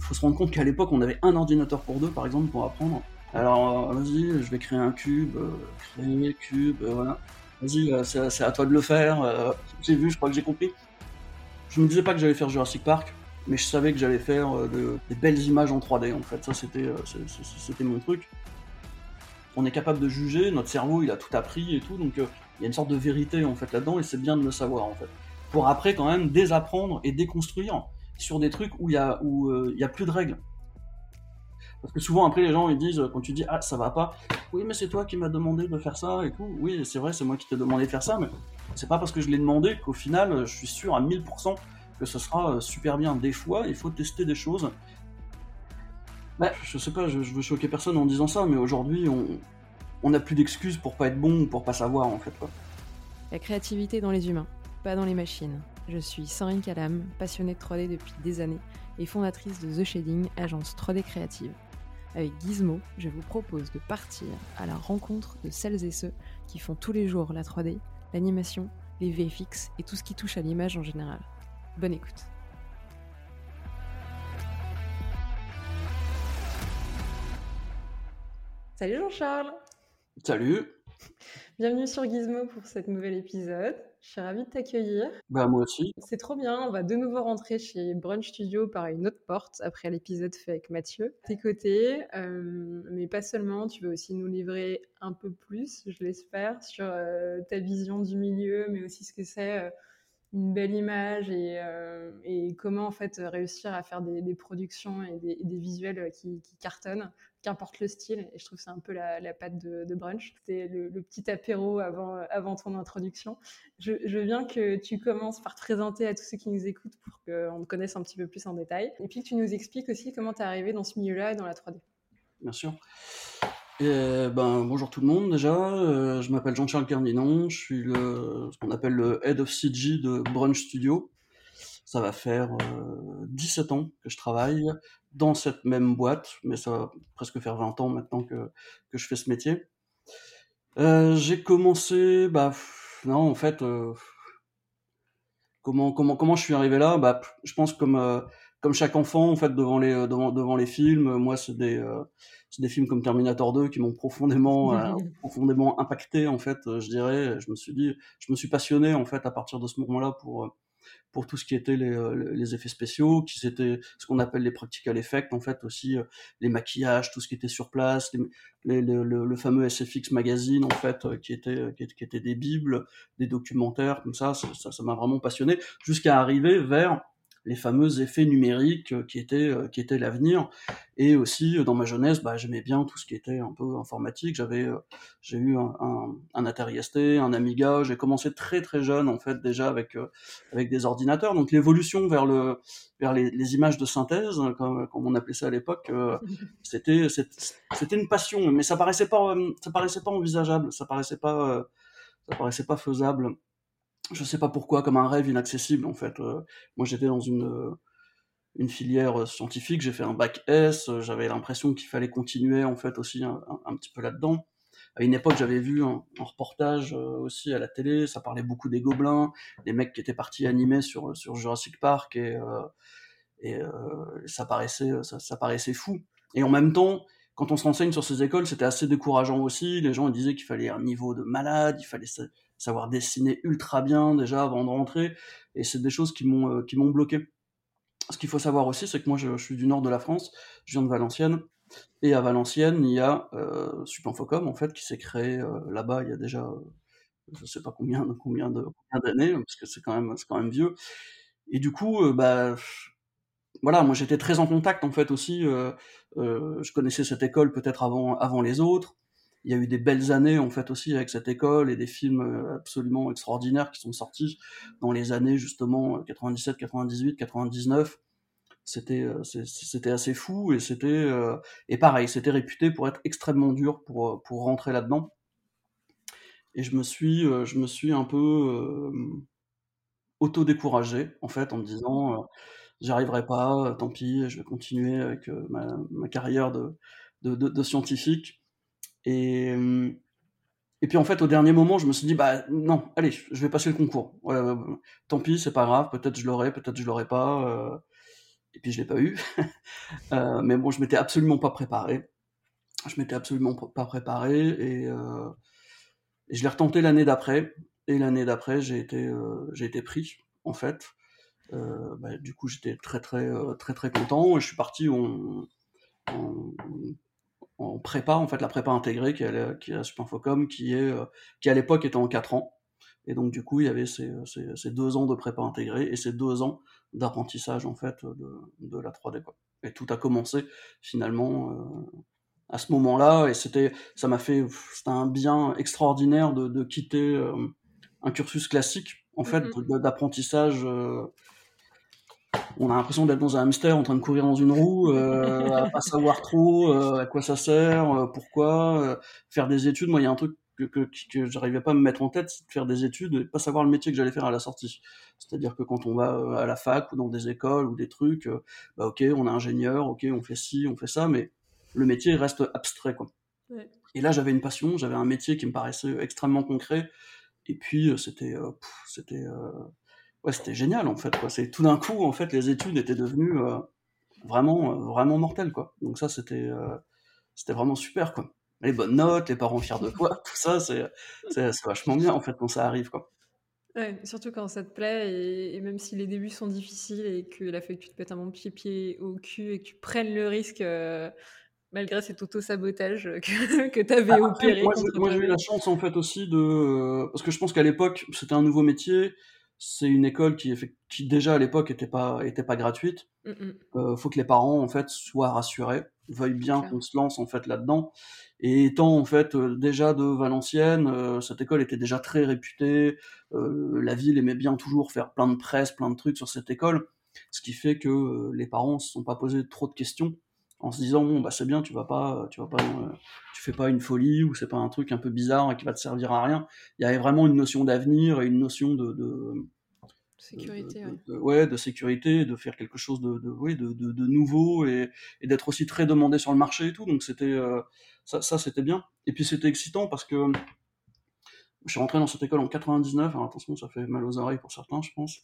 faut se rendre compte qu'à l'époque, on avait un ordinateur pour deux, par exemple, pour apprendre. Alors, vas-y, je vais créer un cube, créer, cube, voilà. Vas-y, c'est à toi de le faire. J'ai vu, je crois que j'ai compris. Je me disais pas que j'allais faire Jurassic Park, mais je savais que j'allais faire des belles images en 3D, en fait. Ça, c'était mon truc. On est capable de juger, notre cerveau, il a tout appris et tout, donc il y a une sorte de vérité, en fait, là-dedans, et c'est bien de le savoir, en fait. Pour après, quand même, désapprendre et déconstruire sur des trucs où il y a plus de règles. Parce que souvent, après, les gens, ils disent, quand tu dis, ah, ça va pas, oui, mais c'est toi qui m'as demandé de faire ça et tout. Oui, c'est vrai, c'est moi qui t'ai demandé de faire ça, mais c'est pas parce que je l'ai demandé qu'au final, je suis sûr à 1000% que ce sera super bien. Des fois, il faut tester des choses. Bah, je sais pas, je veux choquer personne en disant ça, mais aujourd'hui, on n'a plus d'excuses pour pas être bon ou pour pas savoir, en fait, quoi. La créativité dans les humains, pas dans les machines. Je suis Sandrine Calam, passionnée de 3D depuis des années et fondatrice de The Shading, agence 3D créative. Avec Gizmo, je vous propose de partir à la rencontre de celles et ceux qui font tous les jours la 3D, l'animation, les VFX et tout ce qui touche à l'image en général. Bonne écoute. Salut Jean-Charles. Salut. Bienvenue sur Gizmo pour cet nouvel épisode. Je suis ravie de t'accueillir. Bah, moi aussi. C'est trop bien, on va de nouveau rentrer chez Brunch Studio par une autre porte après l'épisode fait avec Mathieu. Tes côtés, mais pas seulement, tu veux aussi nous livrer un peu plus, je l'espère, sur ta vision du milieu, mais aussi ce que c'est une belle image et comment en fait réussir à faire des productions et des visuels qui cartonnent, qu'importe le style. Et je trouve que c'est un peu la patte de Brunch. C'était le petit apéro avant ton introduction. Je veux bien que tu commences par te présenter à tous ceux qui nous écoutent pour qu'on te connaisse un petit peu plus en détail. Et puis que tu nous expliques aussi comment tu es arrivé dans ce milieu-là et dans la 3D. Bien sûr. Bonjour tout le monde déjà, je m'appelle Jean-Charles Carninon, je suis ce qu'on appelle le Head of CG de Brunch Studio. Ça va faire 17 ans que je travaille dans cette même boîte, mais ça va presque faire 20 ans maintenant que je fais ce métier. J'ai commencé, non en fait, comment je suis arrivé là? Je pense comme chaque enfant en fait devant les films. Moi, c'est des films comme Terminator 2 qui m'ont profondément impacté en fait. Je dirais. Je me suis passionné en fait à partir de ce moment-là pour tout ce qui était les effets spéciaux, qui étaient ce qu'on appelle les practical effects en fait aussi, les maquillages, tout ce qui était sur place, le fameux SFX magazine en fait, qui était des bibles, des documentaires comme ça m'a vraiment passionné jusqu'à arriver vers les fameux effets numériques qui étaient l'avenir. Et aussi dans ma jeunesse, j'aimais bien tout ce qui était un peu informatique. J'ai eu un Atari ST, un Amiga. J'ai commencé très très jeune en fait déjà avec des ordinateurs. Donc l'évolution vers les images de synthèse, comme on appelait ça à l'époque, c'était une passion, mais ça paraissait pas envisageable, ça paraissait pas faisable. Je sais pas pourquoi, comme un rêve inaccessible en fait. Moi j'étais dans une filière scientifique, j'ai fait un bac S, j'avais l'impression qu'il fallait continuer en fait aussi un petit peu là-dedans. À une époque, j'avais vu un reportage aussi à la télé, ça parlait beaucoup des gobelins, des mecs qui étaient partis animer sur Jurassic Park, et ça paraissait fou. Et en même temps, quand on se renseigne sur ces écoles, c'était assez décourageant aussi. Les gens ils disaient qu'il fallait un niveau de malade, il fallait savoir dessiner ultra bien déjà avant de rentrer, et c'est des choses qui m'ont bloqué. Ce qu'il faut savoir aussi, c'est que moi je suis du nord de la France, je viens de Valenciennes, et à Valenciennes, il y a Supinfocom en fait qui s'est créé là-bas il y a déjà je sais pas combien d'années, parce que c'est quand même vieux. Et du coup, voilà, moi j'étais très en contact en fait aussi. Je connaissais cette école peut-être avant les autres. Il y a eu des belles années en fait aussi avec cette école et des films absolument extraordinaires qui sont sortis dans les années justement 97, 98, 99. C'était assez fou, et pareil, c'était réputé pour être extrêmement dur pour rentrer là-dedans. Et je me suis un peu auto-découragé en fait en me disant j'y arriverai pas, tant pis, je vais continuer avec ma carrière de scientifique. Et, et puis en fait, au dernier moment, je me suis dit, bah non, allez, je vais passer le concours. Tant pis, c'est pas grave, peut-être je l'aurai pas. et puis je l'ai pas eu. Mais bon, je m'étais absolument pas préparé. Je m'étais absolument pas préparé et je l'ai retenté l'année d'après. Et l'année d'après, j'ai été pris, en fait. Du coup, j'étais très content. Et je suis parti en, en prépa, en fait, la prépa intégrée qui est à Supinfocom, qui à l'époque était en 4 ans. Et donc, du coup, il y avait ces 2 ans de prépa intégrée et ces 2 ans d'apprentissage, en fait, de la 3D, quoi. Et tout a commencé, finalement, à ce moment-là, et c'était un bien extraordinaire de quitter un cursus classique, en fait, d'apprentissage. On a l'impression d'être dans un hamster en train de courir dans une roue, à pas savoir trop à quoi ça sert, pourquoi, faire des études. Moi, il y a un truc que j'arrivais pas à me mettre en tête, c'est de faire des études et pas savoir le métier que j'allais faire à la sortie. C'est-à-dire que quand on va à la fac ou dans des écoles ou des trucs, ok, on est ingénieur, ok, on fait ci, on fait ça, mais le métier reste abstrait, quoi. Ouais. Et là, j'avais une passion, j'avais un métier qui me paraissait extrêmement concret, et puis ouais, c'était génial en fait, quoi. C'est tout d'un coup, en fait, les études étaient devenues vraiment mortelles, quoi. Donc ça, c'était vraiment super, quoi. Les bonnes notes, les parents fiers de toi, tout ça, c'est vachement bien en fait quand ça arrive, quoi. Ouais, surtout quand ça te plaît et même si les débuts sont difficiles et qu'il a fallu que tu te mettes un bon pied au cul et que tu prennes le risque, malgré cet auto-sabotage, que tu avais Après, opéré contre moi, j'ai eu la toi-même. chance en fait aussi parce que je pense qu'à l'époque, c'était un nouveau métier. C'est une école qui déjà à l'époque était pas gratuite. Mmh mh. Faut que les parents en fait soient rassurés, veuillent C'est bien clair. qu'on se lance en fait là-dedans. Et étant en fait déjà de Valenciennes, cette école était déjà très réputée. La ville aimait bien toujours faire plein de presse, plein de trucs sur cette école, ce qui fait que les parents se sont pas posé trop de questions en se disant bon bah c'est bien, tu fais pas une folie ou c'est pas un truc un peu bizarre et qui va te servir à rien. Il y avait vraiment une notion d'avenir et une notion Sécurité, ouais. ouais, de sécurité, de faire quelque chose oui, de nouveau et d'être aussi très demandé sur le marché et tout. Donc ça c'était bien. Et puis c'était excitant parce que je suis rentré dans cette école en 99. Alors attention, ça fait mal aux oreilles pour certains, je pense.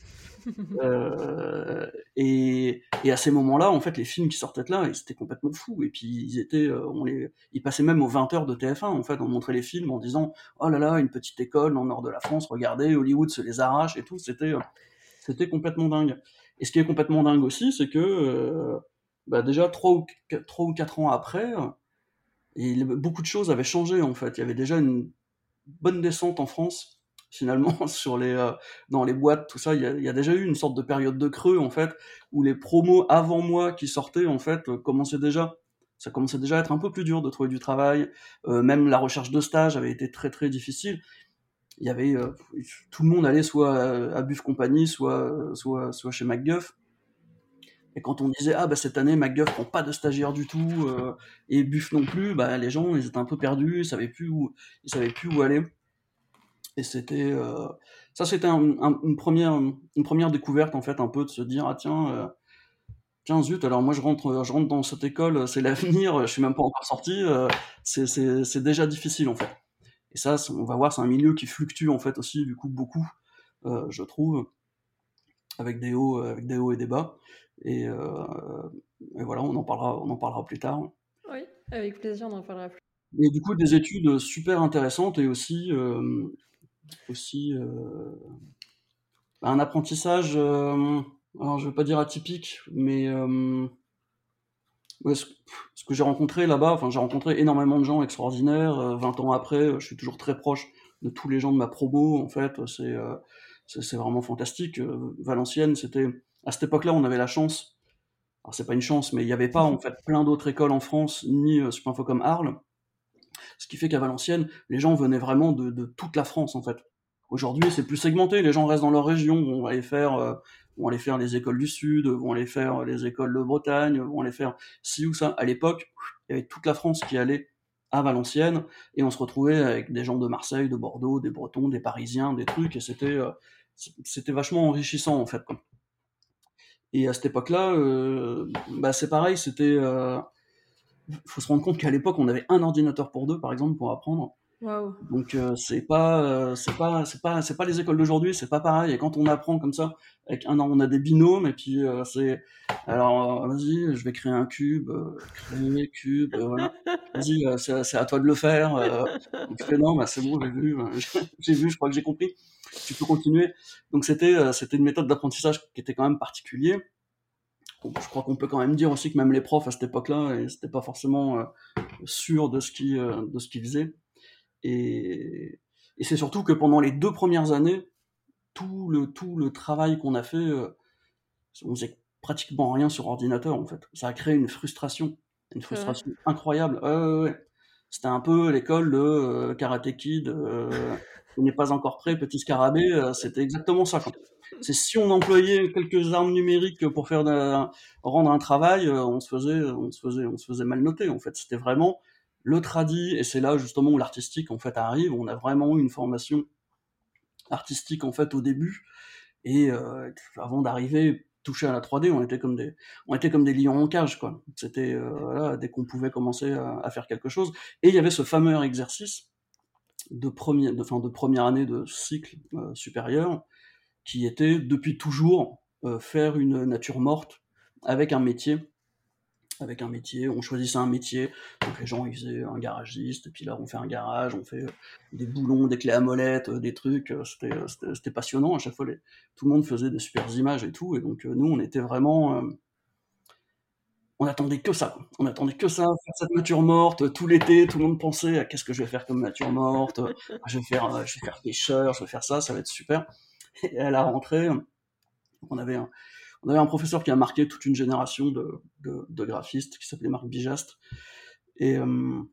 Et à ces moments-là, en fait, les films qui sortaient de là, ils étaient complètement fous. Et puis ils passaient même aux 20h de TF1. En fait, on montrait les films en disant, oh là là, une petite école dans le nord de la France, regardez, Hollywood se les arrache et tout. C'était complètement dingue. Et ce qui est complètement dingue aussi, c'est que déjà 3 ou 4 ans après, beaucoup de choses avaient changé en fait. Il y avait déjà une bonne descente en France, finalement, dans les boîtes, tout ça. Il y a déjà eu une sorte de période de creux en fait, où les promos avant moi qui sortaient en fait ça commençait déjà à être un peu plus dur de trouver du travail. Même la recherche de stage avait été très difficile. Il y avait tout le monde allait soit à Buff Company, soit chez MacGuff. Et quand on disait ah bah cette année MacGuff prend pas de stagiaires du tout et Buff non plus, bah les gens ils étaient un peu perdus, ils savaient plus où aller. Et c'était une première découverte en fait, un peu de se dire ah tiens zut, alors moi je rentre dans cette école, c'est l'avenir, je suis même pas encore sorti, c'est déjà difficile en fait. Et ça, on va voir, c'est un milieu qui fluctue en fait aussi du coup beaucoup, je trouve, avec des hauts et des bas. Et, euh, et voilà, on en parlera plus tard. Oui, avec plaisir, on en parlera plus. Et du coup, des études super intéressantes et aussi un apprentissage, alors je vais pas dire atypique, mais ouais, ce que j'ai rencontré là-bas, enfin j'ai rencontré énormément de gens extraordinaires. 20 ans après, je suis toujours très proche de tous les gens de ma promo. En fait, c'est vraiment fantastique. Valenciennes, c'était à cette époque-là, on avait la chance. Alors c'est pas une chance, mais il n'y avait pas en fait plein d'autres écoles en France, ni Supinfo comme Arles. Ce qui fait qu'à Valenciennes, les gens venaient vraiment de toute la France en fait. Aujourd'hui, c'est plus segmenté. Les gens restent dans leur région, vont aller faire les écoles du Sud, vont aller faire les écoles de Bretagne, vont aller faire ci ou ça. À l'époque, il y avait toute la France qui allait à Valenciennes et on se retrouvait avec des gens de Marseille, de Bordeaux, des Bretons, des Parisiens, des trucs et c'était vachement enrichissant en fait, quoi. Et à cette époque-là, c'est pareil, faut se rendre compte qu'à l'époque, on avait un ordinateur pour deux, par exemple, pour apprendre. Waouh. Donc c'est pas les écoles d'aujourd'hui, c'est pas pareil. Et quand on apprend comme ça, avec on a des binômes et puis c'est alors vas-y, je vais créer un cube, créer cube, voilà. Vas-y, c'est à toi de le faire. Donc je fais non, bah c'est bon, j'ai vu, j'ai vu, je crois que j'ai compris. Tu peux continuer. Donc c'était une méthode d'apprentissage qui était quand même particulier. Bon, je crois qu'on peut quand même dire aussi que même les profs à cette époque-là, ils étaient pas forcément sûrs de ce qu'ils faisaient. Et, et c'est surtout que pendant les 2 premières années, tout le travail qu'on a fait, on faisait pratiquement rien sur ordinateur en fait. Ça a créé une C'est vrai. frustration incroyable. Ouais, ouais, ouais. C'était un peu l'école de Karate Kid, on n'est pas encore prêt, petit scarabée, c'était exactement ça quoi. C'est si on employait quelques armes numériques pour rendre un travail, on se faisait mal noter en fait. C'était vraiment le tradi, et c'est là justement où l'artistique en fait arrive. On a vraiment eu une formation artistique en fait au début, et avant d'arriver toucher à la 3D, on était comme des lions en cage quoi. C'était voilà, dès qu'on pouvait commencer à faire quelque chose. Et il y avait ce fameux exercice de première année de cycle supérieur, qui était depuis toujours faire une nature morte avec un métier. On choisissait un métier, donc les gens ils faisaient un garagiste, et puis là on fait un garage, on fait des boulons, des clés à molette, des trucs, c'était passionnant, à chaque fois tout le monde faisait des super images et tout, et donc nous on était vraiment, on attendait que ça, quoi. On attendait que ça, faire cette nature morte tout l'été, tout le monde pensait à qu'est-ce que je vais faire comme nature morte, je vais faire pêcheur, je vais faire ça va être super. Et à la rentrée, on avait un, on avait un professeur qui a marqué toute une génération de graphistes, qui s'appelait Marc Bijaste. Et, euh,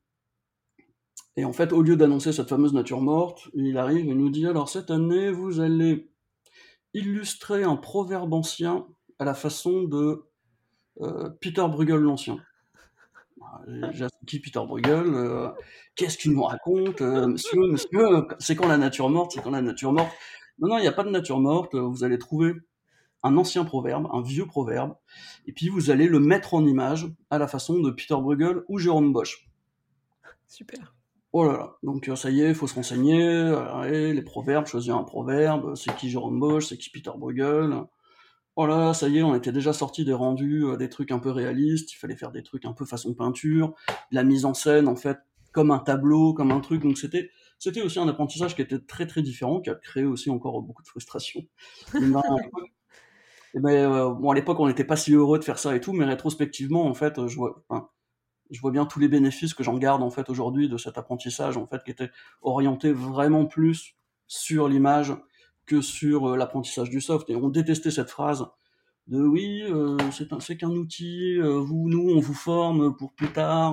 et en fait, au lieu d'annoncer cette fameuse nature morte, il arrive et nous dit alors cette année, vous allez illustrer un proverbe ancien à la façon de Peter Bruegel l'Ancien. J'ai qui Peter Bruegel, qu'est-ce qu'il nous raconte, monsieur, c'est quand la nature morte, c'est quand la nature morte. Non, non, il n'y a pas de nature morte, vous allez trouver un ancien proverbe, un vieux proverbe, et puis vous allez le mettre en image à la façon de Peter Bruegel ou Jérôme Bosch. Super. Oh là là, donc ça y est, il faut se renseigner, allez, les proverbes, choisir un proverbe, c'est qui Jérôme Bosch, c'est qui Peter Bruegel. Oh là là, ça y est, on était déjà sorti des rendus, des trucs un peu réalistes, il fallait faire des trucs un peu façon peinture, de la mise en scène en fait, comme un tableau, comme un truc, donc c'était aussi un apprentissage qui était très très différent, qui a créé aussi encore beaucoup de frustration. Mine de rien. Et ben, bon, à l'époque, on n'était pas si heureux de faire ça et tout, mais rétrospectivement, en fait, je vois bien tous les bénéfices que j'en garde en fait aujourd'hui de cet apprentissage en fait qui était orienté vraiment plus sur l'image que sur l'apprentissage du soft. Et on détestait cette phrase de oui, c'est qu'un outil, nous on vous forme pour plus tard.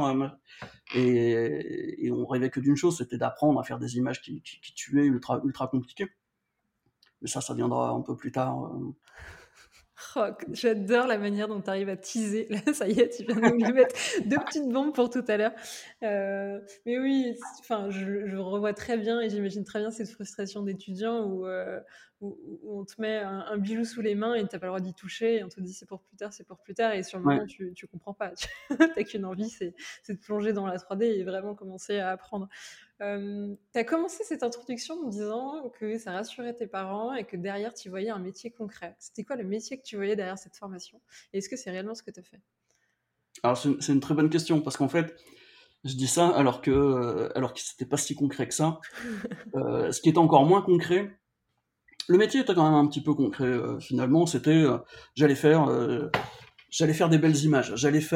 Et on rêvait que d'une chose, c'était d'apprendre à faire des images qui tuaient ultra compliquées. Mais ça viendra un peu plus tard. Oh, j'adore la manière dont tu arrives à teaser. Là, ça y est, tu viens de nous mettre deux petites bombes pour tout à l'heure. Mais oui, enfin, je revois très bien et j'imagine très bien cette frustration d'étudiant où on te met un bijou sous les mains et tu n'as pas le droit d'y toucher et on te dit c'est pour plus tard, c'est pour plus tard. Et sur le Ouais. moment, tu comprends pas. Tu n'as qu'une envie, c'est de plonger dans la 3D et vraiment commencer à apprendre. Tu as commencé cette introduction en disant que ça rassurait tes parents et que derrière, tu voyais un métier concret. C'était quoi le métier que tu voyais derrière cette formation? Et est-ce que c'est réellement ce que tu as fait? Alors c'est une très bonne question parce qu'en fait, je dis ça alors que c'était pas si concret que ça. Ce qui était encore moins concret, le métier était quand même un petit peu concret finalement. C'était j'allais faire euh, j'allais faire des belles images.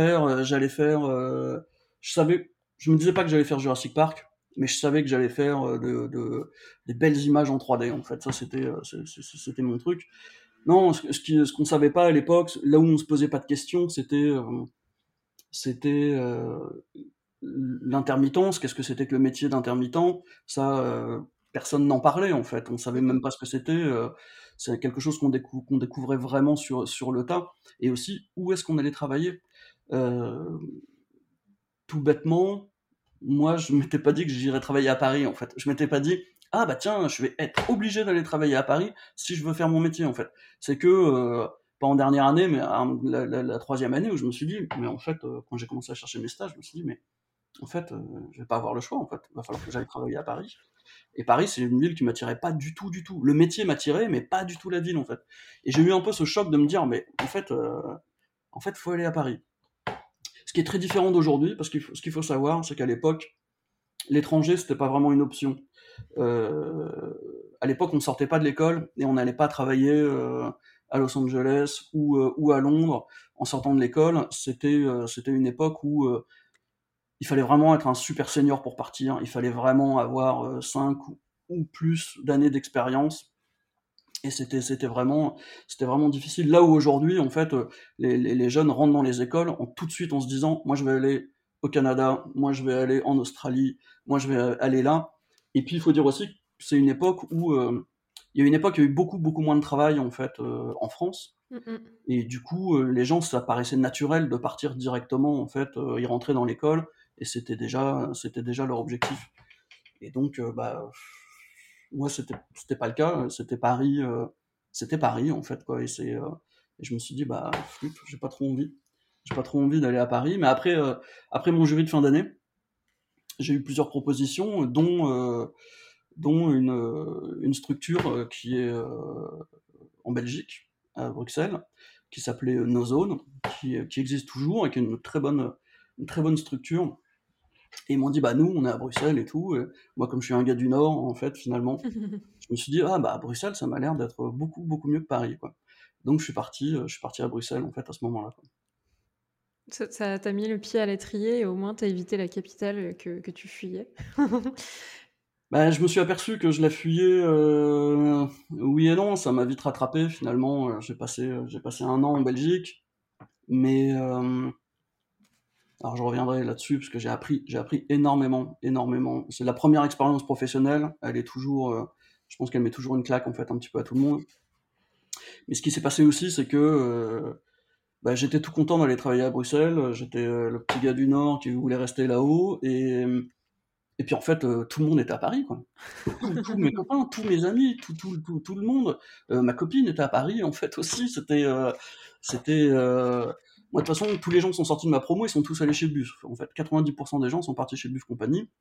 Je savais, je me disais pas que j'allais faire Jurassic Park, mais je savais que j'allais faire des belles images en 3D. En fait, ça c'était mon truc. Non, ce qu'on savait pas à l'époque, là où on se posait pas de questions, c'était l'intermittence. Qu'est-ce que c'était que le métier d'intermittent? Ça, personne n'en parlait en fait. On savait même pas ce que c'était. C'est quelque chose qu'on découvrait vraiment sur le tas. Et aussi, où est-ce qu'on allait travailler? Euh, Tout bêtement, moi, je m'étais pas dit que j'irais travailler à Paris en fait. Je m'étais pas dit, ah bah tiens, je vais être obligé d'aller travailler à Paris si je veux faire mon métier en fait. C'est que pas en dernière année, mais la troisième année où je me suis dit, mais en fait, quand j'ai commencé à chercher mes stages, je me suis dit, mais en fait, je vais pas avoir le choix, en fait. Il va falloir que j'aille travailler à Paris. Et Paris, c'est une ville qui m'attirait pas du tout, du tout. Le métier m'attirait, mais pas du tout la ville, en fait. Et j'ai eu un peu ce choc de me dire, mais en fait, faut aller à Paris. Ce qui est très différent d'aujourd'hui, parce que ce qu'il faut savoir, c'est qu'à l'époque, l'étranger, c'était pas vraiment une option. Euh, à l'époque, on ne sortait pas de l'école et on n'allait pas travailler à Los Angeles ou à Londres en sortant de l'école. C'était une époque où il fallait vraiment être un super senior pour partir. Il fallait vraiment avoir 5 ou plus d'années d'expérience. Et c'était vraiment difficile. Là où aujourd'hui, en fait, les jeunes rentrent dans les écoles tout de suite en se disant, moi je vais aller au Canada, moi je vais aller en Australie, moi je vais aller là. Et puis il faut dire aussi que c'est une époque où il y a une époque où il y a eu beaucoup beaucoup moins de travail en fait en France. Mm, Et du coup, les gens, ça paraissait naturel de partir directement en fait. Ils rentraient dans l'école et c'était déjà leur objectif. Et donc, moi, c'était pas le cas. C'était Paris en fait, quoi. Et je me suis dit, bah, flip, j'ai pas trop envie. J'ai pas trop envie d'aller à Paris. Mais après mon jury de fin d'année, j'ai eu plusieurs propositions, dont une structure qui est en Belgique, à Bruxelles, qui s'appelait Nozone, qui existe toujours et qui est une très bonne structure. Et ils m'ont dit, bah nous, on est à Bruxelles et tout. Et moi, comme je suis un gars du Nord, en fait, finalement, mm. je me suis dit, ah bah Bruxelles, ça m'a l'air d'être beaucoup, beaucoup mieux que Paris, quoi. Donc je suis parti à Bruxelles, en fait, à ce moment-là, quoi. Ça t'a mis le pied à l'étrier et au moins t'as évité la capitale que tu fuyais. Bah, je me suis aperçu que je la fuyais, oui et non, ça m'a vite rattrapé, finalement. J'ai passé un an en Belgique, mais alors je reviendrai là-dessus parce que j'ai appris énormément, énormément. C'est la première expérience professionnelle. Elle est toujours, je pense qu'elle met toujours une claque en fait un petit peu à tout le monde. Mais ce qui s'est passé aussi, c'est que bah, j'étais tout content d'aller travailler à Bruxelles. J'étais le petit gars du Nord qui voulait rester là-haut. Et puis en fait, tout le monde était à Paris, quoi. Tous mes copains, tous mes amis, tout le monde. Ma copine était à Paris en fait aussi. Moi de toute façon, tous les gens qui sont sortis de ma promo, ils sont tous allés chez Buff. En fait, 90% des gens sont partis chez Buff Compagnie.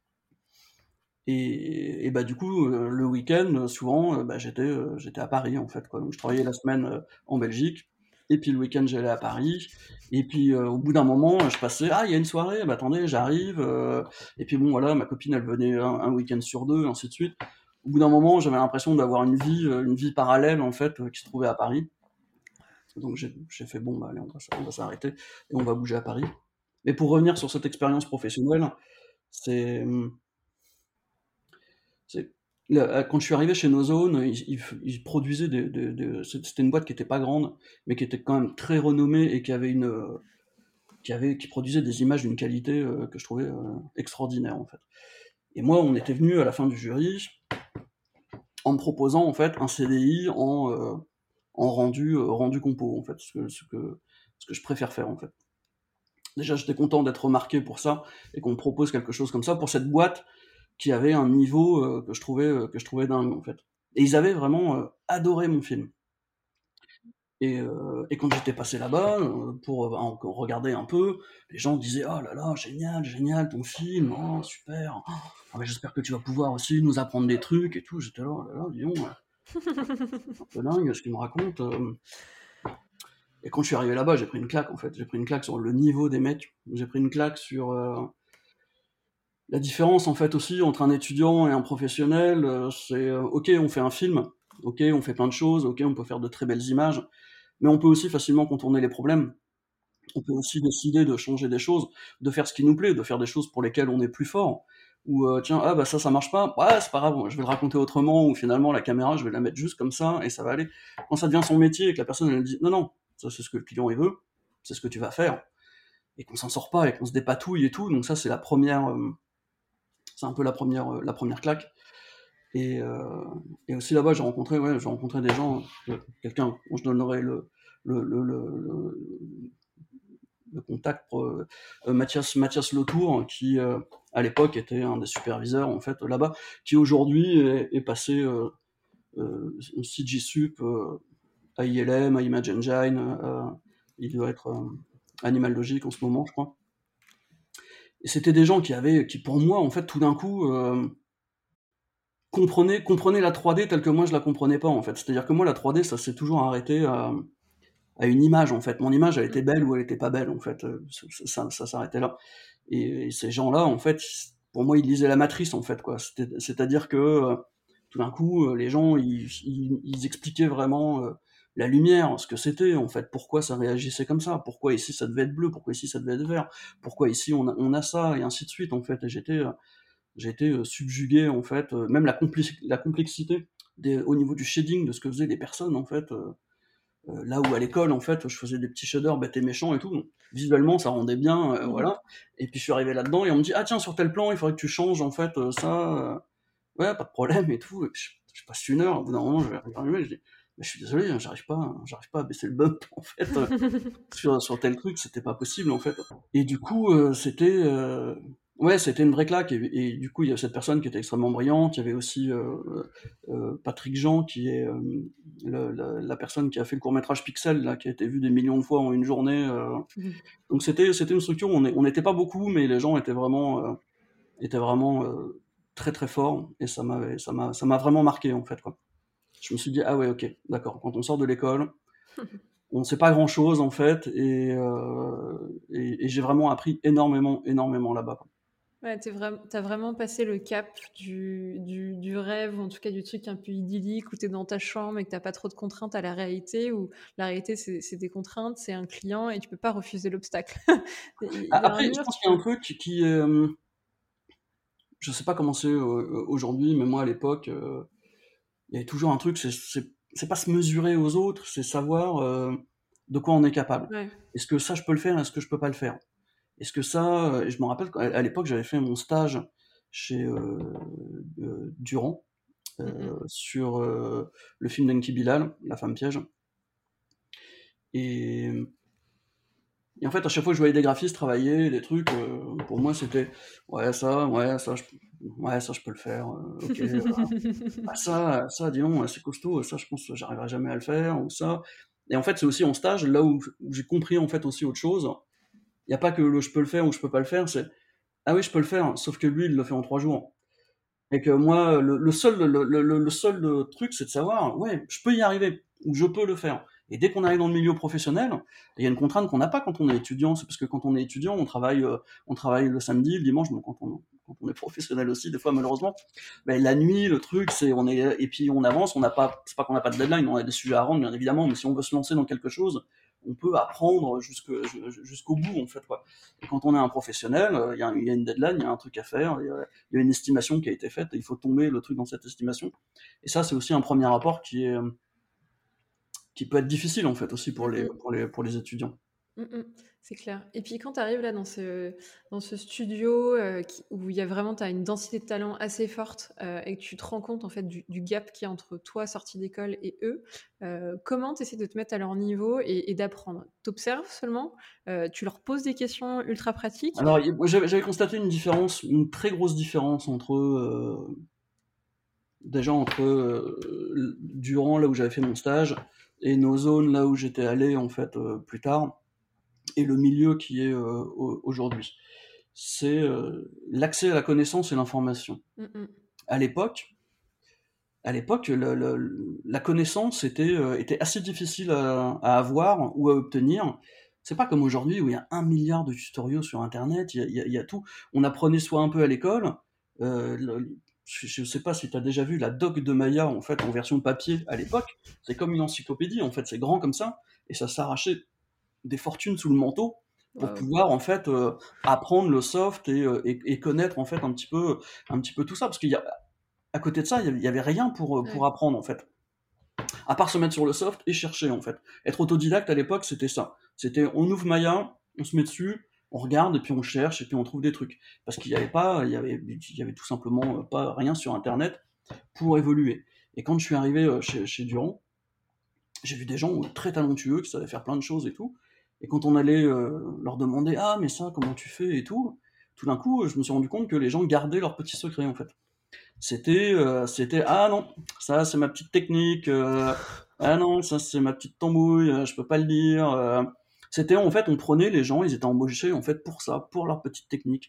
Et bah du coup, le week-end, souvent, bah, j'étais à Paris en fait, quoi. Donc je travaillais la semaine en Belgique, et puis le week-end j'allais à Paris. Et puis au bout d'un moment, je passais, ah il y a une soirée, bah attendez, j'arrive. Et puis bon voilà, ma copine elle venait un week-end sur deux, ainsi de suite. Au bout d'un moment, j'avais l'impression d'avoir une vie parallèle en fait, qui se trouvait à Paris. Donc j'ai fait bon, bah allez, on va s'arrêter et on va bouger à Paris. Mais pour revenir sur cette expérience professionnelle, c'est c'est quand je suis arrivé chez Nozone, ils produisaient c'était une boîte qui était pas grande, mais qui était quand même très renommée et qui produisait des images d'une qualité que je trouvais extraordinaire en fait. Et moi, on était venu à la fin du jury en me proposant en fait un CDI en rendu compo en fait, ce que je préfère faire en fait. Déjà, j'étais content d'être remarqué pour ça et qu'on me propose quelque chose comme ça pour cette boîte qui avait un niveau que je trouvais dingue en fait. Et ils avaient vraiment adoré mon film. Et quand j'étais passé là-bas, pour regarder un peu, les gens disaient oh là là, génial, génial ton film, oh super, ah, mais j'espère que tu vas pouvoir aussi nous apprendre des trucs et tout. J'étais là, oh là là, dis donc, un peu dingue ce qu'ils me racontent. Et quand je suis arrivé là-bas, j'ai pris une claque en fait. J'ai pris une claque sur le niveau des mecs. J'ai pris une claque sur la différence en fait aussi entre un étudiant et un professionnel. C'est ok, on fait un film, ok, on fait plein de choses, ok, on peut faire de très belles images, mais on peut aussi facilement contourner les problèmes. On peut aussi décider de changer des choses, de faire ce qui nous plaît, de faire des choses pour lesquelles on est plus fort. Ou tiens, ah bah ça marche pas, ouais c'est pas grave, je vais le raconter autrement, ou finalement la caméra je vais la mettre juste comme ça et ça va aller. Quand ça devient son métier et que la personne elle dit non non, ça c'est ce que le client il veut, c'est ce que tu vas faire, et qu'on s'en sort pas et qu'on se dépatouille et tout, donc ça c'est un peu la première claque. Et aussi là-bas j'ai rencontré des gens, quelqu'un dont je donnerai le contact pour Mathias Lautour, qui à l'époque était un des superviseurs en fait là-bas, qui aujourd'hui est passé CG Sup à ILM, à Image Engine, il doit être Animal Logic en ce moment, je crois. Et c'était des gens qui pour moi, en fait, tout d'un coup, comprenaient la 3D telle que moi je la comprenais pas, en fait. C'est-à-dire que moi, la 3D, ça s'est toujours arrêté à une image, en fait. Mon image, elle était belle ou elle était pas belle, en fait. Ça s'arrêtait là. Et ces gens-là, en fait, pour moi, ils lisaient la matrice, en fait, quoi. C'est-à-dire que tout d'un coup, les gens, ils expliquaient vraiment la lumière, ce que c'était, en fait, pourquoi ça réagissait comme ça, pourquoi ici ça devait être bleu, pourquoi ici ça devait être vert, pourquoi ici on a ça, et ainsi de suite, en fait. Et j'ai été subjugué, en fait, même la complexité au niveau du shading de ce que faisaient les personnes, en fait. Là où à l'école, en fait, je faisais des petits shaders bêtes et méchants et tout, donc visuellement ça rendait bien, voilà. Et puis je suis arrivé là-dedans et on me dit: «Ah tiens, sur tel plan, il faudrait que tu changes en fait, ça, ouais, pas de problème et tout». Et puis je passe une heure, au bout d'un moment, je vais regarder, je dis: «Mais je suis désolé, hein, j'arrive pas à baisser le bump en fait, sur tel truc, c'était pas possible en fait». Et du coup, ouais, c'était une vraie claque. Et du coup, il y a cette personne qui était extrêmement brillante. Il y avait aussi Patrick Jean, qui est la personne qui a fait le court-métrage Pixel, là, qui a été vu des millions de fois en une journée. Donc c'était une structure où on n'était pas beaucoup, mais les gens étaient vraiment très très forts. Et ça m'a vraiment marqué, en fait, quoi. Je me suis dit, ah ouais, ok, d'accord. Quand on sort de l'école, on ne sait pas grand-chose, en fait, et j'ai vraiment appris énormément, énormément là-bas, quoi. Ouais, t'as vraiment passé le cap du rêve, ou en tout cas du truc un peu idyllique où t'es dans ta chambre et que t'as pas trop de contraintes, à la réalité, où la réalité c'est des contraintes, c'est un client et tu peux pas refuser l'obstacle. Il y a un Après, je mur, pense tu qu'il y a un peux. truc qui je sais pas comment c'est aujourd'hui, mais moi à l'époque, il y avait toujours un truc, c'est pas se mesurer aux autres, c'est savoir de quoi on est capable. Ouais. Est-ce que ça je peux le faire, est-ce que je peux pas le faire? Est-ce que ça, et je me rappelle qu'à l'époque j'avais fait mon stage chez Durand Mm, mm. sur le film d'Enki Bilal, La femme piège. Et, et en fait, à chaque fois que je voyais des graphistes travailler, des trucs, pour moi c'était ouais, ça je peux le faire, ok. Ah ça, dis donc, c'est costaud, ça je pense que j'arriverai jamais à le faire, ou ça. Et en fait, c'est aussi en stage, là où j'ai compris en fait aussi autre chose. Il n'y a pas que le je peux le faire ou je peux pas le faire, c'est ah oui, je peux le faire, sauf que lui, il le fait en 3 jours. Et que moi, le seul truc, c'est de savoir, ouais, je peux y arriver, ou je peux le faire. Et dès qu'on arrive dans le milieu professionnel, il y a une contrainte qu'on n'a pas quand on est étudiant. C'est parce que quand on est étudiant, on travaille le samedi, le dimanche, mais quand on est professionnel aussi, des fois malheureusement, ben, la nuit, le truc, et puis on avance, c'est pas qu'on n'a pas de deadline, on a des sujets à rendre, bien évidemment, mais si on veut se lancer dans quelque chose, on peut apprendre jusqu'au bout, en fait, quoi. Et quand on est un professionnel, il y a une deadline, il y a un truc à faire, il y a une estimation qui a été faite et il faut tomber le truc dans cette estimation. Et ça, c'est aussi un premier rapport qui peut être difficile en fait aussi Mm, mm. pour les étudiants. C'est clair. Et puis quand tu arrives là dans ce studio où il y a vraiment, tu as une densité de talent assez forte et que tu te rends compte en fait du gap qu'il y a entre toi sorti d'école et eux, comment tu essaies de te mettre à leur niveau et d'apprendre? T'observes seulement? Tu leur poses des questions ultra pratiques? Alors, moi, j'avais constaté une très grosse différence déjà entre durant là où j'avais fait mon stage et nos zones là où j'étais allé en fait plus tard et le milieu qui est aujourd'hui. C'est l'accès à la connaissance et l'information. Mm, mm. À l'époque, la connaissance était assez difficile à avoir ou à obtenir. C'est pas comme aujourd'hui où il y a 1 milliard de tutoriaux sur Internet, il y a tout. On apprenait soit un peu à l'école, je sais pas si tu as déjà vu la doc de Maya en fait en version papier à l'époque. C'est comme une encyclopédie en fait, c'est grand comme ça et ça s'arrachait des fortunes sous le manteau pour Waouh. pouvoir en fait apprendre le soft et connaître en fait un petit peu tout ça parce qu'il y a à côté de ça, il y avait rien pour Ouais. apprendre en fait, à part se mettre sur le soft et chercher en fait. Être autodidacte à l'époque, c'était ça. C'était on ouvre Maya, on se met dessus, on regarde et puis on cherche et puis on trouve des trucs. Parce qu'il y avait pas, il y avait tout simplement pas rien sur Internet pour évoluer. Et quand je suis arrivé chez Durand, j'ai vu des gens très talentueux qui savaient faire plein de choses et tout. Et quand on allait leur demander ah mais ça comment tu fais et tout d'un coup je me suis rendu compte que les gens gardaient leurs petits secrets en fait. C'était ah non, ça c'est ma petite technique, ah non, ça c'est ma petite tambouille, je peux pas le dire. C'était en fait, on prenait les gens, ils étaient embauchés en fait pour ça, pour leur petite technique,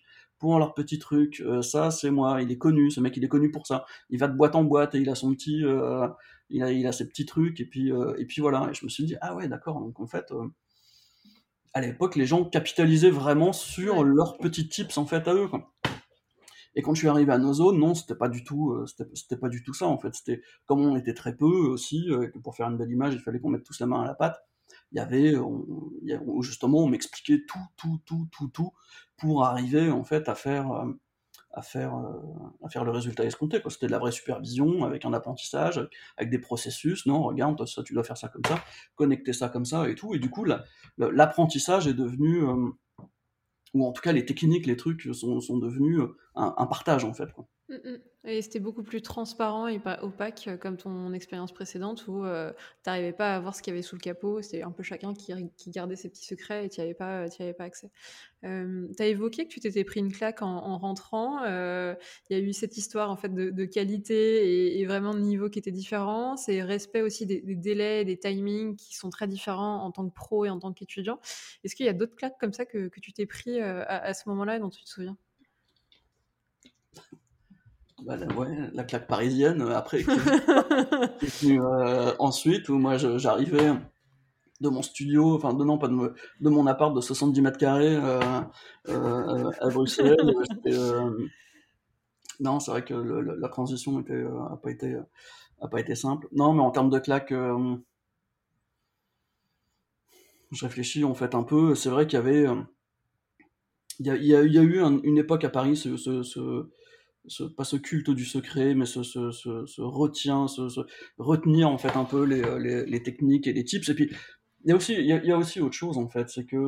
pour leur petit truc. Ça, c'est moi. Il est connu. Ce mec, il est connu pour ça. Il va de boîte en boîte et il a son petit, il a ses petits trucs et puis voilà. Et je me suis dit ah ouais, d'accord. Donc en fait, à l'époque, les gens capitalisaient vraiment sur Ouais. leurs petits tips en fait à eux, quoi. Et quand je suis arrivé à Nozo, non, c'était pas du tout, c'était pas du tout ça en fait. C'était comme on était très peu aussi, que pour faire une belle image, il fallait qu'on mette tous la main à la pâte. Il y avait, justement, on m'expliquait tout pour arriver en fait à faire, à faire le résultat escompté, quoi. C'était de la vraie supervision avec un apprentissage, avec des processus. Non, regarde, toi, ça, tu dois faire ça comme ça, connecter ça comme ça et tout. Et du coup, l'apprentissage est devenu, ou en tout cas les techniques, les trucs sont devenus un partage en fait, quoi. Et c'était beaucoup plus transparent et pas opaque comme ton expérience précédente où t'arrivais pas à voir ce qu'il y avait sous le capot. C'était un peu chacun qui gardait ses petits secrets et t'y avais pas accès. T'as évoqué que tu t'étais pris une claque en rentrant. Il y a eu cette histoire en fait de qualité et vraiment de niveau qui était différent. C'est respect aussi des délais, des timings qui sont très différents en tant que pro et en tant qu'étudiant. Est-ce qu'il y a d'autres claques comme ça que tu t'es pris à ce moment-là et dont tu te souviens? Bah, la claque parisienne, après, qui est venue ensuite, où moi j'arrivais de mon studio, enfin de, non, pas de mon appart de 70 mètres carrés à Bruxelles. Non, c'est vrai que la transition a pas été simple. Non, mais en termes de claque, je réfléchis en fait un peu. C'est vrai qu'il y avait, il y a eu une époque à Paris, pas ce culte du secret, mais retenir en fait un peu les techniques et les tips. Et puis il y a aussi autre chose en fait, c'est que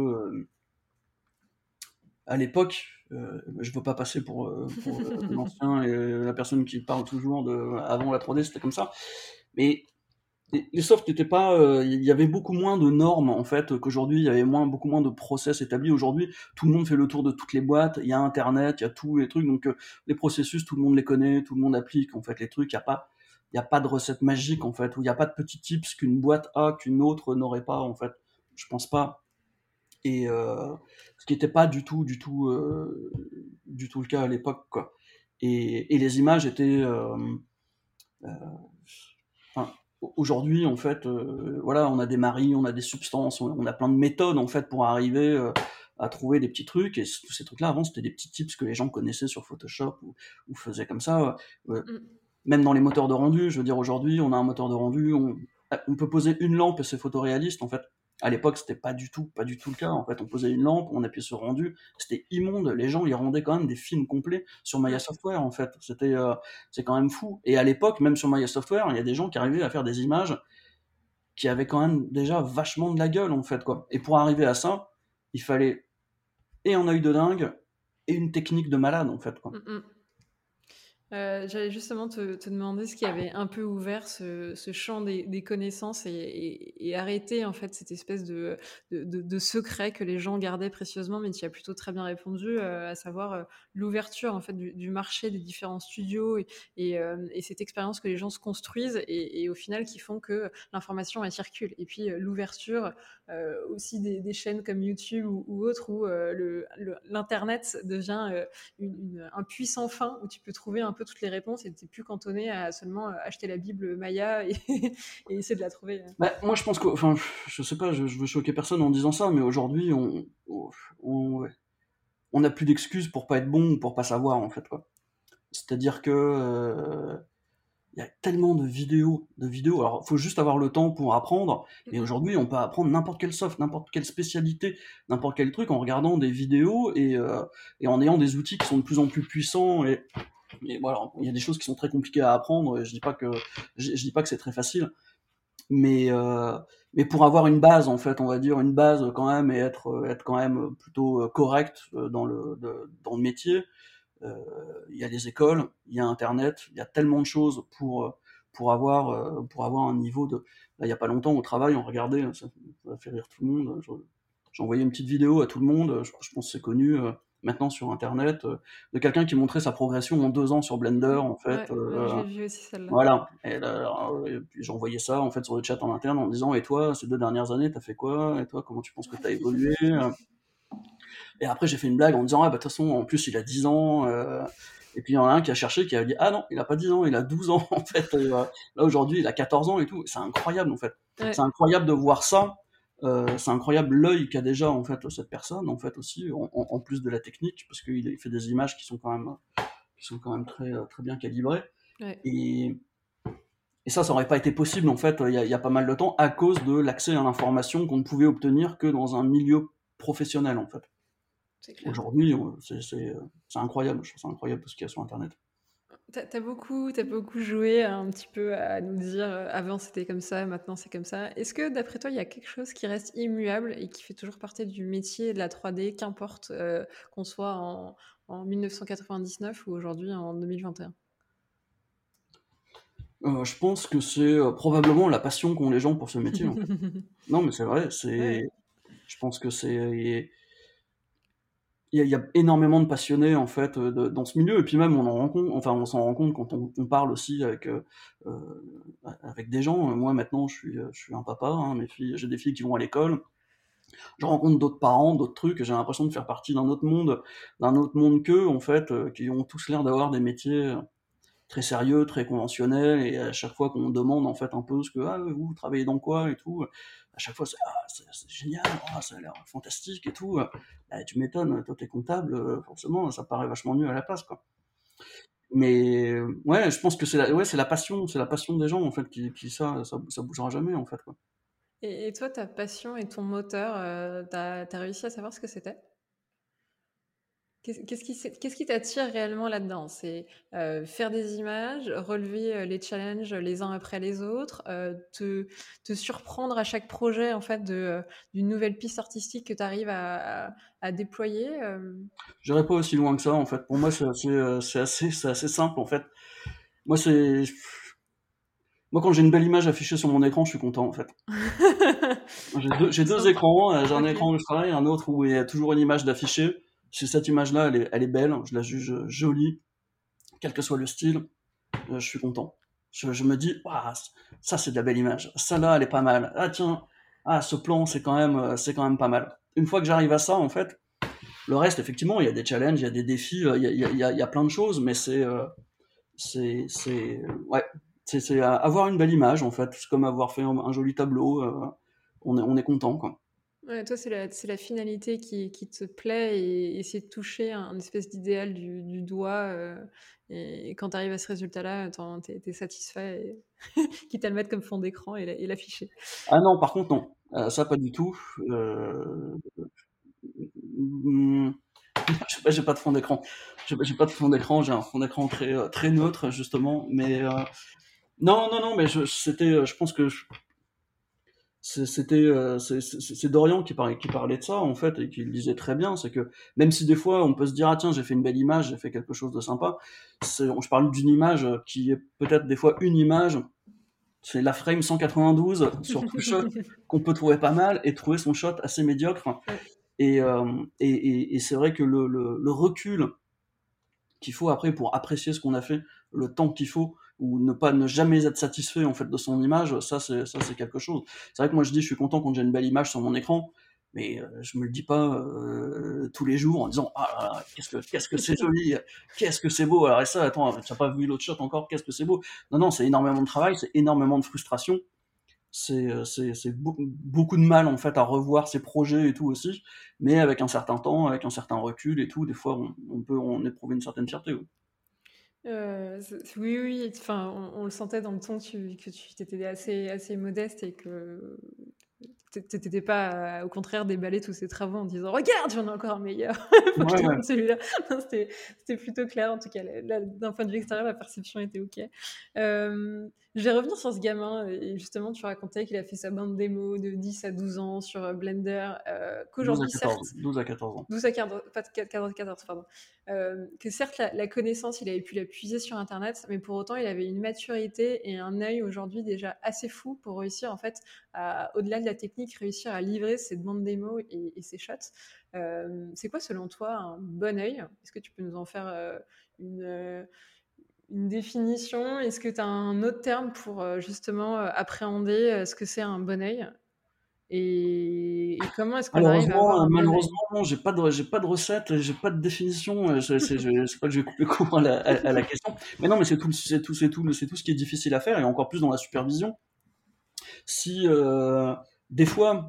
à l'époque, je veux pas passer pour l'ancien et la personne qui parle toujours de avant la 3D, c'était comme ça. Mais les softs n'étaient pas, il y avait beaucoup moins de normes en fait qu'aujourd'hui. Il y avait beaucoup moins de process établis. Aujourd'hui, tout le monde fait le tour de toutes les boîtes. Il y a Internet, il y a tous les trucs. Donc les processus, tout le monde les connaît, tout le monde applique en fait les trucs. Il y a pas de recette magique en fait, ou il y a pas de petits tips qu'une boîte a qu'une autre n'aurait pas en fait. Je pense pas. Et ce qui n'était pas du tout le cas à l'époque, quoi. Et les images étaient, euh, enfin, aujourd'hui, en fait, voilà, on a des maris, on a des substances, on a plein de méthodes en fait pour arriver à trouver des petits trucs. Et tous ces trucs-là, avant, c'était des petits tips que les gens connaissaient sur Photoshop ou faisaient comme ça. Mm. Même dans les moteurs de rendu, je veux dire, aujourd'hui, on a un moteur de rendu, on peut poser une lampe et c'est photoréaliste en fait. À l'époque, c'était pas du tout le cas. En fait, on posait une lampe, on appuyait sur rendu, c'était immonde. Les gens, ils rendaient quand même des films complets sur Maya Ouais. Software. En fait, c'est quand même fou. Et à l'époque, même sur Maya Software, il y a des gens qui arrivaient à faire des images qui avaient quand même déjà vachement de la gueule, en fait, quoi. Et pour arriver à ça, il fallait et un œil de dingue et une technique de malade, en fait, quoi. Mm, mm. J'allais justement te demander ce qui avait un peu ouvert ce champ des connaissances et arrêté en fait cette espèce de secret que les gens gardaient précieusement, mais tu as plutôt très bien répondu, à savoir l'ouverture en fait du marché des différents studios et cette expérience que les gens se construisent et au final qui font que l'information elle circule. Et puis l'ouverture aussi des chaînes comme YouTube ou autres où l'internet devient un puits sans fin où tu peux trouver un peu toutes les réponses et tu n'es plus cantonné à seulement acheter la Bible Maya et, et essayer de la trouver. Bah, moi, je pense que, enfin, je sais pas, je veux choquer personne en disant ça, mais aujourd'hui, ouais, on n'a plus d'excuses pour pas être bon ou pour pas savoir, en fait, quoi. C'est-à-dire que il y a tellement de vidéos. Alors, faut juste avoir le temps pour apprendre. Mais aujourd'hui, on peut apprendre n'importe quel soft, n'importe quelle spécialité, n'importe quel truc en regardant des vidéos et en ayant des outils qui sont de plus en plus puissants. Et voilà, il y a des choses qui sont très compliquées à apprendre. Et je dis pas que c'est très facile, mais mais pour avoir une base, en fait, on va dire une base quand même et être quand même plutôt correct dans le métier. Il y a les écoles, il y a Internet, il y a tellement de choses pour avoir un niveau de. Là, il y a pas longtemps au travail, on regardait, ça fait rire tout le monde. J'ai envoyé une petite vidéo à tout le monde. Je pense que c'est connu maintenant sur Internet de quelqu'un qui montrait sa progression en 2 ans sur Blender en fait. Ouais, ouais, je l'ai vu aussi celle-là. Voilà. Et puis j'ai envoyé ça en fait sur le chat en interne en disant et toi ces 2 dernières années t'as fait quoi et toi comment tu penses que t'as évolué. Et après, j'ai fait une blague en disant, ah, bah, de toute façon, en plus, il a 10 ans, et puis il y en a un qui a cherché, qui a dit, ah non, il a pas 10 ans, il a 12 ans, en fait, là, aujourd'hui, il a 14 ans et tout. C'est incroyable, en fait. Ouais. C'est incroyable de voir ça. C'est incroyable l'œil qu'a déjà, en fait, cette personne, en fait, aussi, en plus de la technique, parce qu'il fait des images qui sont quand même très, très bien calibrées. Ouais. Et, et ça aurait pas été possible, en fait, il y a pas mal de temps, à cause de l'accès à l'information qu'on ne pouvait obtenir que dans un milieu professionnel, en fait. C'est clair. Aujourd'hui, c'est incroyable, je trouve ça incroyable tout ce qu'il y a sur Internet. T'as beaucoup joué un petit peu à nous dire avant c'était comme ça, maintenant c'est comme ça. Est-ce que d'après toi, il y a quelque chose qui reste immuable et qui fait toujours partie du métier de la 3D, qu'importe qu'on soit en 1999 ou aujourd'hui en 2021? Je pense que c'est probablement la passion qu'ont les gens pour ce métier, en fait. Non, mais c'est vrai, Ouais. je pense que il y a énormément de passionnés, en fait, dans ce milieu, et puis même on s'en rend compte quand on parle aussi avec des gens. Moi, maintenant, je suis un papa, hein, j'ai des filles qui vont à l'école. Je rencontre d'autres parents, d'autres trucs, et j'ai l'impression de faire partie d'un autre monde qu'eux, en fait, qui ont tous l'air d'avoir des métiers très sérieux, très conventionnels, et à chaque fois qu'on demande, en fait, un peu vous travaillez dans quoi et tout, à chaque fois c'est génial, ça a l'air fantastique et tout. Bah, tu m'étonnes, toi t'es comptable, forcément ça paraît vachement mieux à la place, quoi. Mais ouais, je pense que c'est la passion des gens, en fait, ça bougera jamais, en fait, quoi. Et toi, ta passion et ton moteur, t'as réussi à savoir ce que c'était? Qu'est-ce qui t'attire réellement là-dedans? C'est, faire des images, relever, les challenges les uns après les autres, te surprendre à chaque projet en fait d'une nouvelle piste artistique que tu arrives à déployer, J'irai pas aussi loin que ça, en fait. Pour moi, c'est assez simple, en fait. Moi, c'est Moi, quand j'ai une belle image affichée sur mon écran, je suis content, en fait. J'ai deux Sympa. écrans. J'ai un OK. écran où je travaille, un autre où il y a toujours une image d'affichée. Si cette image-là, elle est belle, je la juge jolie, quel que soit le style, je suis content. Je me dis, waouh, ça c'est de la belle image. Ça là, elle est pas mal. Ah tiens, ce plan, c'est quand même pas mal. Une fois que j'arrive à ça, en fait, le reste, effectivement, il y a des challenges, il y a des défis, il y a plein de choses, mais ouais, c'est avoir une belle image, en fait. C'est comme avoir fait un joli tableau. On est content, quoi. Ouais, toi, c'est la finalité qui te plaît et essayer de toucher un espèce d'idéal du doigt, et quand tu arrives à ce résultat-là, tu es satisfait et quitte à le mettre comme fond d'écran et l'afficher. Ah non, par contre, non. Ça, pas du tout. Euh, mm, j'ai pas de fond d'écran. J'ai pas de fond d'écran. J'ai un fond d'écran très, très neutre, justement. Mais non, non, non. Mais je pense que c'est Dorian qui parlait de ça, en fait, et qui le disait très bien. C'est que même si des fois on peut se dire, ah tiens, j'ai fait une belle image, j'ai fait quelque chose de sympa, je parle d'une image qui est peut-être des fois une image. C'est la frame 192 sur True Shot qu'on peut trouver pas mal et trouver son shot assez médiocre. Ouais. Et c'est vrai que le recul qu'il faut après pour apprécier ce qu'on a fait, le temps qu'il faut, ou ne jamais être satisfait, en fait, de son image, ça c'est quelque chose. C'est vrai que moi je dis je suis content quand j'ai une belle image sur mon écran, mais je me le dis pas tous les jours en disant ah là là, qu'est-ce que c'est joli, qu'est-ce que c'est beau. Alors et ça, attends, tu n'as pas vu l'autre shot encore, qu'est-ce que c'est beau. Non non, c'est énormément de travail, c'est énormément de frustration, c'est beaucoup de mal, en fait, à revoir ses projets et tout aussi, mais avec un certain temps, avec un certain recul et tout, des fois on peut en éprouver une certaine fierté. Oui. Oui, oui, enfin, on le sentait dans le ton que tu étais assez modeste et que t'étais pas au contraire déballer tous ces travaux en disant regarde, j'en ai encore un meilleur, faut que je Ouais, te ouais. montre celui-là. Non, c'était plutôt clair en tout cas. D'un point de vue extérieur, la perception était ok. Je vais revenir sur ce gamin et justement tu racontais qu'il a fait sa bande démo de 10 à 12 ans sur Blender, 12 à qu'aujourd'hui 14, certes 12 à 14 ans. 12 à 14, pas de 14, pardon. Que certes, la connaissance, il avait pu la puiser sur Internet, mais pour autant, il avait une maturité et un œil aujourd'hui déjà assez fou pour réussir, en fait, au-delà de la technique, réussir à livrer ses demandes démo et ses shots. C'est quoi, selon toi, un bon œil? Est-ce que tu peux nous en faire une, euh, une définition? Est-ce que tu as un autre terme pour justement appréhender ce que c'est un bon œil? Et comment est-ce qu'on arrive à avoir Malheureusement, un bon œil? malheureusement, non, j'ai pas de recette, j'ai pas de définition. C'est pas que je vais couper court à la question, mais non, mais c'est tout ce qui est difficile à faire, et encore plus dans la supervision. Si des fois,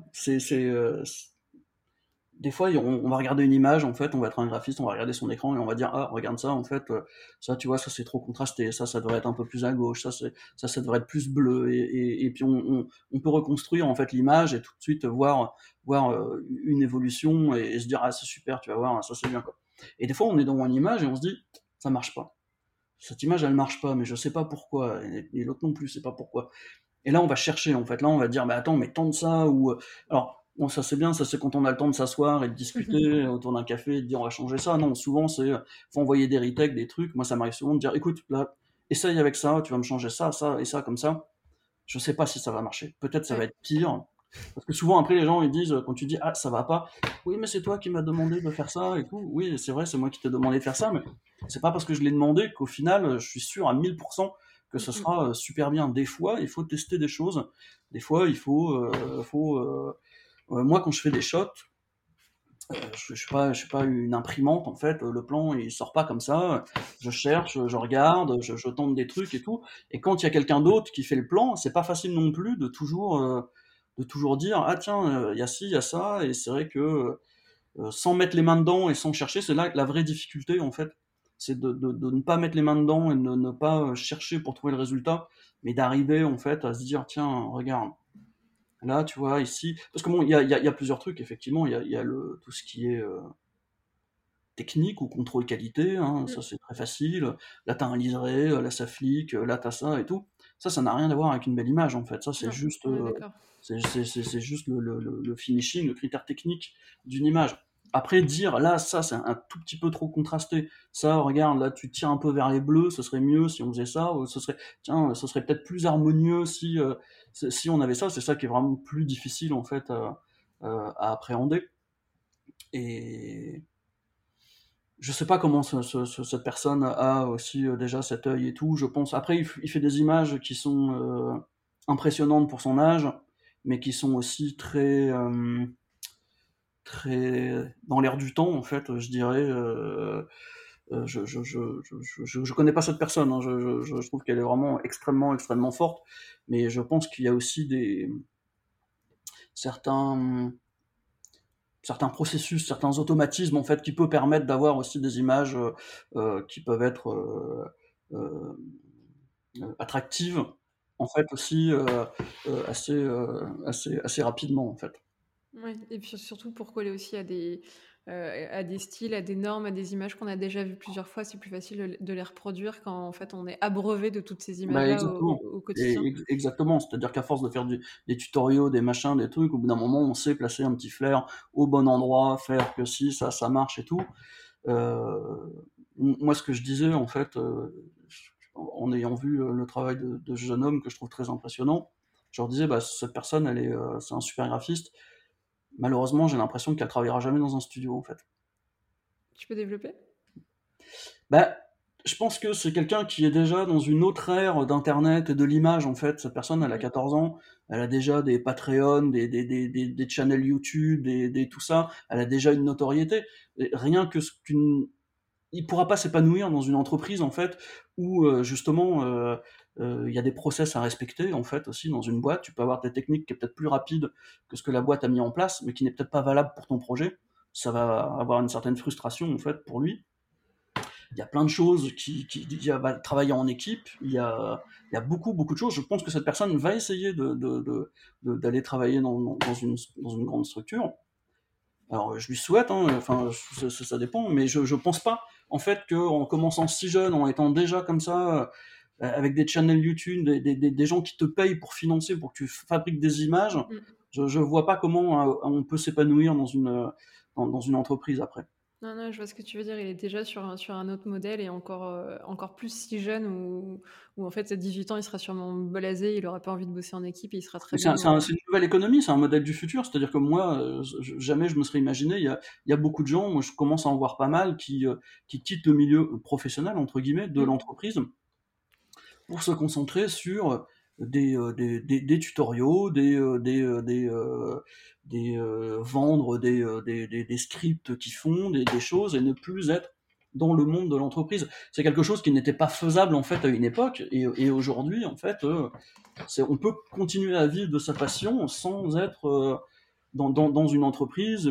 des fois, on va regarder une image, en fait, on va être un graphiste, on va regarder son écran et on va dire, ah, regarde ça, en fait, ça, tu vois, ça c'est trop contrasté, ça devrait être un peu plus à gauche, ça devrait être plus bleu, et puis on peut reconstruire en fait l'image et tout de suite voir une évolution, et se dire, ah, c'est super, tu vas voir, ça c'est bien, quoi. Et des fois, on est devant une image et on se dit, ça marche pas. Cette image, elle marche pas, mais je sais pas pourquoi, et l'autre non plus, c'est pas pourquoi. Et là, on va chercher, en fait. Là, on va dire, mais attends, mais tente ça, ou. Alors, bon, ça c'est bien, ça c'est quand on a le temps de s'asseoir et de discuter autour d'un café et de dire, on va changer ça. Non, souvent, faut envoyer des retakes, des trucs. Moi, ça m'arrive souvent de dire, écoute, là, essaye avec ça, tu vas me changer ça, ça et ça, comme ça. Je sais pas si ça va marcher. Peut-être ça va Ouais. être pire. Parce que souvent, après, les gens, ils disent, quand tu dis, ah, ça va pas, oui, mais c'est toi qui m'as demandé de faire ça et tout. Oui, c'est vrai, c'est moi qui t'ai demandé de faire ça, mais c'est pas parce que je l'ai demandé qu'au final, je suis sûr à 1000% que ce Mmh. sera super bien. Des fois, il faut tester des choses. Des fois, moi, quand je fais des shots, je suis pas une imprimante, en fait. Le plan, il sort pas comme ça. Je cherche, je regarde, je tente des trucs et tout. Et quand il y a quelqu'un d'autre qui fait le plan, c'est pas facile non plus de toujours dire, ah tiens, il y a ci, il y a ça. Et c'est vrai que sans mettre les mains dedans et sans chercher, c'est là la vraie difficulté, en fait. C'est de ne pas mettre les mains dedans et de ne pas chercher pour trouver le résultat, mais d'arriver, en fait, à se dire, tiens, regarde, là, tu vois, ici. Parce que bon, il y a plusieurs trucs, effectivement. Il y a tout ce qui est technique ou contrôle qualité, hein, Mmh. ça c'est très facile. Là, t'as un liseré, là, ça flique, là, t'as ça et tout. Ça n'a rien à voir avec une belle image, en fait. Ça, c'est Non, juste, on est d'accord. c'est juste le finishing, le critère technique d'une image. Après, dire, là, ça, c'est un tout petit peu trop contrasté. Ça, regarde, là, tu tires un peu vers les bleus, ce serait mieux si on faisait ça. Ou tiens, ce serait peut-être plus harmonieux si on avait ça. C'est ça qui est vraiment plus difficile, en fait, à appréhender. Et je sais pas comment cette personne a aussi déjà cet œil et tout. Je pense. Après, il fait des images qui sont impressionnantes pour son âge, mais qui sont aussi très dans l'air du temps, en fait. Je dirais. Je connais pas cette personne, hein. Je trouve qu'elle est vraiment extrêmement, extrêmement forte, mais je pense qu'il y a aussi certains certains processus, certains automatismes, en fait, qui peuvent permettre d'avoir aussi des images qui peuvent être euh, attractives, en fait, aussi assez rapidement, en fait. Ouais, et puis surtout pour coller aussi à des styles, à des normes, à des images qu'on a déjà vues plusieurs fois, c'est plus facile de les reproduire quand en fait on est abreuvé de toutes ces Bah, images-là exactement. au quotidien. Exactement. C'est-à-dire qu'à force de faire des tutoriaux, des machins, des trucs, au bout d'un moment, on sait placer un petit flair au bon endroit, faire que si, ça marche et tout. Euh, Moi, ce que je disais, en fait, en ayant vu le travail de ce jeune homme que je trouve très impressionnant, je leur disais, bah, cette personne, c'est un super graphiste. Malheureusement, j'ai l'impression qu'elle travaillera jamais dans un studio, en fait. Tu peux développer? Bah, je pense que c'est quelqu'un qui est déjà dans une autre ère d'Internet et de l'image, en fait. Cette personne, elle a Mhm. 14 ans, elle a déjà des Patreon, des channels YouTube, tout ça. Elle a déjà une notoriété. Et rien que ce qu'une il pourra pas s'épanouir dans une entreprise, en fait, où justement il y a des process à respecter, en fait, aussi dans une boîte. Tu peux avoir des techniques qui est peut-être plus rapide que ce que la boîte a mis en place, mais qui n'est peut-être pas valable pour ton projet. Ça va avoir une certaine frustration, en fait, pour lui. Il y a plein de choses il y a travailler en équipe. Il y a beaucoup beaucoup de choses. Je pense que cette personne va essayer d'aller travailler dans une grande structure. Alors, je lui souhaite, hein, enfin, ça dépend, mais je pense pas, en fait, qu'en commençant si jeune, en étant déjà comme ça, avec des channels YouTube, des gens qui te payent pour financer, pour que tu fabriques des images, Mm. je vois pas comment on peut s'épanouir dans une entreprise après. Non, non, je vois ce que tu veux dire. Il est déjà sur un autre modèle et encore plus si jeune où en fait à 18 ans il sera sûrement blasé, il aura pas envie de bosser en équipe et il sera très Mais bien. c'est une nouvelle économie, c'est un modèle du futur, c'est-à-dire que moi, jamais je me serais imaginé, il y a beaucoup de gens, moi je commence à en voir pas mal, qui quittent le milieu professionnel, entre guillemets, de Mm. l'entreprise, pour se concentrer sur des tutoriaux, vendre des scripts qui font des choses et ne plus être dans le monde de l'entreprise. C'est quelque chose qui n'était pas faisable en fait à une époque et aujourd'hui en fait on peut continuer à vivre de sa passion sans être dans une entreprise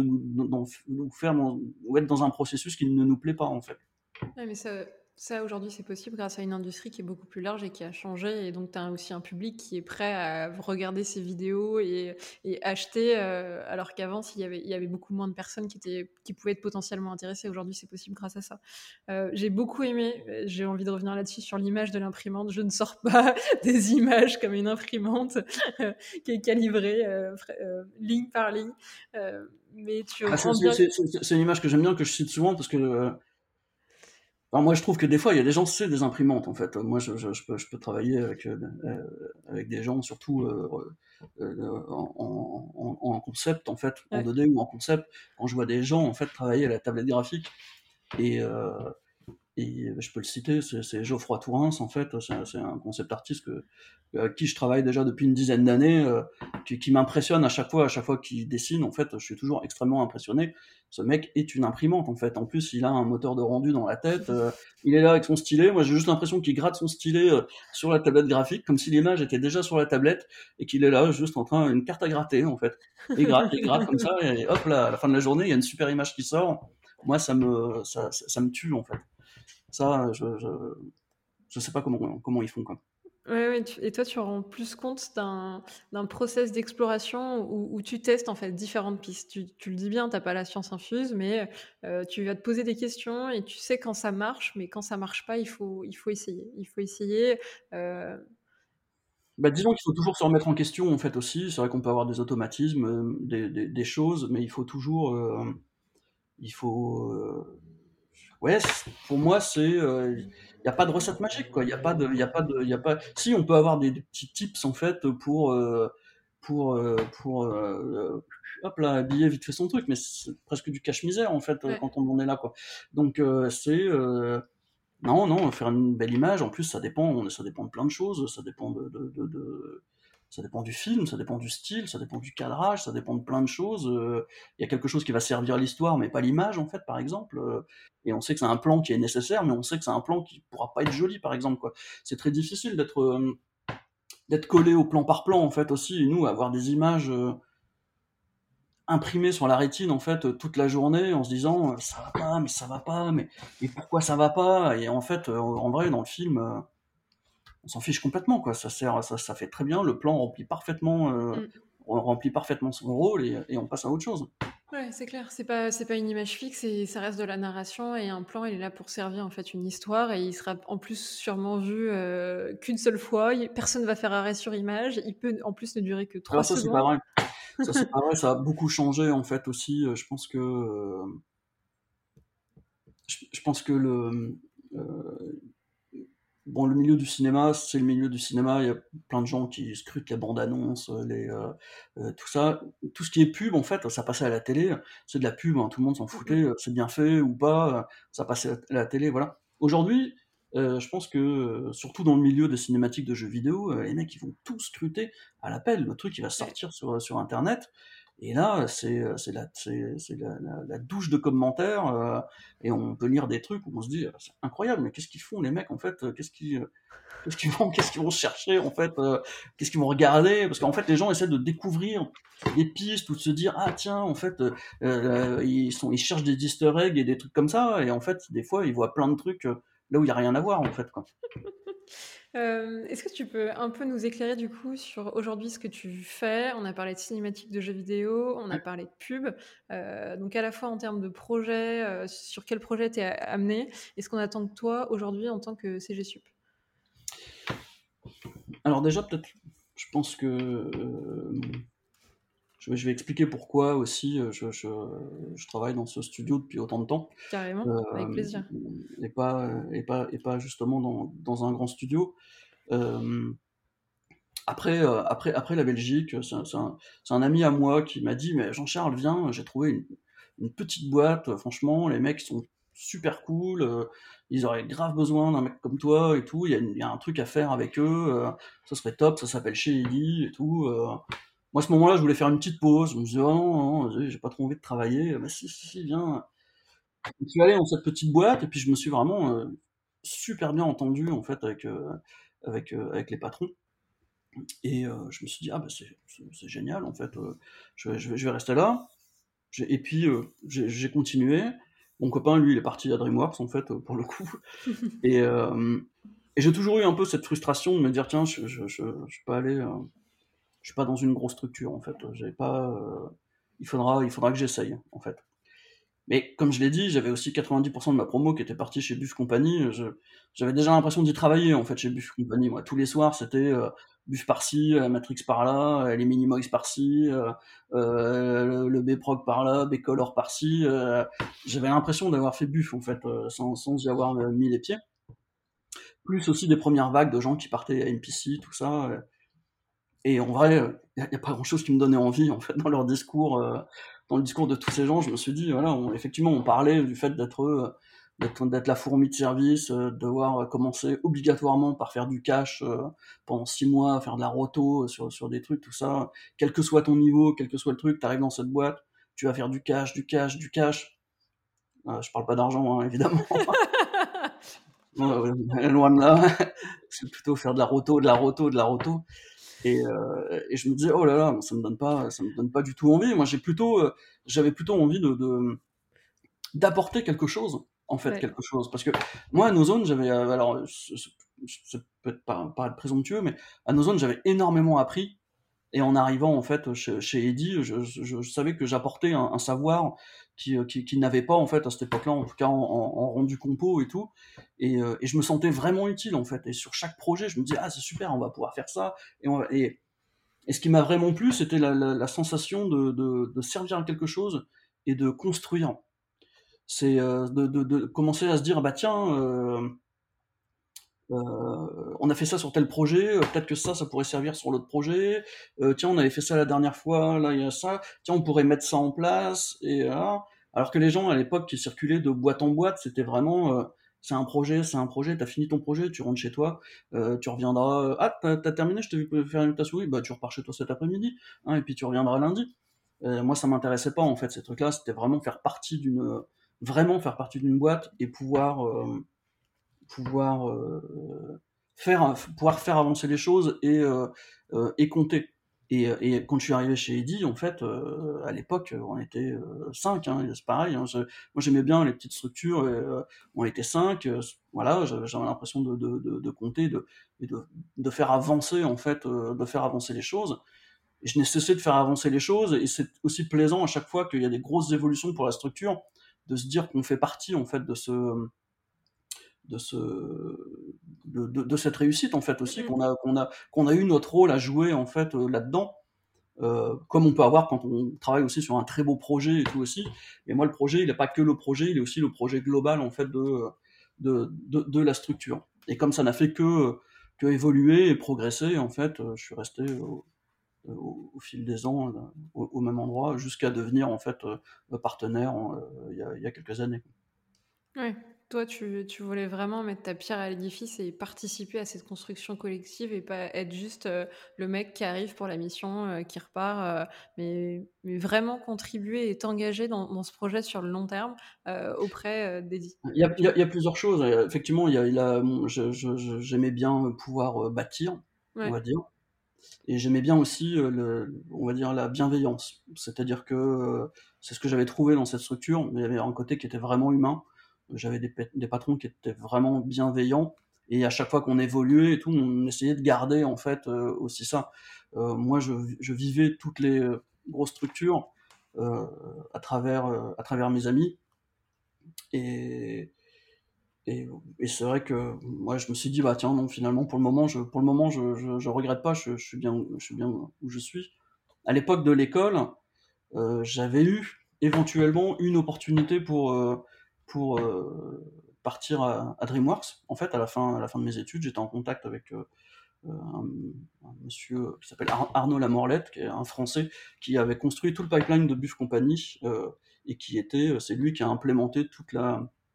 ou être dans un processus qui ne nous plaît pas en fait. Ouais, mais ça aujourd'hui, c'est possible grâce à une industrie qui est beaucoup plus large et qui a changé. Et donc, tu as aussi un public qui est prêt à regarder ces vidéos et acheter, alors qu'avant, il y avait beaucoup moins de personnes qui pouvaient être potentiellement intéressées. Aujourd'hui, c'est possible grâce à ça. J'ai beaucoup aimé, j'ai envie de revenir là-dessus, sur l'image de l'imprimante. Je ne sors pas des images comme une imprimante qui est calibrée ligne par ligne. Mais tu rends bien... C'est une image que j'aime bien, que je cite souvent parce que moi, je trouve que des fois, il y a des gens, c'est des imprimantes, en fait. Moi, je peux travailler avec des gens, surtout en concept, en fait, en Ouais. 2D ou en concept, quand je vois des gens, en fait, travailler à la tablette graphique. Et, euh, et je peux le citer, c'est Geoffroy Tourens, en fait, c'est un concept artiste avec qui je travaille déjà depuis une dizaine d'années, qui m'impressionne à chaque fois qu'il dessine, en fait, je suis toujours extrêmement impressionné. Ce mec est une imprimante, en fait. En plus, il a un moteur de rendu dans la tête, il est là avec son stylet, moi j'ai juste l'impression qu'il gratte son stylet sur la tablette graphique, comme si l'image était déjà sur la tablette, et qu'il est là, juste en train, une carte à gratter, en fait. Il gratte comme ça, et hop là, à la fin de la journée, il y a une super image qui sort. Moi, ça me tue, en fait. Ça, je sais pas comment ils font, quoi. Ouais, ouais, et toi, tu rends plus compte d'un process d'exploration où tu testes en fait différentes pistes. Tu le dis bien, t'as pas la science infuse, mais tu vas te poser des questions et tu sais quand ça marche, mais quand ça marche pas, il faut essayer. Il faut essayer. euh, Bah, disons qu'il faut toujours se remettre en question, en fait, aussi. C'est vrai qu'on peut avoir des automatismes, des choses, mais il faut toujours, il faut, ouais, pour moi, il y a pas de recette magique, quoi. Il y a pas. Si, on peut avoir des petits tips en fait pour hop là, habiller vite fait son truc, mais c'est presque du cache-misère en fait ouais. quand on en est là, quoi. Donc non, non, faire une belle image, en plus, ça dépend de plein de choses, ça dépend du film, ça dépend du style, ça dépend du cadrage, ça dépend de plein de choses. Il y a quelque chose qui va servir l'histoire, mais pas l'image, en fait, par exemple. Et on sait que c'est un plan qui est nécessaire, mais on sait que c'est un plan qui pourra pas être joli, par exemple, quoi. C'est très difficile d'être collé au plan par plan, en fait, aussi, et nous, avoir des images imprimées sur la rétine en fait toute la journée en se disant ça va pas, mais ça va pas, mais pourquoi ça va pas. Et en fait en vrai dans le film on s'en fiche complètement, quoi. Ça fait très bien, le plan Mm. remplit parfaitement son rôle et on passe à autre chose. Ouais, c'est clair. C'est pas une image fixe et ça reste de la narration et un plan, il est là pour servir en fait une histoire et il sera en plus sûrement vu qu'une seule fois. Personne va faire arrêt sur image. Il peut en plus ne durer que trois Alors ça c'est pas secondes. vrai, c'est pas vrai, ça a beaucoup changé en fait aussi. Je pense que bon, le milieu du cinéma, c'est le milieu du cinéma. Il y a plein de gens qui scrutent les bandes annonces, tout ça. Tout ce qui est pub, en fait, ça passait à la télé. C'est de la pub, hein, tout le monde s'en Mm, mm. foutait. C'est bien fait ou pas, ça passait à la télé, voilà. Aujourd'hui, je pense que, surtout dans le milieu des cinématiques de jeux vidéo, les mecs, ils vont tout scruter à l'appel. Le truc, il va Ouais. sortir sur Internet. Et là, c'est la douche de commentaires, et on peut lire des trucs où on se dit, c'est incroyable, mais qu'est-ce qu'ils font les mecs en fait qu'est-ce qu'ils vont chercher en fait qu'est-ce qu'ils vont regarder parce qu'en fait les gens essaient de découvrir des pistes ou de se dire ah tiens en fait ils cherchent des easter eggs et des trucs comme ça et en fait des fois ils voient plein de trucs là où il y a rien à voir en fait quoi. Est-ce que tu peux un peu nous éclairer du coup sur aujourd'hui ce que tu fais? On a parlé de cinématiques de jeux vidéo, on a parlé de pub, donc à la fois en termes de projet, sur quel projet tu es amené et ce qu'on attend de toi aujourd'hui en tant que CG Sup? Alors déjà peut-être je pense que je vais expliquer pourquoi aussi je travaille dans ce studio depuis autant de temps Carrément, avec euh, plaisir. et pas justement dans un grand studio. Euh, après la Belgique, c'est un ami à moi qui m'a dit mais Jean-Charles viens, j'ai trouvé une petite boîte, franchement les mecs sont super cool, ils auraient grave besoin d'un mec comme toi et tout, il y a un truc à faire avec eux, ça serait top, ça s'appelle chez Eddy et tout. Moi, à ce moment-là, je voulais faire une petite pause, je me disais, oh non, non, j'ai pas trop envie de travailler, bah si, si, si, viens. Je suis allé dans cette petite boîte et puis je me suis vraiment super bien entendu en fait avec les patrons. Et je me suis dit, ah bah c'est génial en fait, je vais rester là. Et puis j'ai continué. Mon copain, lui, il est parti à DreamWorks en fait, pour le coup. Et, euh, et j'ai toujours eu un peu cette frustration de me dire, tiens, je suis pas allé, je suis pas dans une grosse structure en fait. J'avais pas, il faudra que j'essaye en fait. Mais comme je l'ai dit, j'avais aussi 90% de ma promo qui était partie chez Buff Company. J'avais déjà l'impression d'y travailler en fait chez Buff Company. Moi, tous les soirs, c'était Buff par-ci, Matrix par-là, les Minimoys par-ci, le B-Prog par-là, B-Color par-ci. J'avais l'impression d'avoir fait Buff en fait, sans y avoir mis les pieds. Plus aussi des premières vagues de gens qui partaient à NPC, tout ça. Et en vrai, y a pas grand-chose qui me donnait envie, en fait, dans leur discours, dans le discours de tous ces gens. Je me suis dit, voilà, effectivement, on parlait du fait d'être la fourmi de service, de devoir commencer obligatoirement par faire du cash pendant 6 mois, faire de la roto sur des trucs, tout ça. Quel que soit ton niveau, quel que soit le truc, tu arrives dans cette boîte, tu vas faire du cash, du cash, du cash. Je parle pas d'argent, hein, évidemment. Loin de là. C'est plutôt faire de la roto, de la roto, de la roto. Et je me disais, oh là là, ça me donne pas du tout envie. Moi, j'avais plutôt envie d'apporter quelque chose, en fait, Ouais. quelque chose. Parce que moi, à Nozone, j'avais, alors, ça peut être paraître présomptueux, mais à Nozone, j'avais énormément appris. Et en arrivant, en fait, chez Eddy, je savais que j'apportais un savoir qui n'avait pas, en fait, à cette époque-là, en tout cas en rendu compo et tout. Et je me sentais vraiment utile, en fait. Et sur chaque projet, je me disais, ah, c'est super, on va pouvoir faire ça. Et ce qui m'a vraiment plu, c'était la sensation de servir à quelque chose et de construire. C'est de commencer à se dire, ah bah tiens, on a fait ça sur tel projet, peut-être que ça pourrait servir sur l'autre projet. Tiens, on avait fait ça la dernière fois, là il y a ça. Tiens, on pourrait mettre ça en place. Et voilà. Alors que les gens à l'époque qui circulaient de boîte en boîte, c'était vraiment, c'est un projet, t'as fini ton projet, tu rentres chez toi, tu reviendras. Ah, t'as terminé, je t'ai vu faire une tasse, oui, bah tu repars chez toi cet après-midi, hein, et puis tu reviendras lundi. Moi, ça m'intéressait pas en fait ces trucs-là. C'était vraiment faire partie d'une boîte et pouvoir pouvoir faire avancer les choses et compter. Et quand je suis arrivé chez Eddy, en fait, à l'époque, on était 5, hein, c'est pareil. Hein, moi, j'aimais bien les petites structures. On était 5, voilà, j'avais l'impression de compter, de faire avancer, en fait, de faire avancer les choses. Et je n'ai cessé de faire avancer les choses. Et c'est aussi plaisant à chaque fois qu'il y a des grosses évolutions pour la structure, de se dire qu'on fait partie, en fait, de ce de cette réussite en fait aussi Mhm. qu'on a eu notre rôle à jouer en fait là-dedans, comme on peut avoir quand on travaille aussi sur un très beau projet et tout aussi. Et moi, le projet, il n'est pas que le projet, il est aussi le projet global en fait de la structure. Et comme ça n'a fait que évoluer et progresser, en fait, je suis resté au fil des ans au même endroit jusqu'à devenir en fait partenaire il y a quelques années. Ouais. Toi, tu voulais vraiment mettre ta pierre à l'édifice et participer à cette construction collective et pas être juste, le mec qui arrive pour la mission, qui repart, mais vraiment contribuer et t'engager dans ce projet sur le long terme, auprès, d'Eddy. Il y a plusieurs choses. Effectivement, j'aimais bien pouvoir bâtir, on Ouais. va dire, et j'aimais bien aussi on va dire la bienveillance. C'est-à-dire que c'est ce que j'avais trouvé dans cette structure, mais il y avait un côté qui était vraiment humain. J'avais des patrons qui étaient vraiment bienveillants, et à chaque fois qu'on évoluait et tout, on essayait de garder en fait aussi ça. Moi, je vivais toutes les grosses structures euh, à travers mes amis. Et Et, et c'est vrai que moi je me suis dit bah tiens non finalement pour le moment je regrette pas, je suis bien où je suis. À l'époque de l'école, j'avais eu éventuellement une opportunité pour partir à DreamWorks. En fait, à la fin de mes études, j'étais en contact avec un monsieur qui s'appelle Arnaud Lamorlette, qui est un Français qui avait construit tout le pipeline de Buff Company, et c'est lui qui a implémenté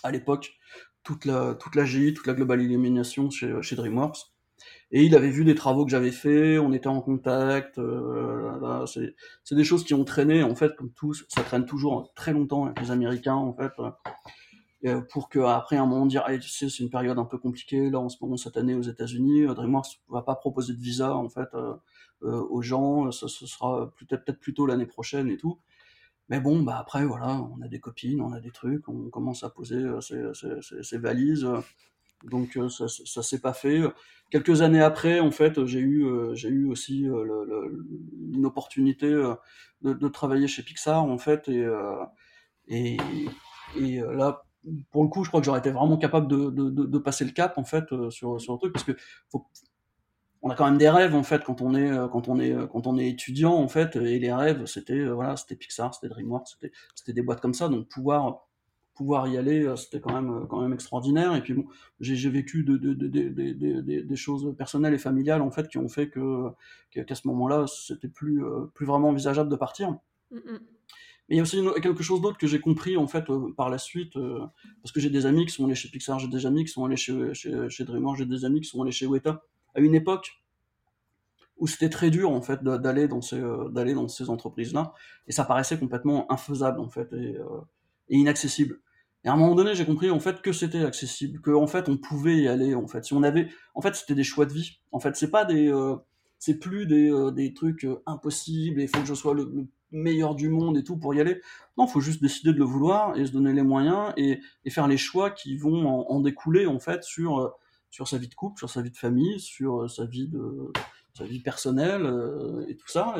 à l'époque, toute la GI, toute la Global Illumination chez DreamWorks. Et il avait vu des travaux que j'avais faits, on était en contact. Là, c'est des choses qui ont traîné, en fait, comme tout, ça traîne toujours très longtemps avec les Américains, en fait, pour qu'après, à un moment, dire, hey, tu sais, c'est une période un peu compliquée, là, en ce moment, cette année, aux États-Unis, DreamWorks va pas proposer de visa, en fait, aux gens, ça ce sera peut-être plutôt l'année prochaine et tout. Mais bon, bah après, voilà, on a des copines, on a des trucs, on commence à poser ses valises. Donc ça s'est pas fait. Quelques années après, en fait, j'ai eu aussi une opportunité de travailler chez Pixar, en fait, et, là, pour le coup, je crois que j'aurais été vraiment capable de passer le cap, en fait, sur le truc, parce que faut, on a quand même des rêves, en fait, quand on est étudiant, en fait, et les rêves, c'était voilà, c'était Pixar, c'était DreamWorks, c'était des boîtes comme ça, donc pouvoir y aller, c'était quand même extraordinaire. Et puis bon, j'ai vécu des choses personnelles et familiales, en fait, qui ont fait qu'à ce moment-là, c'était plus vraiment envisageable de partir. Mm, Mais il y a aussi quelque chose d'autre que j'ai compris, en fait, par la suite, parce que j'ai des amis qui sont allés chez Pixar, j'ai des amis qui sont allés chez DreamWorks, j'ai des amis qui sont allés chez Weta, à une époque où c'était très dur, en fait, d'aller dans ces entreprises-là, et ça paraissait complètement infaisable, en fait, et inaccessible. Et à un moment donné, j'ai compris, en fait, que c'était accessible, que, en fait, on pouvait y aller, en fait. Si on avait, en fait, c'était des choix de vie. En fait, c'est plus des trucs impossibles, et il faut que je sois le meilleur du monde et tout pour y aller. Non, il faut juste décider de le vouloir et se donner les moyens et faire les choix qui vont en découler, en fait, sur sa vie de couple, sur sa vie de famille, sur sa vie personnelle, et tout ça.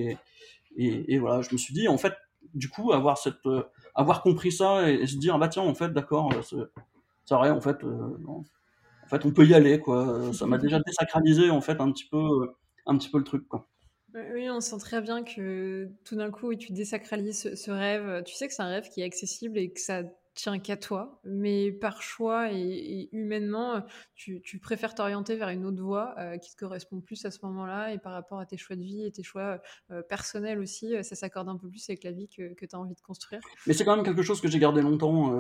Et voilà, je me suis dit, en fait, du coup, avoir compris ça et se dire, ah bah tiens, en fait, d'accord, c'est vrai, en fait, non, en fait, on peut y aller, quoi. Ça m'a déjà désacralisé, en fait, un petit peu le truc, quoi. Oui, on sent très bien que tout d'un coup, oui, tu désacralises ce rêve. Tu sais que c'est un rêve qui est accessible et que ça tient qu'à toi, mais par choix et humainement, tu préfères t'orienter vers une autre voie qui te correspond plus à ce moment-là et par rapport à tes choix de vie et tes choix personnels aussi, ça s'accorde un peu plus avec la vie que tu as envie de construire. Mais c'est quand même quelque chose que j'ai gardé longtemps,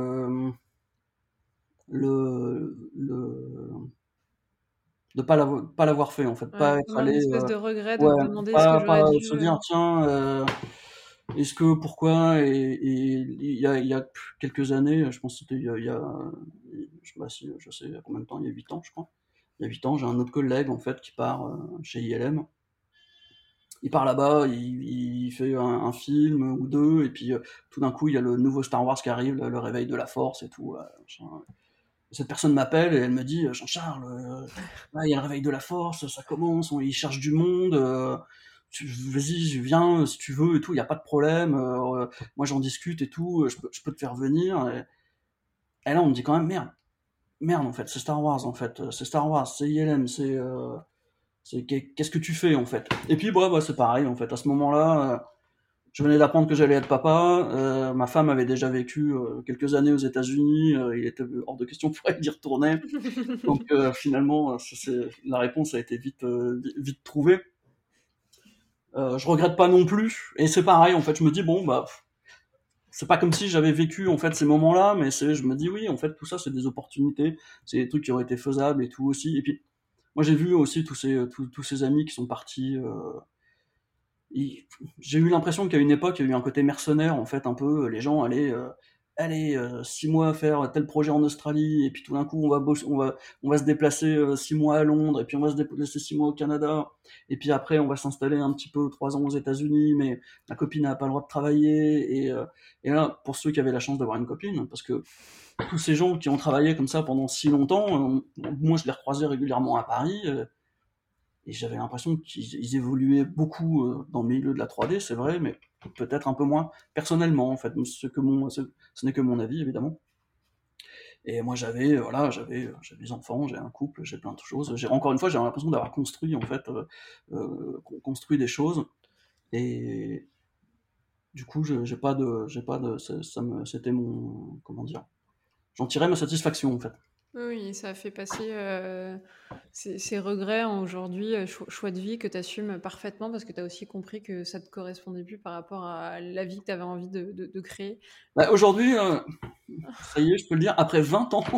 le, de pas l'avoir fait, en fait, Ouais, pas comme être un allé, espèce de regret de ouais, te demander est-ce que j'aurais pas dû. se dire, tiens, est-ce que pourquoi et il y a quelques années, je pense que c'était je sais pas si je sais il y a combien de temps, il y a 8 ans, je crois. Il y a 8 ans, j'ai un autre collègue, en fait, qui part chez ILM. Il part là-bas, il fait un film ou deux, et puis tout d'un coup, il y a le nouveau Star Wars qui arrive, le réveil de la Force et tout. Machin. Cette personne m'appelle et elle me dit, Jean-Charles, là, il y a le réveil de la Force, ça commence, il cherche du monde. Vas-y, viens si tu veux et tout, il n'y a pas de problème. Moi, j'en discute et tout, je peux te faire venir. Et là, on me dit quand même, merde, en fait, c'est Star Wars, en fait, c'est Star Wars, c'est ILM, qu'est-ce que tu fais, en fait. Et puis, bah, c'est pareil, en fait, à ce moment-là, je venais d'apprendre que j'allais être papa. Ma femme avait déjà vécu quelques années aux États-Unis. Il était hors de question pour elle d'y retourner. Donc finalement, la réponse a été vite trouvée. Je regrette pas non plus. Et c'est pareil, en fait, je me dis bon bah c'est pas comme si j'avais vécu en fait ces moments-là, mais je me dis oui, en fait tout ça c'est des opportunités, c'est des trucs qui auraient été faisables et tout aussi. Et puis moi j'ai vu aussi tous ces amis qui sont partis. J'ai eu l'impression qu'à une époque, il y a eu un côté mercenaire, en fait, un peu. Les gens allaient 6 mois faire tel projet en Australie, et puis tout d'un coup, on va se déplacer 6 mois à Londres, et puis on va se déplacer 6 mois au Canada, et puis après, on va s'installer un petit peu 3 ans aux États-Unis, mais la copine n'a pas le droit de travailler. Et là, pour ceux qui avaient la chance d'avoir une copine, parce que tous ces gens qui ont travaillé comme ça pendant si longtemps, moi, je les recroisais régulièrement à Paris. Et j'avais l'impression qu'ils évoluaient beaucoup dans le milieu de la 3D, c'est vrai, mais peut-être un peu moins personnellement, en fait. Ce n'est que mon avis, évidemment. Et moi, j'avais des enfants, j'ai un couple, j'ai plein de choses. Encore une fois, j'ai l'impression d'avoir construit, en fait, construit des choses. Et du coup, j'ai pas de, c'était comment dire, j'en tirais ma satisfaction, en fait. Oui, ça a fait passer Ces regrets en aujourd'hui, choix de vie que tu assumes parfaitement parce que tu as aussi compris que ça te correspondait plus par rapport à la vie que tu avais envie de créer? Bah, aujourd'hui, ça y est, je peux le dire, après 20 ans,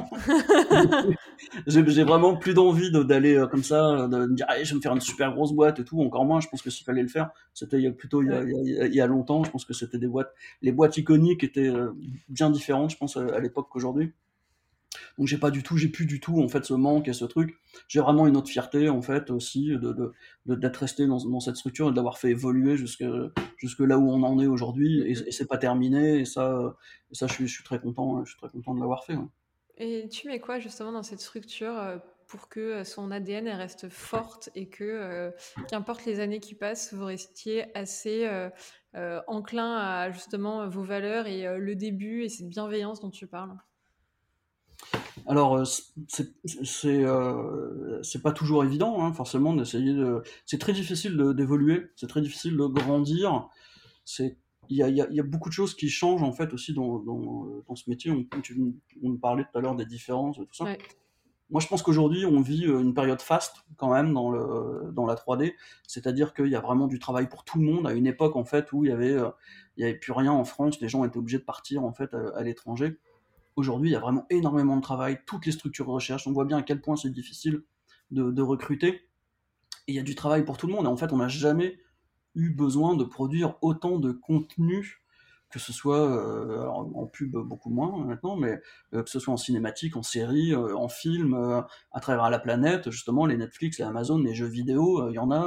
j'ai vraiment plus d'envie d'aller comme ça, de me dire allez, je vais me faire une super grosse boîte et tout. Encore moins, je pense que s'il fallait le faire, c'était plutôt Ouais. il y a longtemps. Je pense que c'était des boîtes, les boîtes iconiques étaient bien différentes, je pense, à l'époque qu'aujourd'hui. Donc j'ai plus du tout en fait ce manque et ce truc. J'ai vraiment une autre fierté en fait aussi d'être resté dans cette structure et de l'avoir fait évoluer jusque là où on en est aujourd'hui. Mmh mh. Et c'est pas terminé. Et ça je suis très content. Je suis très content de l'avoir fait. Ouais. Et tu mets quoi justement dans cette structure, pour que, son ADN elle reste forte et que, qu'importe les années qui passent, vous restiez assez, enclin à justement, vos valeurs et le début et cette bienveillance dont tu parles? Alors c'est pas toujours évident hein, forcément d'essayer de. C'est très difficile d'évoluer. C'est très difficile de grandir. C'est il y a beaucoup de choses qui changent en fait aussi dans ce métier. On me parlait tout à l'heure des différences et tout ça. Ouais. Moi, je pense qu'aujourd'hui, on vit une période faste quand même dans la 3D, c'est-à-dire qu'il y a vraiment du travail pour tout le monde. À une époque en fait où il y avait plus rien en France, les gens étaient obligés de partir en fait à l'étranger. Aujourd'hui, il y a vraiment énormément de travail, toutes les structures de recherche. On voit bien à quel point c'est difficile de recruter. Et il y a du travail pour tout le monde. Et en fait, on n'a jamais eu besoin de produire autant de contenu, que ce soit en pub beaucoup moins maintenant, mais que ce soit en cinématique, en série, en film, à travers la planète, justement, les Netflix, les Amazon, les jeux vidéo,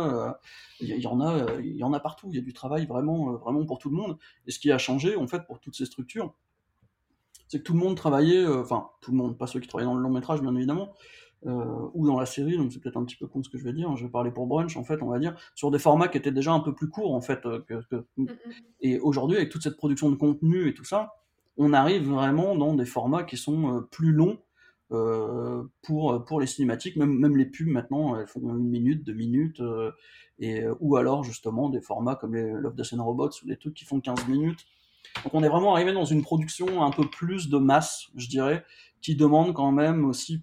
il y en a partout. Il y a du travail vraiment, vraiment pour tout le monde. Et ce qui a changé, en fait, pour toutes ces structures, c'est que tout le monde travaillait, enfin, tout le monde, pas ceux qui travaillaient dans le long métrage, bien évidemment, ou dans la série, donc c'est peut-être un petit peu con ce que je vais dire, je vais parler pour Brunch, en fait, on va dire, sur des formats qui étaient déjà un peu plus courts, en fait, Mmh mh. et aujourd'hui, avec toute cette production de contenu et tout ça, on arrive vraiment dans des formats qui sont plus longs, pour les cinématiques, même les pubs maintenant, elles font 1 minute, 2 minutes, ou alors justement des formats comme les Love, Death and Robots, ou des trucs qui font 15 minutes. Donc on est vraiment arrivé dans une production un peu plus de masse, je dirais, qui demande quand même aussi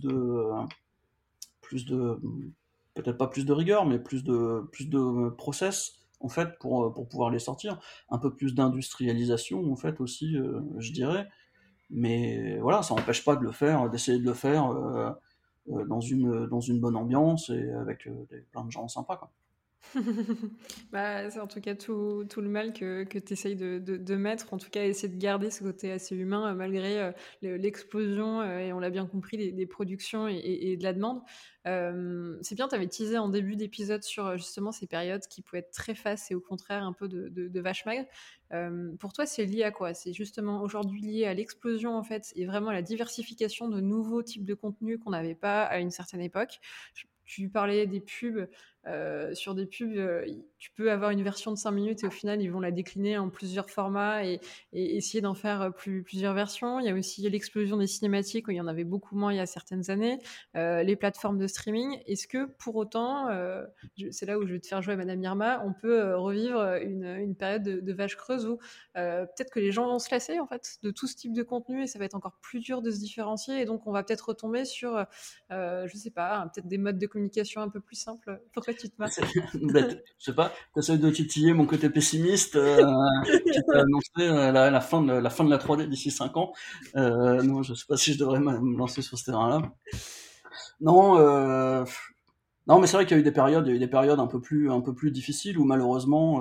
plus de peut-être pas plus de rigueur, mais plus de process en fait pour pouvoir les sortir, un peu plus d'industrialisation en fait aussi, je dirais. Mais voilà, ça n'empêche pas de le faire, d'essayer de le faire dans une bonne ambiance et avec plein de gens sympas quoi. Bah, c'est en tout cas tout le mal que tu essayes de mettre, en tout cas essayer de garder ce côté assez humain, malgré, l'explosion, et on l'a bien compris des productions et de la demande. C'est bien, tu avais teasé en début d'épisode sur, justement ces périodes qui pouvaient être très fastes et au contraire un peu de vaches maigres. Pour toi, c'est lié à quoi? C'est justement aujourd'hui lié à l'explosion en fait et vraiment à la diversification de nouveaux types de contenus qu'on n'avait pas à une certaine époque? Tu parlais des pubs. Sur des pubs, tu peux avoir une version de 5 minutes et au final, ils vont la décliner en plusieurs formats et essayer d'en faire plusieurs versions. Il y a aussi l'explosion des cinématiques où il y en avait beaucoup moins il y a certaines années. Les plateformes de streaming. Est-ce que pour autant, c'est là où je vais te faire jouer à Madame Irma, on peut revivre une période de vache creuse où peut-être que les gens vont se lasser en fait de tout ce type de contenu et ça va être encore plus dur de se différencier et donc on va peut-être retomber sur je sais pas, peut-être des modes de communication un peu plus simples. Pourquoi tu te marres? Je sais pas, t'essayes de titiller mon côté pessimiste, qui t'a annoncé la fin de la 3D d'ici 5 ans. Non, je sais pas si je devrais me lancer sur ce terrain-là. Non, non, mais c'est vrai qu'il y a eu il y a eu des périodes un peu plus difficiles où malheureusement,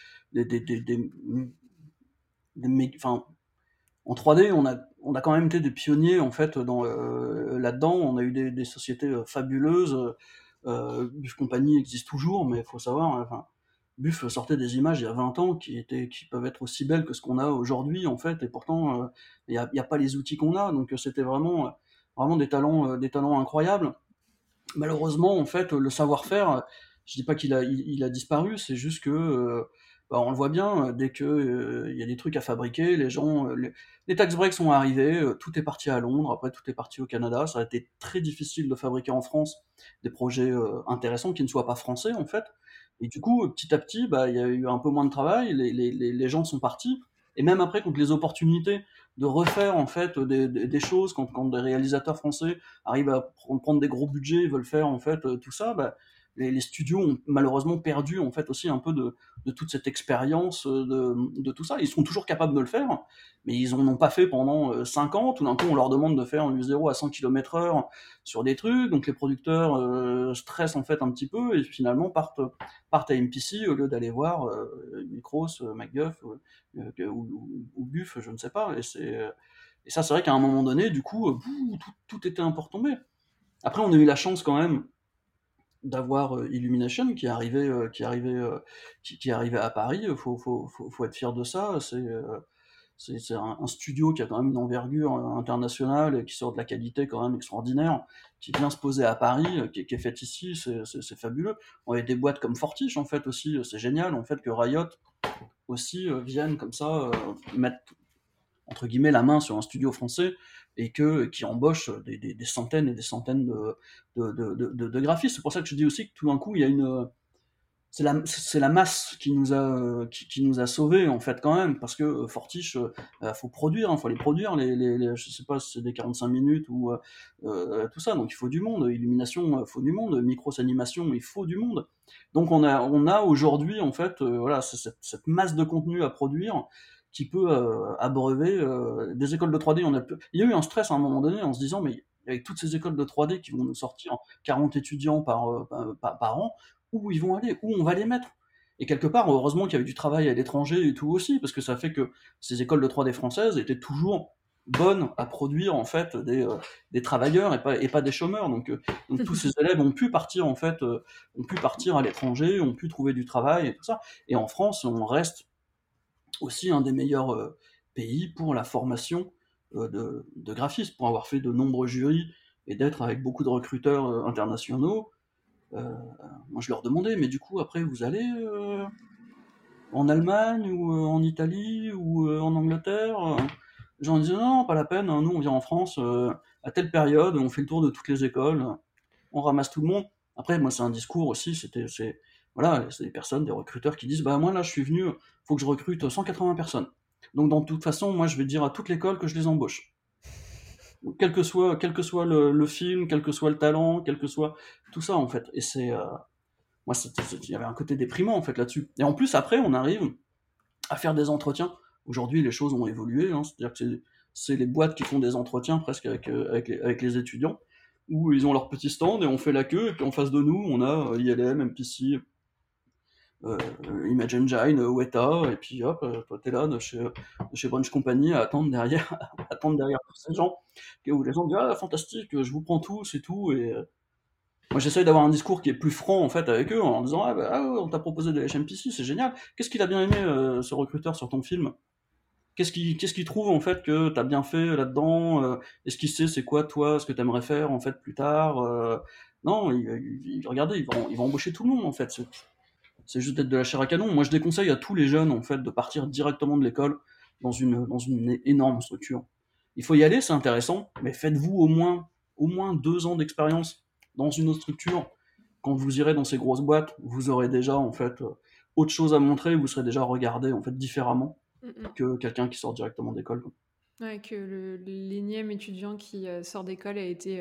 enfin, en 3D, on a quand même été des pionniers en fait là-dedans. On a eu des sociétés fabuleuses. Buff Company existe toujours, mais il faut savoir, enfin, Buff sortait des images il y a 20 ans qui peuvent être aussi belles que ce qu'on a aujourd'hui en fait, et pourtant il y a pas les outils qu'on a, donc c'était vraiment des talents incroyables. Malheureusement, en fait, le savoir-faire, je dis pas il a disparu, c'est juste que, bah, on le voit bien, dès que, il y a des trucs à fabriquer, les tax breaks sont arrivés, tout est parti à Londres, après tout est parti au Canada. Ça a été très difficile de fabriquer en France des projets, intéressants qui ne soient pas français, en fait. Et du coup, petit à petit, bah, il y a eu un peu moins de travail, les gens sont partis, et même après, quand les opportunités de refaire en fait des choses quand des réalisateurs français arrivent à prendre des gros budgets, veulent faire en fait tout ça, bah, les studios ont malheureusement perdu en fait aussi un peu de toute cette expérience de tout ça. Ils sont toujours capables de le faire, mais ils en ont pas fait pendant 5 ans. Tout d'un coup, on leur demande de faire du 0 à 100 km/h sur des trucs, donc les producteurs stressent en fait un petit peu et finalement partent à MPC au lieu d'aller voir Micros, MacGuff ou Guff, je ne sais pas. Et ça, c'est vrai qu'à un moment donné, du coup, tout était un peu retombé. Après, on a eu la chance quand même d'avoir Illumination qui arrivait à Paris. Faut être fier de ça. C'est un studio qui a quand même une envergure internationale et qui sort de la qualité quand même extraordinaire, qui vient se poser à Paris, qui est fait ici, c'est fabuleux. On avait des boîtes comme Fortiche en fait aussi, c'est génial en fait que Riot aussi vienne comme ça mettre entre guillemets la main sur un studio français et qui embauche des centaines et des centaines de graphistes. C'est pour ça que je dis aussi que tout d'un coup il y a une c'est la masse qui nous a sauvés en fait quand même parce que Fortiche faut produire, faut les produire je sais pas si c'est des 45 minutes ou tout ça, donc il faut du monde. Illumination faut du monde, Micros Animation il faut du monde, donc on a aujourd'hui en fait voilà cette masse de contenu à produire qui peut abreuver des écoles de 3D. Il y a eu un stress à un moment donné en se disant mais avec toutes ces écoles de 3D qui vont nous sortir 40 étudiants par an, où ils vont aller, où on va les mettre. Et quelque part, heureusement qu'il y avait du travail à l'étranger et tout aussi, parce que ça fait que ces écoles de 3D françaises étaient toujours bonnes à produire en fait des travailleurs et pas des chômeurs. Donc tous ces élèves ont pu partir en fait, ont pu partir à l'étranger, ont pu trouver du travail et tout ça. Et en France, on reste aussi un des meilleurs pays pour la formation de graphistes, pour avoir fait de nombreux jurys et d'être avec beaucoup de recruteurs internationaux. Moi, je leur demandais, mais du coup, après, vous allez en Allemagne ou en Italie ou en Angleterre Les gens disaient non, pas la peine, nous on vient en France à telle période, on fait le tour de toutes les écoles, on ramasse tout le monde. Après, moi, c'est un discours aussi, voilà, c'est des personnes, des recruteurs qui disent bah moi là, je suis venu, faut que je recrute 180 personnes. Donc, de toute façon, moi, je vais dire à toute l'école que je les embauche. Donc, quel que soit le film, quel que soit le talent, quel que soit tout ça, en fait. Et moi, il y avait un côté déprimant, en fait, là-dessus. Et en plus, après, on arrive à faire des entretiens. Aujourd'hui, les choses ont évolué, hein, c'est-à-dire que c'est les boîtes qui font des entretiens presque avec les étudiants, où ils ont leur petit stand et on fait la queue, et puis en face de nous, on a ILM, MPC, euh, Image Engine, Weta, et puis hop, toi t'es là de chez Branch Company à attendre derrière, à attendre derrière tous ces gens, où les gens disent ah fantastique, je vous prends tous et tout, et moi j'essaye d'avoir un discours qui est plus franc en fait avec eux en disant ah, bah, on t'a proposé des HMPC, c'est génial. Qu'est-ce qu'il a bien aimé ce recruteur sur ton film? Qu'est-ce qu'il trouve en fait que t'as bien fait là-dedans? Est-ce qu'il sait c'est quoi toi ce que t'aimerais faire en fait plus tard? Non, regardez, ils vont embaucher tout le monde en fait. C'est juste d'être de la chair à canon. Moi je déconseille à tous les jeunes en fait de partir directement de l'école dans une énorme structure. Il faut y aller, c'est intéressant, mais faites-vous au moins 2 ans d'expérience dans une autre structure. Quand vous irez dans ces grosses boîtes, vous aurez déjà en fait autre chose à montrer, vous serez déjà regardé en fait différemment que quelqu'un qui sort directement d'école, quoi. Ouais, que l'énième étudiant qui sort d'école a été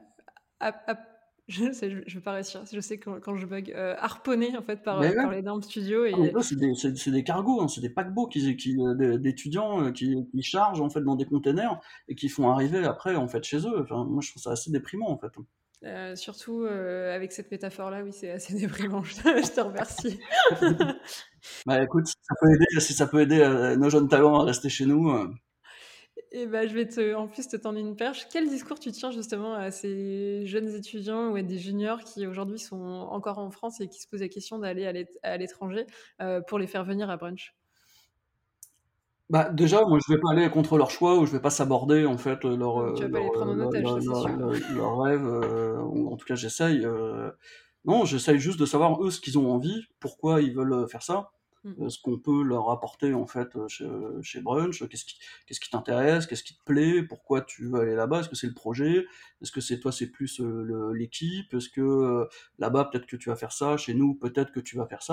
je vais pas réussir. Je sais quand je bug, harponné en fait Mais ouais. par l'énorme studio Ah, mais et eux, c'est des cargos, hein, c'est des paquebots d'étudiants qui chargent en fait dans des containers et qui font arriver après en fait chez eux. Enfin, moi, je trouve ça assez déprimant en fait. surtout avec cette métaphore-là, oui, c'est assez déprimant. Je te remercie. Bah écoute, si ça peut aider nos jeunes talents à rester chez nous. Et bah, je vais en plus te tendre une perche. Quel discours tu tiens justement à ces jeunes étudiants ou à des juniors qui aujourd'hui sont encore en France et qui se posent la question d'aller à l'étranger pour les faire venir à Brunch? Bah déjà, moi, je vais pas aller contre leur choix ou je vais pas saborder en fait Tu vas pas les prendre en otage, ça c'est sûr. leur rêve. Ou en tout cas, j'essaye. Non, j'essaye juste de savoir eux ce qu'ils ont envie, pourquoi ils veulent faire ça. Mmh. Ce qu'on peut leur apporter en fait chez Brunch, qu'est-ce qui t'intéresse, qu'est-ce qui te plaît, pourquoi tu veux aller là-bas, est-ce que c'est le projet, est-ce que c'est toi c'est plus l'équipe, est-ce que là-bas peut-être que tu vas faire ça, chez nous peut-être que tu vas faire ça,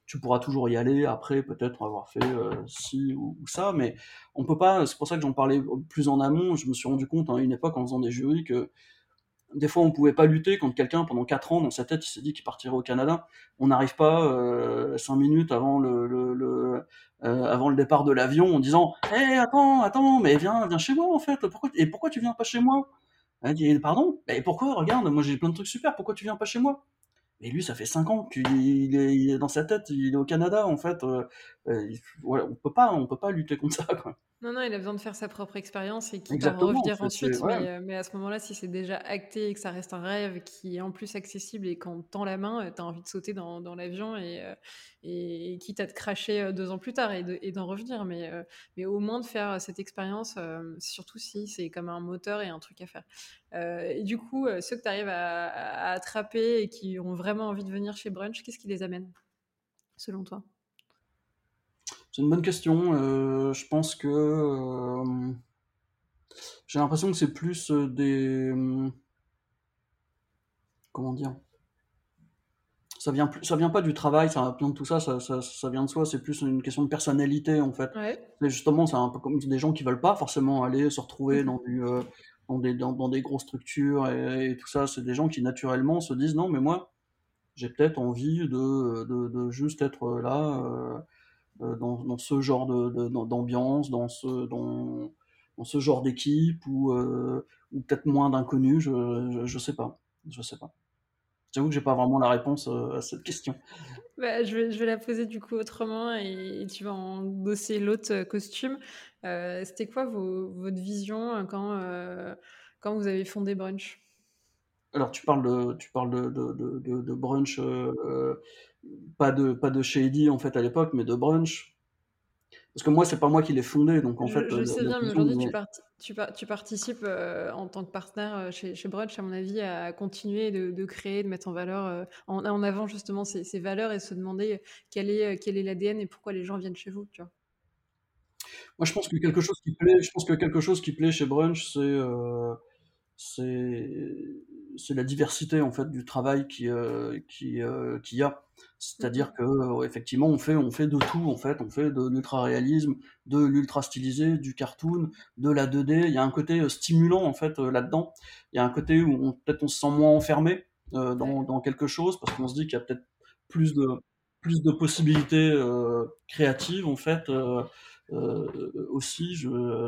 tu pourras toujours y aller après, peut-être avoir fait ci ou ça, mais on peut pas. C'est pour ça que j'en parlais plus en amont. Je me suis rendu compte à une époque en faisant des jurys que des fois on pouvait pas lutter quand quelqu'un pendant 4 ans dans sa tête il s'est dit qu'il partirait au Canada. On n'arrive pas 5 minutes avant avant le départ de l'avion en disant «Hé, attends, mais viens chez moi en fait. Pourquoi tu viens pas chez moi?» Elle dit «Pardon? Mais pourquoi? Regarde, moi j'ai plein de trucs super. Pourquoi tu viens pas chez moi?» Et lui, ça fait 5 ans qu'il est dans sa tête, il est au Canada en fait. Voilà, on peut pas lutter contre ça, quoi. Non, non, il a besoin de faire sa propre expérience et quitte à Exactement, revenir c'est ensuite, ouais, mais à ce moment-là, si c'est déjà acté et que ça reste un rêve qui est en plus accessible et qu'on te tend la main, tu as envie de sauter dans l'avion et quitte à te cracher 2 ans plus tard et d'en revenir. Mais au moins de faire cette expérience, surtout si c'est comme un moteur et un truc à faire. Et du coup, ceux que tu arrives à attraper et qui ont vraiment envie de venir chez Brunch, qu'est-ce qui les amène, selon toi? c'est une bonne question. Je pense que j'ai l'impression que c'est plus comment dire? Ça vient pas du travail, ça vient de tout ça, ça vient de soi. C'est plus une question de personnalité en fait. Ouais. Mais justement, c'est un peu comme des gens qui veulent pas forcément aller se retrouver Mmh. dans des grosses structures et tout ça. C'est des gens qui naturellement se disent non, mais moi, j'ai peut-être envie de juste être là dans ce genre d'ambiance, dans ce genre d'équipe ou peut-être moins d'inconnus. Je sais pas, je sais pas. J'avoue que j'ai pas vraiment la réponse à cette question. Bah, je vais la poser du coup autrement et tu vas endosser l'autre, costume. C'était quoi votre vision, quand vous avez fondé Brunch? Alors tu parles de brunch, pas de Shady en fait à l'époque, mais de brunch. Parce que moi, c'est pas moi qui l'ai fondé, donc en fait, Je sais la bien, mais vision aujourd'hui mais tu participes, en tant que partenaire, chez Brunch à mon avis à continuer de créer, de mettre en valeur, en avant justement ces valeurs et se demander, quel est l'ADN et pourquoi les gens viennent chez vous, tu vois? moi je pense que quelque chose qui plaît chez Brunch, c'est c'est la diversité en fait du travail qu'il y a. Mmh C'est-à-dire mh. que, effectivement, on fait de tout en fait. On fait de l'ultra-réalisme, de l'ultra stylisé, du cartoon, de la 2D. Il y a un côté, stimulant en fait, là-dedans. Il y a un côté où peut-être on se sent moins enfermé, Ouais. dans quelque chose parce qu'on se dit qu'il y a peut-être plus de plus de possibilités, créatives en fait, aussi.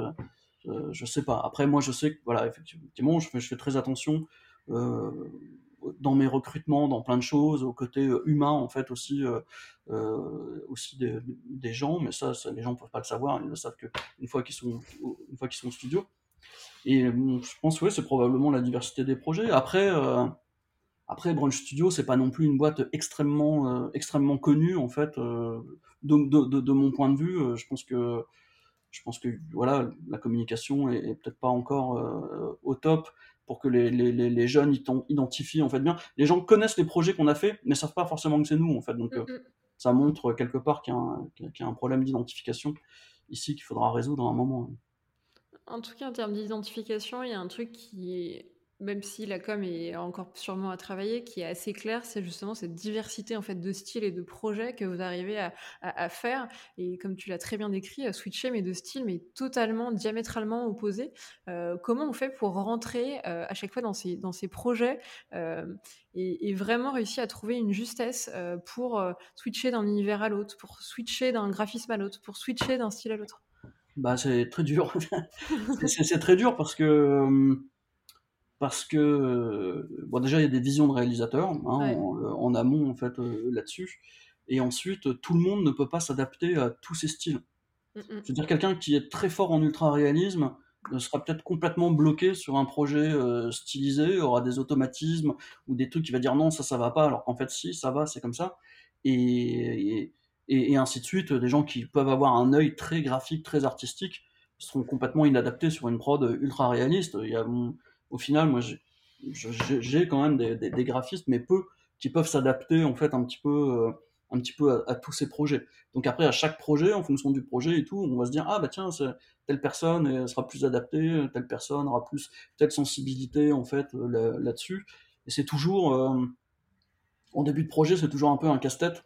Je sais pas. Après, moi, je sais que, voilà, effectivement, je fais très attention euh, dans mes recrutements, dans plein de choses, au côté humain, en fait, aussi des gens, mais les gens ne peuvent pas le savoir, ils ne le savent une fois qu'ils sont au studio. Et je pense, ouais, c'est probablement la diversité des projets. Après, Brunch Studio, c'est pas non plus une boîte extrêmement connue, en fait, de mon point de vue. Je pense que voilà, la communication est peut-être pas encore au top pour que les jeunes identifient en fait bien. Les gens connaissent les projets qu'on a fait, mais savent pas forcément que c'est nous en fait. Donc Mmh mh. ça montre quelque part qu'il y a un problème d'identification ici qu'il faudra résoudre à un moment. En tout cas, en termes d'identification, il y a un truc qui est, même si la com est encore sûrement à travailler, qui est assez clair, c'est justement cette diversité en fait de styles et de projets que vous arrivez à faire. Et comme tu l'as très bien décrit, switcher mais de styles mais totalement diamétralement opposés. Comment on fait pour rentrer à chaque fois dans ces projets et vraiment réussir à trouver une justesse pour switcher d'un univers à l'autre, pour switcher d'un graphisme à l'autre, pour switcher d'un style à l'autre. Bah c'est très dur. C'est très dur parce que bon déjà il y a des visions de réalisateurs hein, Ouais. en amont en fait là-dessus, et ensuite tout le monde ne peut pas s'adapter à tous ces styles. Mm, Je veux mm. dire, quelqu'un qui est très fort en ultra-réalisme sera peut-être complètement bloqué sur un projet stylisé, aura des automatismes ou des trucs qui va dire non, ça va pas, alors qu'en fait, si, ça va, c'est comme ça. Et, et ainsi de suite. Des gens qui peuvent avoir un œil très graphique, très artistique, seront complètement inadaptés sur une prod ultra-réaliste. Au final, moi, j'ai quand même des graphistes, mais peu, qui peuvent s'adapter en fait un petit peu à tous ces projets. Donc après, à chaque projet, en fonction du projet et tout, on va se dire, ah bah tiens, telle personne sera plus adaptée, telle personne aura plus telle sensibilité en fait là-dessus. Et c'est toujours, en début de projet, c'est toujours un peu un casse-tête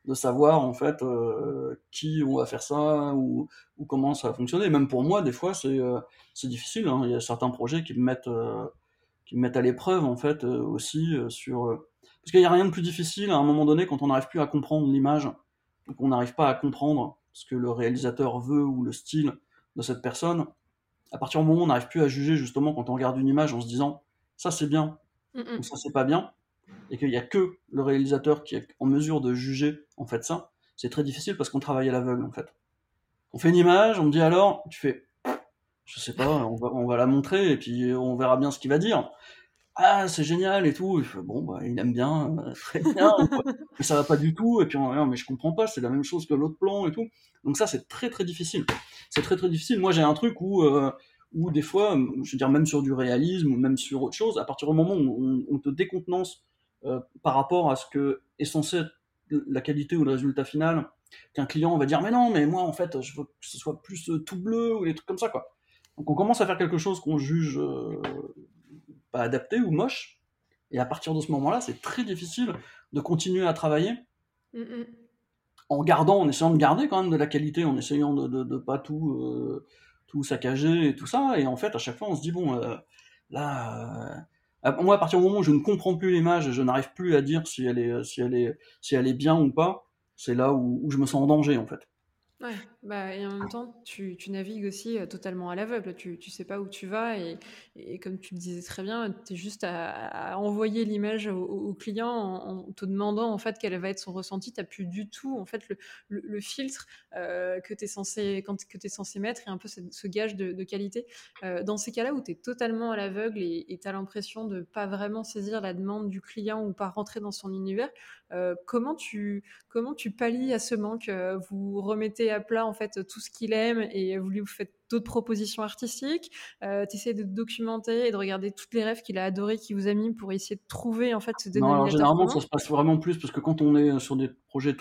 de savoir en fait qui on va faire ça ou comment ça va fonctionner. Même pour moi, des fois, c'est difficile. Hein. Il y a certains projets qui me mettent à l'épreuve en fait aussi parce qu'il n'y a rien de plus difficile à un moment donné quand on n'arrive plus à comprendre l'image, ou qu'on n'arrive pas à comprendre ce que le réalisateur veut ou le style de cette personne. À partir du moment où on n'arrive plus à juger justement quand on regarde une image en se disant ça c'est bien Mm, ou mm. ça c'est pas bien, et qu'il n'y a que le réalisateur qui est en mesure de juger en fait ça, c'est très difficile parce qu'on travaille à l'aveugle en fait. On fait une image, on me dit alors, tu fais, je sais pas, on va la montrer et puis on verra bien ce qu'il va dire. Ah, c'est génial et tout. Bon, bah, il aime bien, très bien, mais ça va pas du tout. Et puis, non, mais je comprends pas, c'est la même chose que l'autre plan et tout. Donc ça, c'est très très difficile. C'est très très difficile. Moi, j'ai un truc où des fois, je veux dire, même sur du réalisme ou même sur autre chose, à partir du moment où on te décontenance par rapport à ce que est censé être la qualité ou le résultat final, qu'un client va dire, mais non, mais moi, en fait, je veux que ce soit plus tout bleu ou des trucs comme ça, quoi. Donc on commence à faire quelque chose qu'on juge pas adapté ou moche. Et à partir de ce moment-là, c'est très difficile de continuer à travailler Mm, mm. en essayant de garder quand même de la qualité, en essayant de pas tout saccager et tout ça. Et en fait, à chaque fois, on se dit, bon, moi, à partir du moment où je ne comprends plus l'image et je n'arrive plus à dire si elle est bien ou pas, c'est là où je me sens en danger, en fait. Ouais, bah, et en même temps, tu navigues aussi totalement à l'aveugle. Tu sais pas où tu vas et comme tu le disais très bien, tu es juste à envoyer l'image au client en te demandant en fait quel va être son ressenti. Tu plus du tout en fait le filtre que tu es censé mettre et un peu ce gage de qualité. Dans ces cas-là où tu es totalement à l'aveugle et tu as l'impression de pas vraiment saisir la demande du client ou pas rentrer dans son univers, comment tu pallies à ce manque? Vous remettez à plat en fait tout ce qu'il aime et vous lui faites d'autres propositions artistiques. Tu essaies de te documenter et de regarder toutes les rêves qu'il a adorées, qu'il vous a mis pour essayer de trouver en fait ce Non, alors dénominateur généralement, commun. ça se passe vraiment plus parce que quand on est sur des projets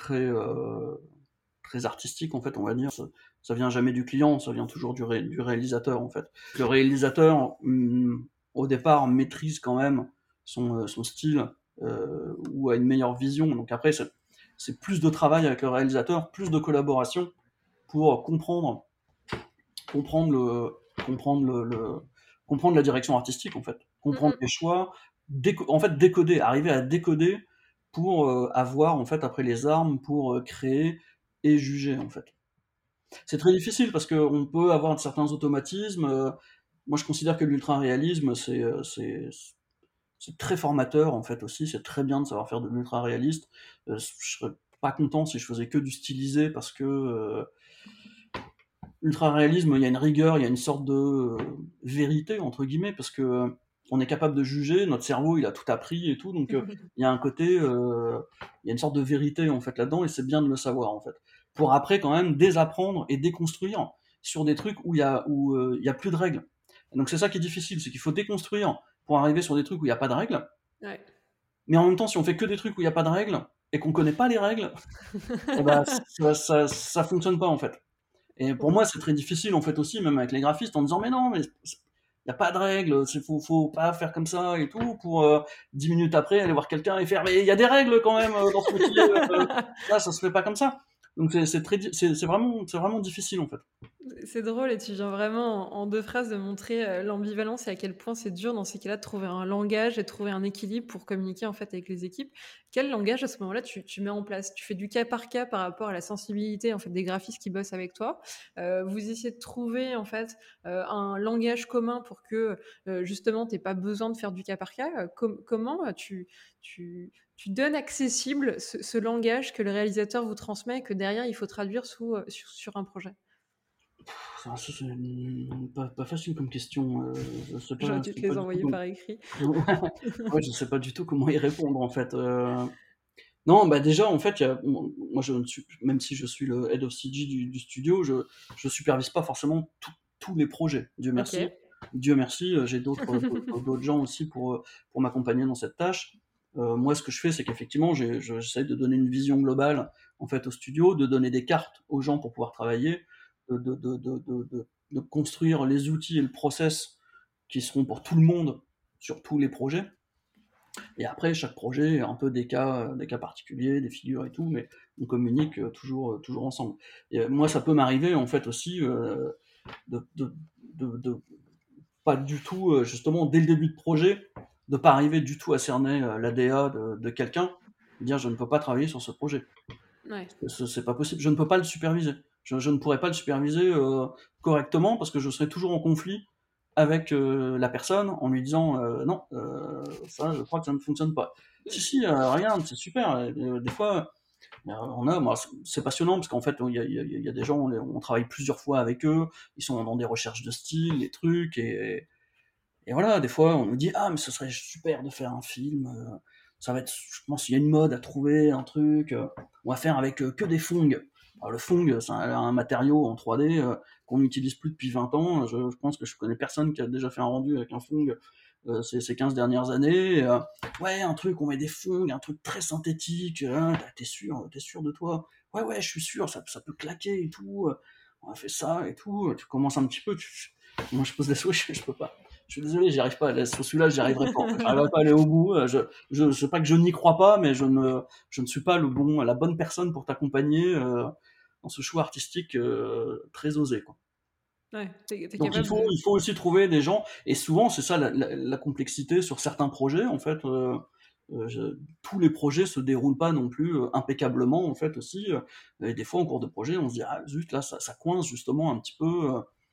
très artistique en fait, on va dire. Ça vient jamais du client, ça vient toujours du réalisateur en fait. Le réalisateur, au départ, maîtrise quand même son style ou a une meilleure vision. Donc après, c'est plus de travail avec le réalisateur, plus de collaboration pour comprendre comprendre la direction artistique en fait, Mm, comprendre les mm. choix, en fait décoder, arriver à décoder pour avoir en fait après les armes pour créer et juger en fait. C'est très difficile parce qu'on peut avoir certains automatismes. Moi, je considère que l'ultra-réalisme, c'est très formateur en fait aussi. C'est très bien de savoir faire de l'ultra-réaliste. Je serais pas content si je faisais que du stylisé parce que l'ultra-réalisme, il y a une rigueur, il y a une sorte de vérité entre guillemets parce que on est capable de juger. Notre cerveau, il a tout appris et tout, donc il y a un côté, il y a une sorte de vérité en fait là-dedans et c'est bien de le savoir en fait. Pour après quand même désapprendre et déconstruire sur des trucs où il y a plus de règles. Et donc c'est ça qui est difficile, c'est qu'il faut déconstruire pour arriver sur des trucs où il y a pas de règles. Ouais. Mais en même temps, si on fait que des trucs où il y a pas de règles et qu'on connaît pas les règles, eh ben ça fonctionne pas en fait. Et pour moi, c'est très difficile en fait aussi, même avec les graphistes, en disant mais non, mais il n'y a pas de règles, faut pas faire comme ça et tout, pour 10 minutes après aller voir quelqu'un et faire mais il y a des règles quand même dans ce métier, là ça se fait pas comme ça. Donc c'est vraiment difficile en fait. C'est drôle et tu viens vraiment en deux phrases de montrer l'ambivalence et à quel point c'est dur dans ces cas-là de trouver un langage et de trouver un équilibre pour communiquer en fait avec les équipes. Quel langage à ce moment-là tu mets en place? Tu fais du cas par rapport à la sensibilité en fait des graphistes qui bossent avec toi. Vous essayez de trouver en fait un langage commun pour que justement t'aies pas besoin de faire du cas par cas. Comment tu donnes accessible ce langage que le réalisateur vous transmet et que derrière il faut traduire sur un projet? Ça, c'est pas facile comme question. J'aurais Je dû sais te pas les du tout envoyer par écrit. ouais, je sais pas du tout comment y répondre en fait. Non, bah déjà en fait, moi je ne suis, même si je suis le head of CG du studio, je supervise pas forcément tous les projets. Dieu merci. OK. Dieu merci, j'ai d'autres gens aussi pour m'accompagner dans cette tâche. Moi, ce que je fais, c'est qu'effectivement, j'essaie de donner une vision globale en fait au studio, de donner des cartes aux gens pour pouvoir travailler, de construire les outils et le process qui seront pour tout le monde sur tous les projets. Et après, chaque projet est un peu des cas particuliers, des figures et tout, mais on communique toujours ensemble. Et moi, ça peut m'arriver en fait aussi de, de, de pas du tout, justement, dès le début de projet, de pas arriver du tout à cerner l'ADA de quelqu'un, dire je ne peux pas travailler sur ce projet. Ouais. C'est pas possible, je ne peux pas le superviser. Je ne pourrais pas le superviser correctement parce que je serais toujours en conflit avec la personne en lui disant non, ça je crois que ça ne fonctionne pas. Si, si, regarde, c'est super. Des fois, moi, c'est passionnant parce qu'en fait, il y a des gens, on travaille plusieurs fois avec eux, ils sont dans des recherches de style, des trucs, et voilà, des fois, on nous dit ah, mais ce serait super de faire un film, ça va être, je pense, il y a une mode à trouver, un truc, on va faire avec que des fongs. Alors, le fong, c'est un matériau en 3D qu'on n'utilise plus depuis 20 ans. Je pense que je connais personne qui a déjà fait un rendu avec un fong ces 15 dernières années. Ouais, un truc, on met des fongs, un truc très synthétique. T'es sûr de toi? Ouais, ouais, je suis sûr, ça peut claquer et tout. On a fait ça et tout. Tu commences un petit peu. Moi, je pose des souhaits, je peux pas. Je suis désolé, j'y arrive pas. Sur celui-là, j'y arriverai pas. En fait. J'arriverai pas à aller au bout. C'est pas que je n'y crois pas, mais je ne suis pas la bonne personne pour t'accompagner dans ce choix artistique très osé, quoi. Ouais, t'es Donc capable de. il faut aussi trouver des gens, et souvent c'est ça la complexité sur certains projets, en fait. Tous les projets se déroulent pas non plus impeccablement, en fait, aussi. Et des fois, en cours de projet, on se dit, ah zut, là, ça coince justement un petit peu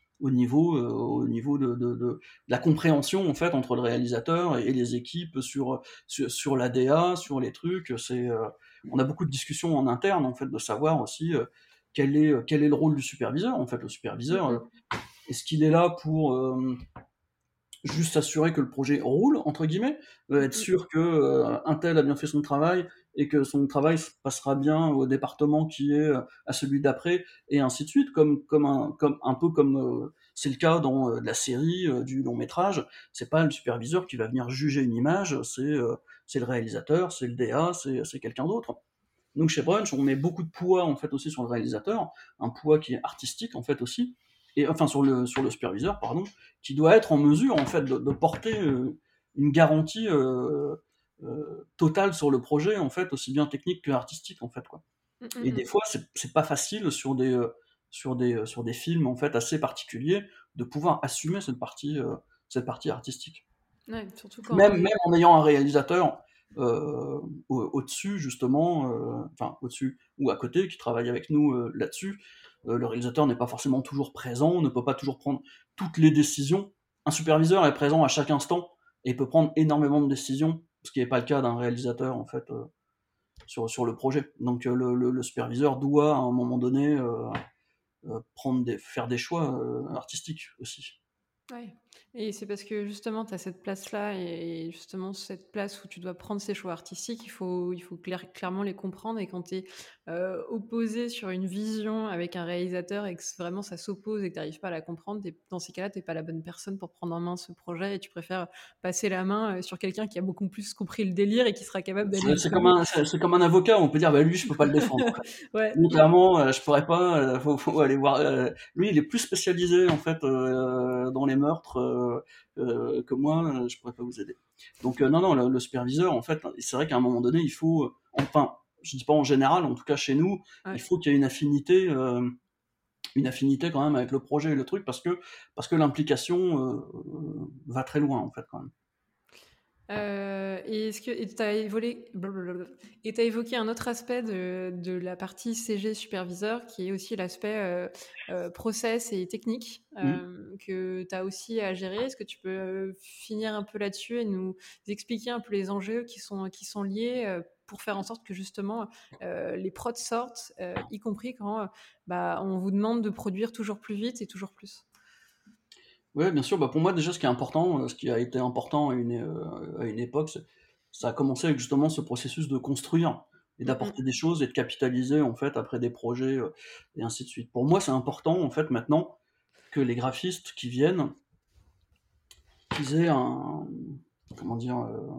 au niveau de la compréhension, en fait, entre le réalisateur et les équipes sur l'ADA, sur les trucs. On a beaucoup de discussions en interne, en fait, de savoir aussi quel est le rôle du superviseur. En fait, le Mm, superviseur, mm. est-ce qu'il est là pour juste s'assurer que le projet roule, entre guillemets, être Mm, sûr que un tel a bien fait son travail et que son travail passera bien au département qui est à celui d'après, et ainsi de suite, comme un peu comme c'est le cas dans de la série, du long métrage. C'est pas le superviseur qui va venir juger une image, c'est le réalisateur, c'est le DA, c'est quelqu'un d'autre. Donc chez Brunch, on met beaucoup de poids en fait aussi sur le réalisateur, un poids qui est artistique en fait aussi, et enfin sur le superviseur pardon, qui doit être en mesure en fait de porter une garantie totale sur le projet en fait, aussi bien technique que artistique en fait quoi. mm, mm, Et des mm. fois c'est pas facile sur des films en fait assez particuliers de pouvoir assumer cette partie artistique. Ouais, surtout quand. Même en ayant un réalisateur au-dessus, justement, enfin au-dessus ou à côté, qui travaille avec nous là-dessus, le réalisateur n'est pas forcément toujours présent, ne peut pas toujours prendre toutes les décisions. Un superviseur est présent à chaque instant et peut prendre énormément de décisions, ce qui n'est pas le cas d'un réalisateur en fait sur le projet. Donc le superviseur doit à un moment donné faire des choix artistiques aussi. Ouais. Et c'est parce que justement, tu as cette place-là et justement cette place où tu dois prendre ces choix artistiques, il faut clairement les comprendre. Et quand tu es opposé sur une vision avec un réalisateur et que vraiment ça s'oppose et que tu n'arrives pas à la comprendre, dans ces cas-là, tu n'es pas la bonne personne pour prendre en main ce projet et tu préfères passer la main sur quelqu'un qui a beaucoup plus compris le délire et qui sera capable d'aller C'est jusqu'au comme bout. c'est comme un avocat, on peut dire bah lui je peux pas le défendre. Ouais. Lui clairement je pourrais pas, faut aller voir. Lui il est plus spécialisé en fait dans les meurtres que moi, je pourrais pas vous aider. Donc non non le superviseur en fait c'est vrai qu'à un moment donné il faut enfin je dis pas en général en tout cas chez nous il Ouais. faut qu'il y ait une affinité quand même avec le projet et le truc parce que l'implication va très loin en fait quand même. Et est-ce que t'as évoqué un autre aspect de la partie CG superviseur qui est aussi l'aspect process et technique Mm. que tu as aussi à gérer. Est-ce que tu peux finir un peu là-dessus et nous expliquer un peu les enjeux qui sont liés pour faire en sorte que justement les prods sortent, y compris quand on vous demande de produire toujours plus vite et toujours plus. Oui, bien sûr. Bah, pour moi, déjà, ce qui est important, ce qui a été important à une époque, ça a commencé avec justement ce processus de construire et Mm, mm. d'apporter des choses et de capitaliser en fait après des projets et ainsi de suite. Pour moi, c'est important en fait maintenant que les graphistes qui viennent, qu'ils aient un, comment dire,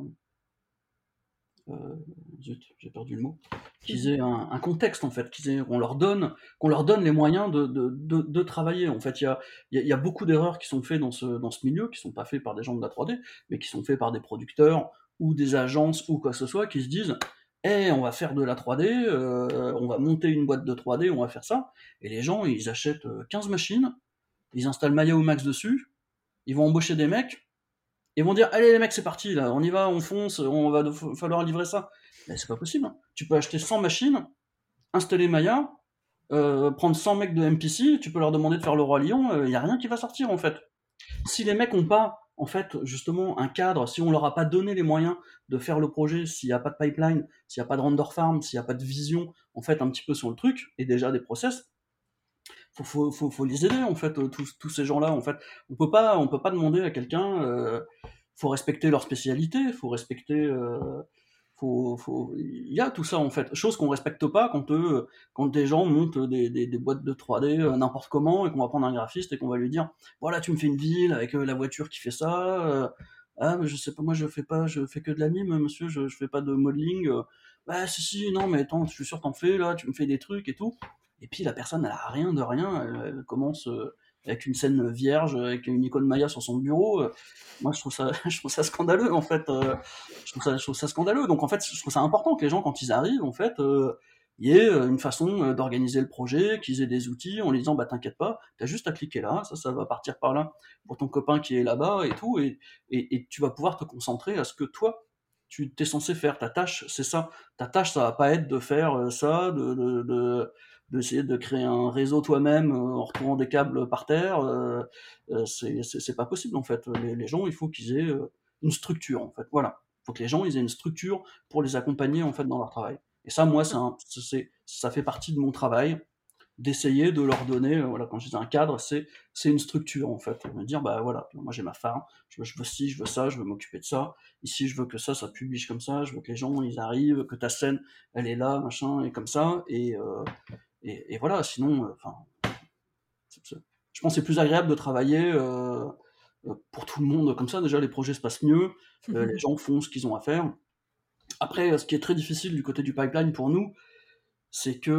euh, zut, j'ai perdu le mot, qu'ils aient un contexte en fait, qu'on leur donne les moyens de travailler. En fait, il y a beaucoup d'erreurs qui sont faites dans ce milieu, qui sont pas faites par des gens de la 3D, mais qui sont faites par des producteurs ou des agences ou quoi que ce soit qui se disent on va faire de la 3D, on va monter une boîte de 3D, on va faire ça. Et les gens, ils achètent 15 machines, ils installent Maya ou Max dessus, ils vont embaucher des mecs, ils vont dire allez les mecs, c'est parti, là, on y va, on fonce, on va falloir livrer ça. Mais c'est pas possible. Hein. Tu peux acheter 100 machines, installer Maya, prendre 100 mecs de MPC, tu peux leur demander de faire le Roi Lion, y a rien qui va sortir en fait. Si les mecs ont pas, en fait, justement, un cadre, si on leur a pas donné les moyens de faire le projet, s'il n'y a pas de pipeline, s'il n'y a pas de render farm, s'il n'y a pas de vision, en fait, un petit peu sur le truc, et déjà des process, faut les aider, en fait, tous ces gens-là, en fait. On peut pas demander à quelqu'un, faut respecter leur spécialité, faut respecter, il y a tout ça en fait, chose qu'on respecte pas quand des gens montent des boîtes de 3D n'importe comment et qu'on va prendre un graphiste et qu'on va lui dire voilà tu me fais une ville avec la voiture qui fait ça, ah mais je sais pas moi je fais que de l'anime monsieur, je fais pas de modeling, bah si non mais attends je suis sûr t'en fais là, tu me fais des trucs et tout, et puis la personne elle a rien de rien, elle commence avec une scène vierge avec une icône Maya sur son bureau, moi je trouve ça je trouve ça scandaleux en fait, je trouve ça scandaleux. Donc en fait, je trouve ça important que les gens, quand ils arrivent, en fait, il y ait une façon d'organiser le projet, qu'ils aient des outils en les disant bah t'inquiète pas, t'as juste à cliquer là, ça va partir par là pour ton copain qui est là-bas et tout, et tu vas pouvoir te concentrer à ce que toi tu t'es censé faire. Ta tâche, c'est ça. Ta tâche, ça va pas être de faire ça, d'essayer de créer un réseau toi-même en retrouvant des câbles par terre. C'est pas possible en fait. Les gens, il faut qu'ils aient une structure en fait. Voilà. Il faut que les gens ils aient une structure pour les accompagner en fait dans leur travail. Et ça, moi, ça fait partie de mon travail d'essayer de leur donner, voilà, quand je dis un cadre, c'est une structure en fait. Me dire bah voilà, moi j'ai ma farm, je veux ci, je veux ça, je veux m'occuper de ça. Ici, je veux que ça publie comme ça, je veux que les gens ils arrivent, que ta scène elle est là, machin, et comme ça. Et voilà. Sinon, enfin, je pense que c'est plus agréable de travailler pour tout le monde comme ça. Déjà, les projets se passent mieux, les gens font ce qu'ils ont à faire. Après, ce qui est très difficile du côté du pipeline pour nous, c'est que,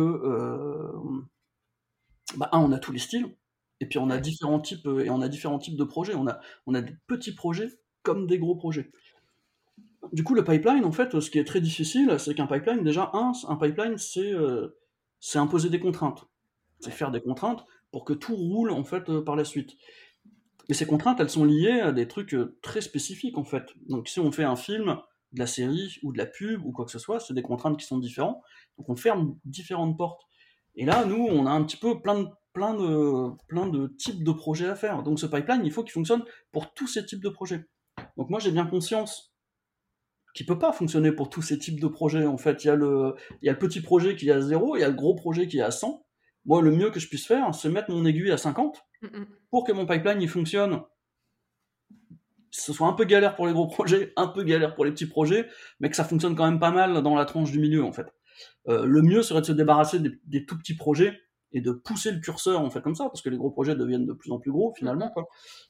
on a tous les styles, et puis on a différents types, et on a différents types de projets. On a des petits projets comme des gros projets. Du coup, le pipeline, en fait, ce qui est très difficile, c'est qu'un pipeline, déjà, un pipeline, c'est imposer des contraintes. C'est faire des contraintes pour que tout roule, en fait, par la suite. Et ces contraintes, elles sont liées à des trucs très spécifiques, en fait. Donc, si on fait un film, de la série, ou de la pub, ou quoi que ce soit, c'est des contraintes qui sont différentes. Donc, on ferme différentes portes. Et là, nous, on a un petit peu plein de types de projets à faire. Donc, ce pipeline, il faut qu'il fonctionne pour tous ces types de projets. Donc, moi, j'ai bien conscience qu'il peut pas fonctionner pour tous ces types de projets. En fait, il y a le petit projet qui est à 0, il y a le gros projet qui est à 100. Moi, le mieux que je puisse faire, c'est mettre mon aiguille à 50 pour que mon pipeline il fonctionne. Ce soit un peu galère pour les gros projets, un peu galère pour les petits projets, mais que ça fonctionne quand même pas mal dans la tranche du milieu, en fait. Le mieux serait de se débarrasser des tout petits projets et de pousser le curseur, en fait, comme ça, parce que les gros projets deviennent de plus en plus gros, finalement, quoi.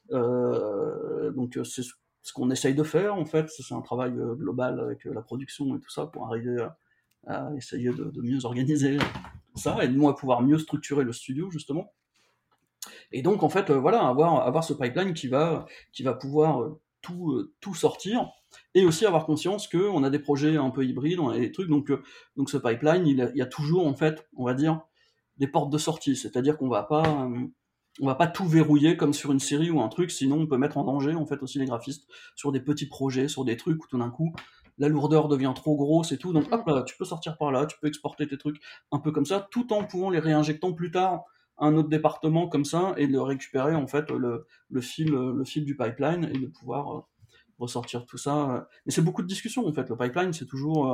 Donc, c'est ce qu'on essaye de faire, en fait. C'est un travail global avec la production et tout ça pour arriver à essayer de mieux organiser ça et de moi pouvoir mieux structurer le studio, justement. Et donc, en fait, voilà, avoir ce pipeline qui va pouvoir tout sortir, et aussi avoir conscience qu'on a des projets un peu hybrides, on a des trucs, donc ce pipeline, il y a toujours, en fait, on va dire, des portes de sortie, c'est-à-dire qu'on va pas tout verrouiller comme sur une série ou un truc, sinon on peut mettre en danger, en fait, aussi les graphistes, sur des petits projets, sur des trucs où tout d'un coup, la lourdeur devient trop grosse et tout, donc hop là, tu peux sortir par là, tu peux exporter tes trucs un peu comme ça, tout en pouvant les réinjectant plus tard à un autre département comme ça, et de récupérer, en fait, le fil du pipeline, et de pouvoir ressortir tout ça. Mais c'est beaucoup de discussions, en fait. Le pipeline, c'est toujours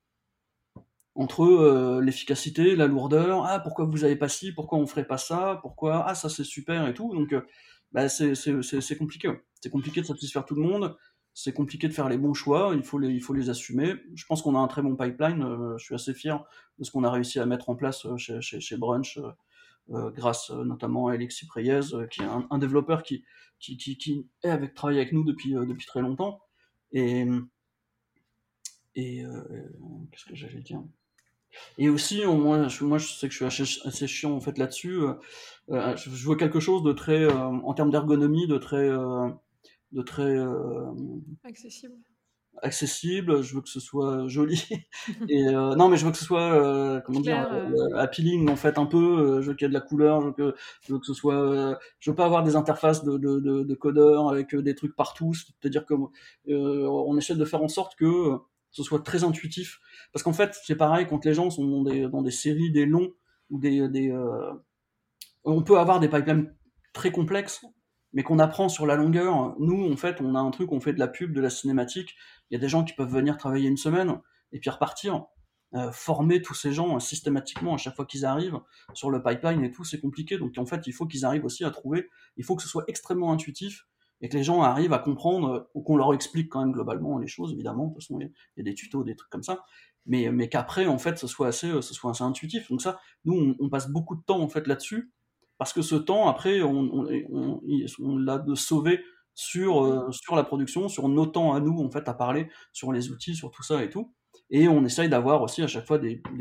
entre l'efficacité, la lourdeur, ah pourquoi vous avez pas ci, pourquoi on ferait pas ça, pourquoi ah ça c'est super et tout, donc c'est compliqué. C'est compliqué de satisfaire tout le monde, c'est compliqué de faire les bons choix, il faut les assumer. Je pense qu'on a un très bon pipeline, je suis assez fier de ce qu'on a réussi à mettre en place chez Brunch, grâce notamment à Alexis Preyez, qui est un développeur qui travaille avec nous depuis très longtemps. Et qu'est-ce que j'allais dire? Et aussi, moi, je sais que je suis assez chiant en fait là-dessus. Je veux quelque chose de très, en termes d'ergonomie, de très accessible. accessible, je veux que ce soit joli et non, mais je veux que ce soit, comment dire? Claire, Appealing en fait un peu, je veux qu'il y ait de la couleur, je veux que ce soit, je veux pas avoir des interfaces de codeurs avec, des trucs partout. C'est-à-dire que, on essaie de faire en sorte que, ce soit très intuitif. Parce qu'en fait, c'est pareil quand les gens sont dans des séries, des longs ou on peut avoir des pipelines très complexes, mais qu'on apprend sur la longueur. Nous, en fait, on a un truc, on fait de la pub, de la cinématique. Il y a des gens qui peuvent venir travailler une semaine et puis repartir. Former tous ces gens systématiquement à chaque fois qu'ils arrivent sur le pipeline et tout, c'est compliqué. Donc en fait, il faut qu'ils arrivent aussi à trouver. Il faut que ce soit extrêmement intuitif et que les gens arrivent à comprendre ou qu'on leur explique quand même globalement les choses. Évidemment, de toute façon, il y a des tutos, des trucs comme ça. Mais qu'après, en fait, ce soit assez intuitif. Donc ça, nous, on passe beaucoup de temps en fait là-dessus parce que ce temps, après, on l'a de sauver sur la production, sur nos temps à nous, en fait, à parler, sur les outils, sur tout ça et tout. Et on essaye d'avoir aussi à chaque fois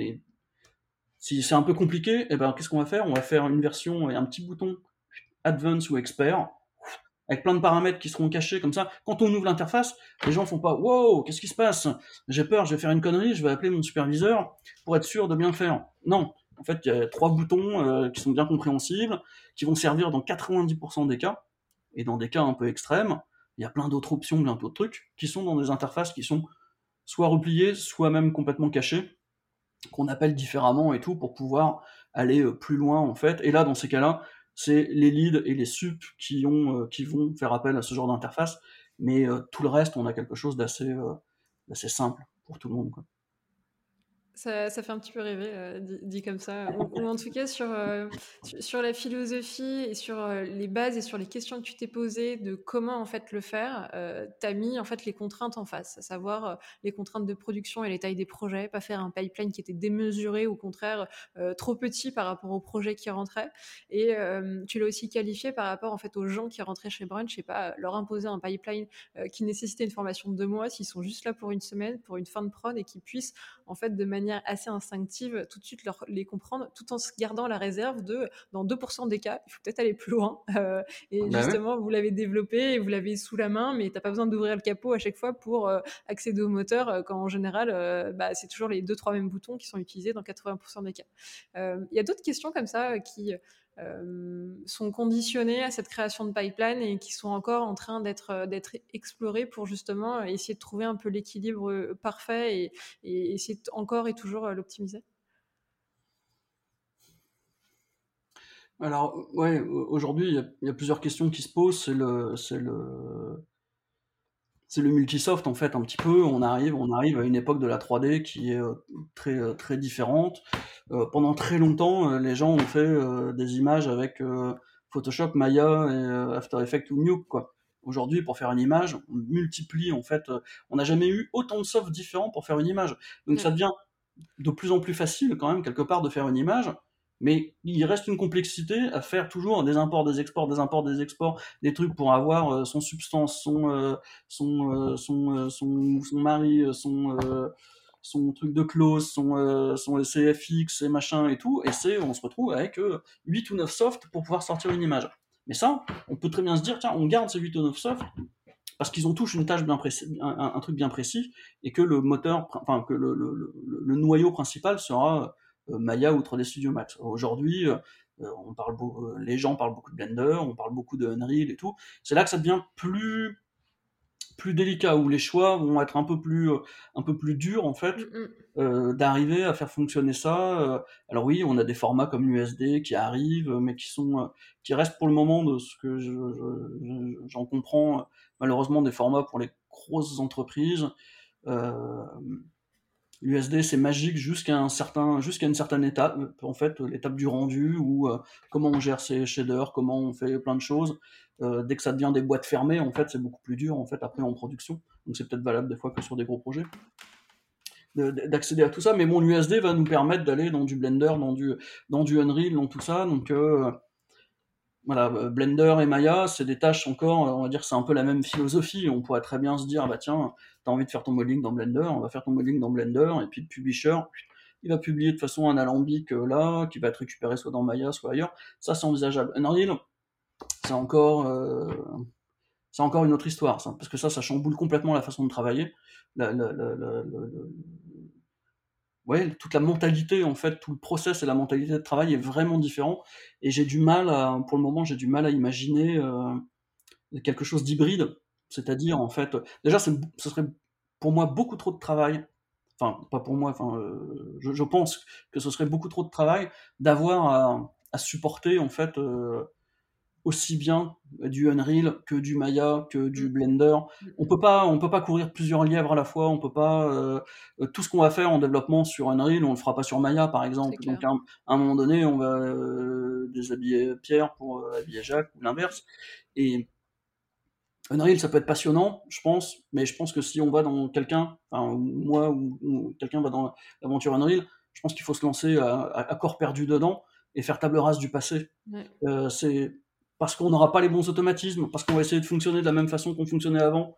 si c'est un peu compliqué, eh ben, qu'est-ce qu'on va faire? On va faire une version et un petit bouton Advanced ou Expert, avec plein de paramètres qui seront cachés comme ça. Quand on ouvre l'interface, les gens font pas wow, qu'est-ce qui se passe? J'ai peur, je vais faire une connerie, je vais appeler mon superviseur pour être sûr de bien faire. Non, en fait, il y a 3 boutons qui sont bien compréhensibles, qui vont servir dans 90% des cas, et dans des cas un peu extrêmes, il y a plein d'autres options, plein d'autres trucs, qui sont dans des interfaces qui sont soit repliées, soit même complètement cachées, qu'on appelle différemment et tout, pour pouvoir aller plus loin en fait. Et là, dans ces cas-là, c'est les leads et les sup qui vont faire appel à ce genre d'interface, mais tout le reste, on a quelque chose d'assez simple pour tout le monde, quoi. Ça fait un petit peu rêver, dit comme ça. Ou en tout cas sur la philosophie et sur, les bases et sur les questions que tu t'es posées de comment, en fait, le faire, tu as mis, en fait, les contraintes en face. À savoir, les contraintes de production et les tailles des projets, pas faire un pipeline qui était démesuré, au contraire, trop petit par rapport aux projets qui rentraient. Et tu l'as aussi qualifié par rapport, en fait, aux gens qui rentraient chez Brunch et pas leur imposer un pipeline, qui nécessitait une formation de 2 mois, s'ils sont juste là pour une semaine, pour une fin de prod et qu'ils puissent en fait de manière assez instinctive tout de suite les comprendre tout en se gardant la réserve de dans 2% des cas il faut peut-être aller plus loin et Bah ouais. justement vous l'avez développé et vous l'avez sous la main mais t'as pas besoin d'ouvrir le capot à chaque fois pour accéder au moteur quand en général bah, c'est toujours les 2-3 mêmes boutons qui sont utilisés dans 80% des cas. Il y a d'autres questions comme ça qui sont conditionnés à cette création de pipeline et qui sont encore en train d'être explorés pour justement essayer de trouver un peu l'équilibre parfait et essayer encore et toujours l'optimiser. Alors, ouais, aujourd'hui, il y a plusieurs questions qui se posent. C'est le multisoft en fait un petit peu. On arrive à une époque de la 3D qui est très différente. Pendant très longtemps, les gens ont fait des images avec Photoshop, Maya et After Effects ou Nuke quoi. Aujourd'hui, pour faire une image, on multiplie en fait. On n'a jamais eu autant de soft différents pour faire une image. Donc ça Ouais. devient de plus en plus facile quand même quelque part de faire une image, mais il reste une complexité à faire toujours des imports, des exports, des imports, des exports, des trucs pour avoir son substance, son mari, son truc de close, son CFX et machin et tout, et on se retrouve avec 8 ou 9 softs pour pouvoir sortir une image. Mais ça, on peut très bien se dire, tiens, on garde ces 8 ou 9 softs, parce qu'ils ont tous une tâche bien précis, un truc bien précis, et que le moteur, enfin que le noyau principal sera Maya ou 3D Studio Max. Aujourd'hui, les gens parlent beaucoup de Blender, on parle beaucoup de Unreal et tout. C'est là que ça devient plus délicat, où les choix vont être un peu plus durs en fait, Mm-mm. d'arriver à faire fonctionner ça. Alors oui, on a des formats comme l'USD qui arrivent, mais qui restent pour le moment, de ce que j'en comprends, malheureusement des formats pour les grosses entreprises. Euh, L'USD c'est magique jusqu'à une certaine étape, en fait, l'étape du rendu, ou comment on gère ses shaders, comment on fait plein de choses. Dès que ça devient des boîtes fermées, en fait, c'est beaucoup plus dur en fait après en production. Donc c'est peut-être valable des fois que sur des gros projets d'accéder à tout ça. Mais bon, l'USD va nous permettre d'aller dans du Blender, dans du Unreal, dans tout ça. Donc voilà, Blender et Maya, c'est des tâches encore, on va dire que c'est un peu la même philosophie. On pourrait très bien se dire, bah tiens, t'as envie de faire ton modeling dans Blender, on va faire ton modeling dans Blender, et puis le publisher, il va publier de façon un alambic là, qui va être récupéré soit dans Maya, soit ailleurs. Ça, c'est envisageable. Unreal, c'est encore, c'est encore une autre histoire, ça, parce que ça chamboule complètement la façon de travailler. Ouais, toute la mentalité, en fait, tout le process et la mentalité de travail est vraiment différent. Et pour le moment, j'ai du mal à imaginer quelque chose d'hybride. C'est-à-dire, en fait, déjà, ce serait pour moi beaucoup trop de travail. Enfin, pas pour moi, enfin, je pense que ce serait beaucoup trop de travail d'avoir à supporter, en fait, aussi bien du Unreal que du Maya, que Mmh. du Blender. Mmh. On peut pas courir plusieurs lièvres à la fois. On peut pas tout ce qu'on va faire en développement sur Unreal, on le fera pas sur Maya, par C'est exemple. clair. Donc à un moment donné, on va déshabiller Pierre pour habiller Jacques ou l'inverse. Et Unreal, ça peut être passionnant, je pense, mais je pense que si on va dans moi ou quelqu'un va dans l'aventure Unreal, je pense qu'il faut se lancer à corps perdu dedans et faire table rase du passé. Ouais. C'est parce qu'on n'aura pas les bons automatismes, parce qu'on va essayer de fonctionner de la même façon qu'on fonctionnait avant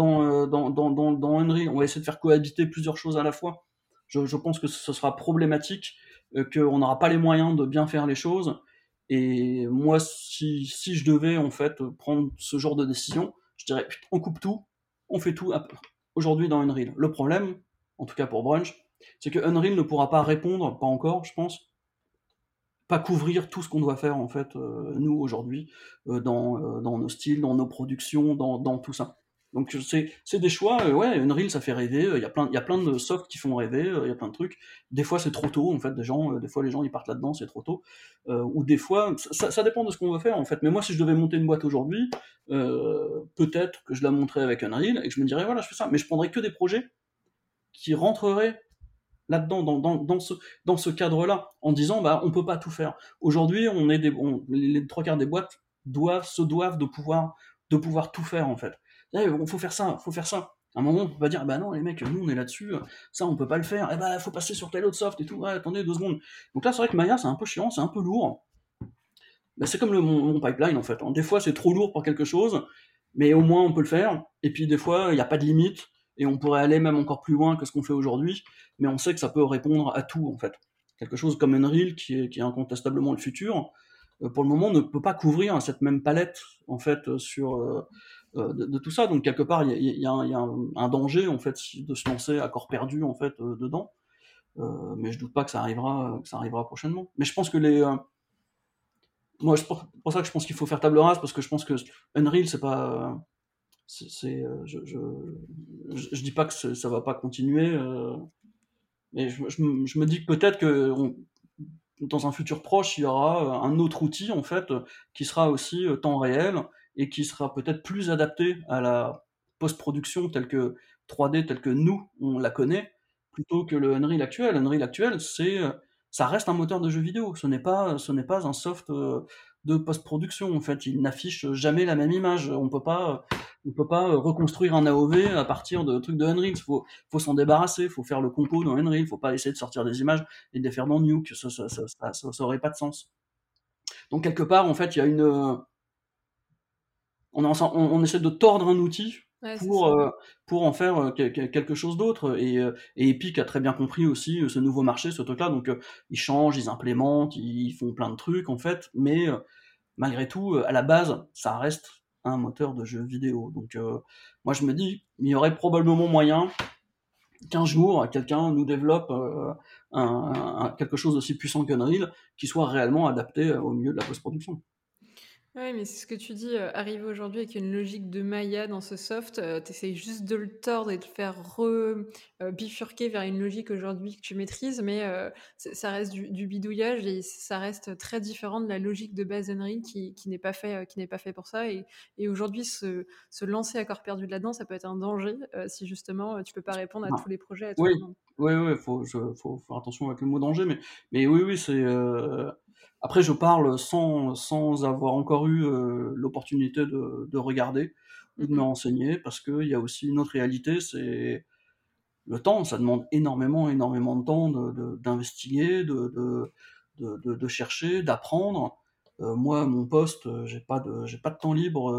dans Unreal. On va essayer de faire cohabiter plusieurs choses à la fois. Je pense que ce sera problématique, qu'on n'aura pas les moyens de bien faire les choses. Et moi, si je devais en fait prendre ce genre de décision, je dirais on coupe tout, on fait tout aujourd'hui dans Unreal. Le problème, en tout cas pour Brunch, c'est que Unreal ne pourra pas répondre, pas encore, je pense, pas couvrir tout ce qu'on doit faire en fait nous aujourd'hui dans nos styles, dans nos productions, dans tout ça. Donc c'est des choix. Ouais, Unreal ça fait rêver. Il y a plein de softs qui font rêver. Il y a plein de trucs. Des fois c'est trop tôt en fait. Des fois les gens ils partent là-dedans, c'est trop tôt. Ou des fois ça dépend de ce qu'on veut faire en fait. Mais moi si je devais monter une boîte aujourd'hui, peut-être que je la monterais avec Unreal et que je me dirais voilà je fais ça. Mais je prendrais que des projets qui rentreraient là-dedans, dans ce cadre-là, en disant bah on peut pas tout faire. Aujourd'hui, les trois quarts des boîtes se doivent de pouvoir tout faire en fait. Il faut faire ça, faut faire ça. À un moment, on peut pas dire bah non les mecs, nous on est là-dessus, ça on peut pas le faire. Eh bah faut passer sur tel autre soft et tout. Ouais, attendez 2 secondes. Donc là c'est vrai que Maya c'est un peu chiant, c'est un peu lourd. Bah, c'est comme mon pipeline en fait, hein. Des fois c'est trop lourd pour quelque chose, mais au moins on peut le faire. Et puis des fois il n'y a pas de limite et on pourrait aller même encore plus loin que ce qu'on fait aujourd'hui, mais on sait que ça peut répondre à tout en fait. Quelque chose comme Unreal qui est incontestablement le futur, pour le moment ne peut pas couvrir cette même palette en fait de tout ça. Donc quelque part il y a un danger en fait de se lancer à corps perdu en fait dedans. Mais je doute pas que ça arrivera prochainement. Mais je pense que moi, c'est pour ça que je pense qu'il faut faire table rase, parce que je pense que Unreal, c'est pas. Je dis pas que ça va pas continuer, mais je me dis que peut-être que dans un futur proche, il y aura un autre outil, en fait, qui sera aussi temps réel et qui sera peut-être plus adapté à la post-production telle que 3D, telle que nous, on la connaît, plutôt que le Unreal actuel. Unreal actuel, ça reste un moteur de jeu vidéo. Ce n'est pas un soft de post-production. En fait, il n'affiche jamais la même image. On peut pas reconstruire un AOV à partir de trucs de Unreal. Faut s'en débarrasser. Faut faire le compo dans Unreal. Faut pas essayer de sortir des images et de les faire dans Nuke. Ça aurait pas de sens. Donc quelque part, en fait, il y a on essaie de tordre un outil Ouais, c'est pour, ça. pour en faire quelque chose d'autre. Et Epic a très bien compris aussi ce nouveau marché, ce truc-là. Donc ils changent, ils implémentent, ils font plein de trucs en fait. Mais malgré tout, à la base, ça reste un moteur de jeu vidéo. Donc moi je me dis, il y aurait probablement moyen qu'un jour quelqu'un nous développe quelque chose d'aussi puissant qu'Unreal qui soit réellement adapté au milieu de la post-production. Ouais, mais c'est ce que tu dis, arriver aujourd'hui avec une logique de Maya dans ce soft, tu juste de le tordre et de le faire bifurquer vers une logique aujourd'hui que tu maîtrises, mais ça reste du bidouillage et ça reste très différent de la logique de base d'Unreal qui n'est pas fait pour ça et aujourd'hui se lancer à corps perdu là-dedans, ça peut être un danger, si justement, tu peux pas répondre à Enfin, tous les projets à tout oui, le monde. oui, oui, faut faire attention avec le mot danger, mais oui, oui, c'est. Après, je parle sans avoir encore eu l'opportunité de regarder ou Mmh de me mh. renseigner, parce qu'il y a aussi une autre réalité, c'est le temps. Ça demande énormément, énormément de temps d'investiguer, de chercher, d'apprendre. Moi, mon poste, j'ai pas de temps libre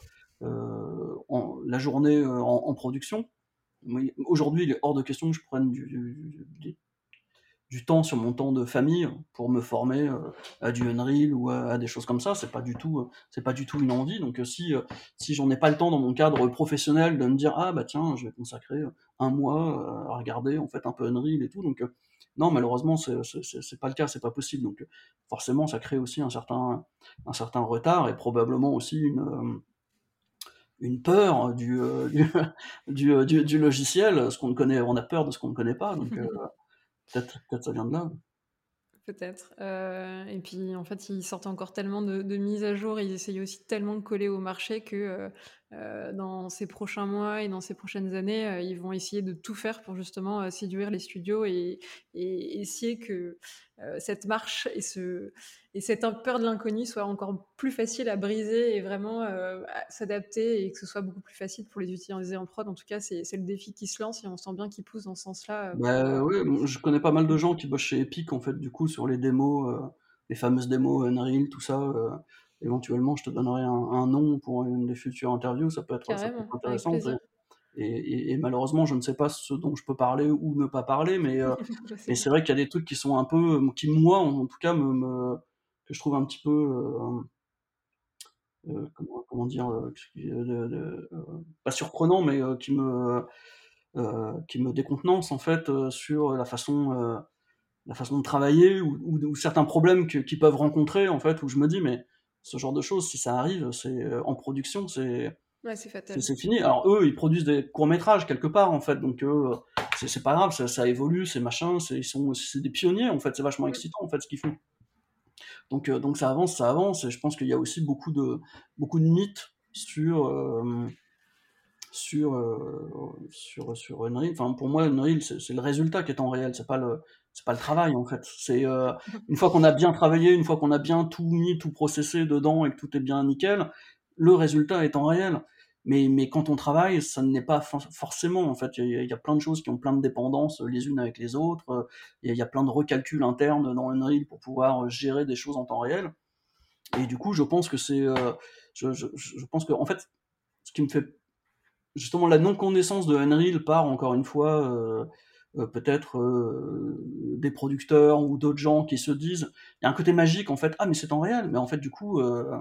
la journée en production. Oui, aujourd'hui, il est hors de question que je prenne du du temps sur mon temps de famille pour me former à du Unreal ou à des choses comme ça. C'est pas du tout une envie. Donc si j'en ai pas le temps dans mon cadre professionnel de me dire ah bah tiens je vais consacrer un mois à regarder en fait un peu Unreal et tout. Donc non malheureusement c'est pas le cas, c'est pas possible. Donc forcément ça crée aussi un certain retard et probablement aussi une peur du logiciel, ce qu'on ne connaît, on a peur de ce qu'on ne connaît pas, donc peut-être ça vient de là. Peut-être, et puis, en fait, ils sortent encore tellement de mises à jour, ils essayent aussi tellement de coller au marché que, dans ces prochains mois et dans ces prochaines années, ils vont essayer de tout faire pour justement, séduire les studios et essayer que, cette marche et cette peur de l'inconnu soit encore plus facile à briser et vraiment, à s'adapter et que ce soit beaucoup plus facile pour les utiliser en prod. En tout cas, c'est le défi qui se lance et on sent bien qu'ils poussent dans ce sens-là, pour, Bah, ouais, je connais pas mal de gens qui bossent chez Epic, en fait, du coup, sur les démos, les fameuses démos Unreal, tout ça, éventuellement, je te donnerai un nom pour une des futures interviews, ça peut être carrément, avec intéressant plaisir. et malheureusement, je ne sais pas ce dont je peux parler ou ne pas parler, Bah, c'est mais bien. c'est vrai qu'il y a des trucs qui sont un peu, qui moi, en tout cas, que je trouve un petit peu, comment dire, pas surprenant, mais qui me décontenance en fait sur la façon de travailler ou certains problèmes qu'ils peuvent rencontrer en fait, où je me dis mais ce genre de choses, si ça arrive, c'est en production, Ouais, c'est fatal. c'est fini. Alors eux, ils produisent des courts métrages quelque part en fait, donc c'est pas grave, ça évolue, c'est machin, c'est des pionniers en fait, c'est vachement Mmh. excitant en fait ce qu'ils font. Donc ça avance, et je pense qu'il y a aussi beaucoup de mythes sur Unreal. Enfin, pour moi, Unreal, c'est le résultat qui est en réel, c'est pas le travail en fait. C'est une fois qu'on a bien travaillé, une fois qu'on a bien tout mis, tout processé dedans et que tout est bien nickel, le résultat est en réel. Mais quand on travaille, ça ne l'est pas forcément en fait. Il y a plein de choses qui ont plein de dépendances les unes avec les autres. Il y a plein de recalculs internes dans Unreal pour pouvoir gérer des choses en temps réel. Et du coup, je pense que je pense que en fait, ce qui me fait justement la non-connaissance de Unreal par encore une fois peut-être des producteurs ou d'autres gens qui se disent il y a un côté magique en fait, ah mais c'est en réel, mais en fait du coup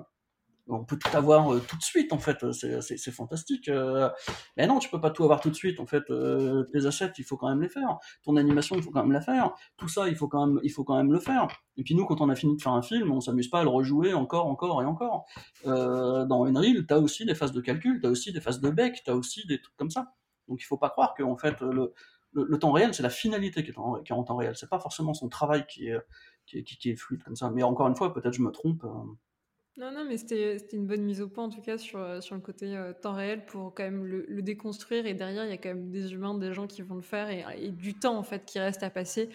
on peut tout avoir tout de suite en fait, c'est fantastique. Mais non, tu peux pas tout avoir tout de suite en fait. Tes assets, il faut quand même les faire. Ton animation, il faut quand même la faire. Tout ça, il faut quand même le faire. Et puis nous, quand on a fini de faire un film, on s'amuse pas à le rejouer encore et encore. Dans Unreal, t'as aussi des phases de calcul, t'as aussi des phases de bec, t'as aussi des trucs comme ça. Donc il faut pas croire que en fait le temps réel, c'est la finalité qui est en temps réel. C'est pas forcément son travail qui est fluide comme ça. Mais encore une fois, peut-être je me trompe. Non, non, mais c'était une bonne mise au point, en tout cas, sur le côté, temps réel pour quand même le déconstruire et derrière, il y a quand même des humains, des gens qui vont le faire et du temps, en fait, qui reste à passer,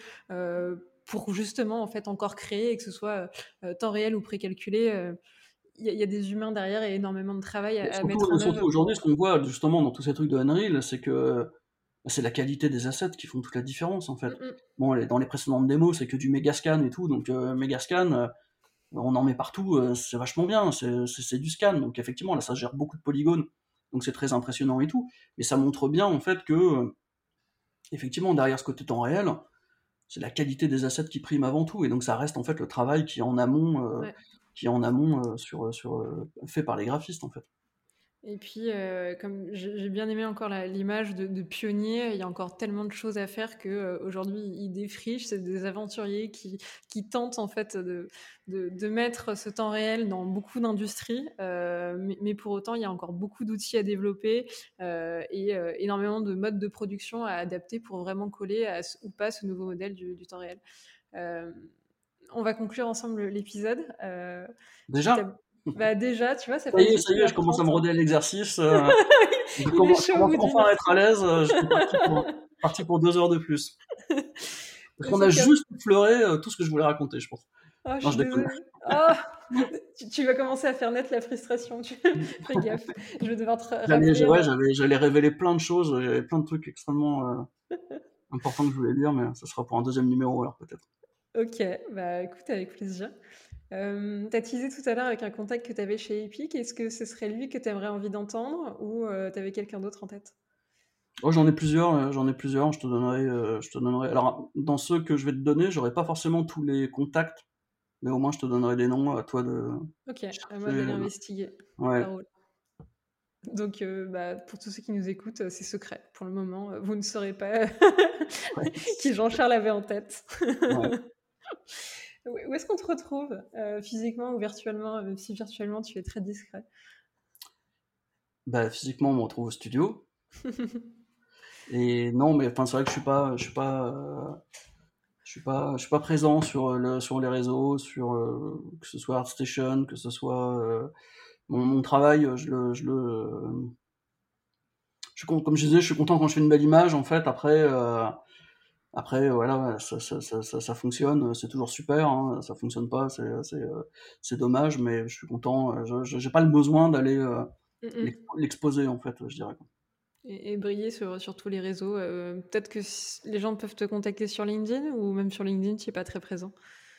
pour justement, en fait, encore créer et que ce soit, temps réel ou précalculé, il y a des humains derrière et énormément de travail Mais à mettre en surtout œuvre aujourd'hui, ce pour, qu'on voit justement dans tous ces trucs de Unreal, c'est que c'est la qualité des assets qui font toute la différence en fait. mmh mh. Bon, dans les précédentes démos, c'est que du Megascan et tout, donc Megascan, on en met partout, c'est vachement bien, c'est du scan, donc effectivement là ça gère beaucoup de polygones, donc c'est très impressionnant et tout, mais ça montre bien en fait que effectivement derrière ce côté temps réel, c'est la qualité des assets qui prime avant tout, et donc ça reste en fait le travail Ouais. qui est en amont fait par les graphistes en fait. Et puis, comme j'ai bien aimé encore l'image de pionnier, il y a encore tellement de choses à faire que, aujourd'hui ils défrichent. C'est des aventuriers qui tentent en fait de mettre ce temps réel dans beaucoup d'industries, mais pour autant il y a encore beaucoup d'outils à développer, et énormément de modes de production à adapter pour vraiment coller à ce ou pas ce nouveau modèle du temps réel. Hem, on va conclure ensemble l'épisode, si tu Déjà? bah, déjà, tu vois, ça fait juste Ça y une est, je heure commence à me 30. roder à l'exercice. Il est chaud au Commence bout d'une enfin à heure être à 30. l'aise. J'étais parti pour 2 heures de plus. Parce Mais qu'on a sauf qu'ap juste effleuré tout ce que je voulais raconter, je pense. oh, je Non, suis je déconne. désolée. Oh! Tu vas commencer à faire naître la frustration, tu fais gaffe. Je vais devoir te rappeler, J'allais révéler plein de choses. J'avais plein de trucs extrêmement importants que je voulais dire, mais ça sera pour un deuxième numéro alors peut-être. OK, bah, écoute avec plaisir. Tu teasé tout à l'heure avec un contact que tu avais chez Epic. Est-ce que ce serait lui que tu aurais envie d'entendre ou tu avais quelqu'un d'autre en tête? Oh, j'en ai plusieurs, je te donnerai. Alors, dans ceux que je vais te donner, j'aurai pas forcément tous les contacts, mais au moins je te donnerai les noms, à toi de Ok, à moi chercher. d'aller investiguer. Ouais. Ça roule. Donc, bah, pour tous ceux qui nous écoutent, c'est secret. Pour le moment, vous ne saurez pas Ouais. qui Jean-Charles avait en tête. Ouais. Où est-ce qu'on te retrouve physiquement ou virtuellement, même si virtuellement tu es très discret? Bah, physiquement, on me retrouve au studio. Et non, mais enfin, c'est vrai que je suis pas présent sur les réseaux, que ce soit ArtStation, que ce soit mon travail, comme je disais, je suis content quand je fais une belle image. En fait, après, voilà, ça fonctionne, c'est toujours super. Hein, ça fonctionne pas, c'est dommage, mais je suis content. J'ai pas le besoin d'aller Mmh mh. l'exposer, en fait, je dirais. Et briller sur tous les réseaux. Peut-être que les gens peuvent te contacter sur LinkedIn ou même sur LinkedIn, tu es pas très présent?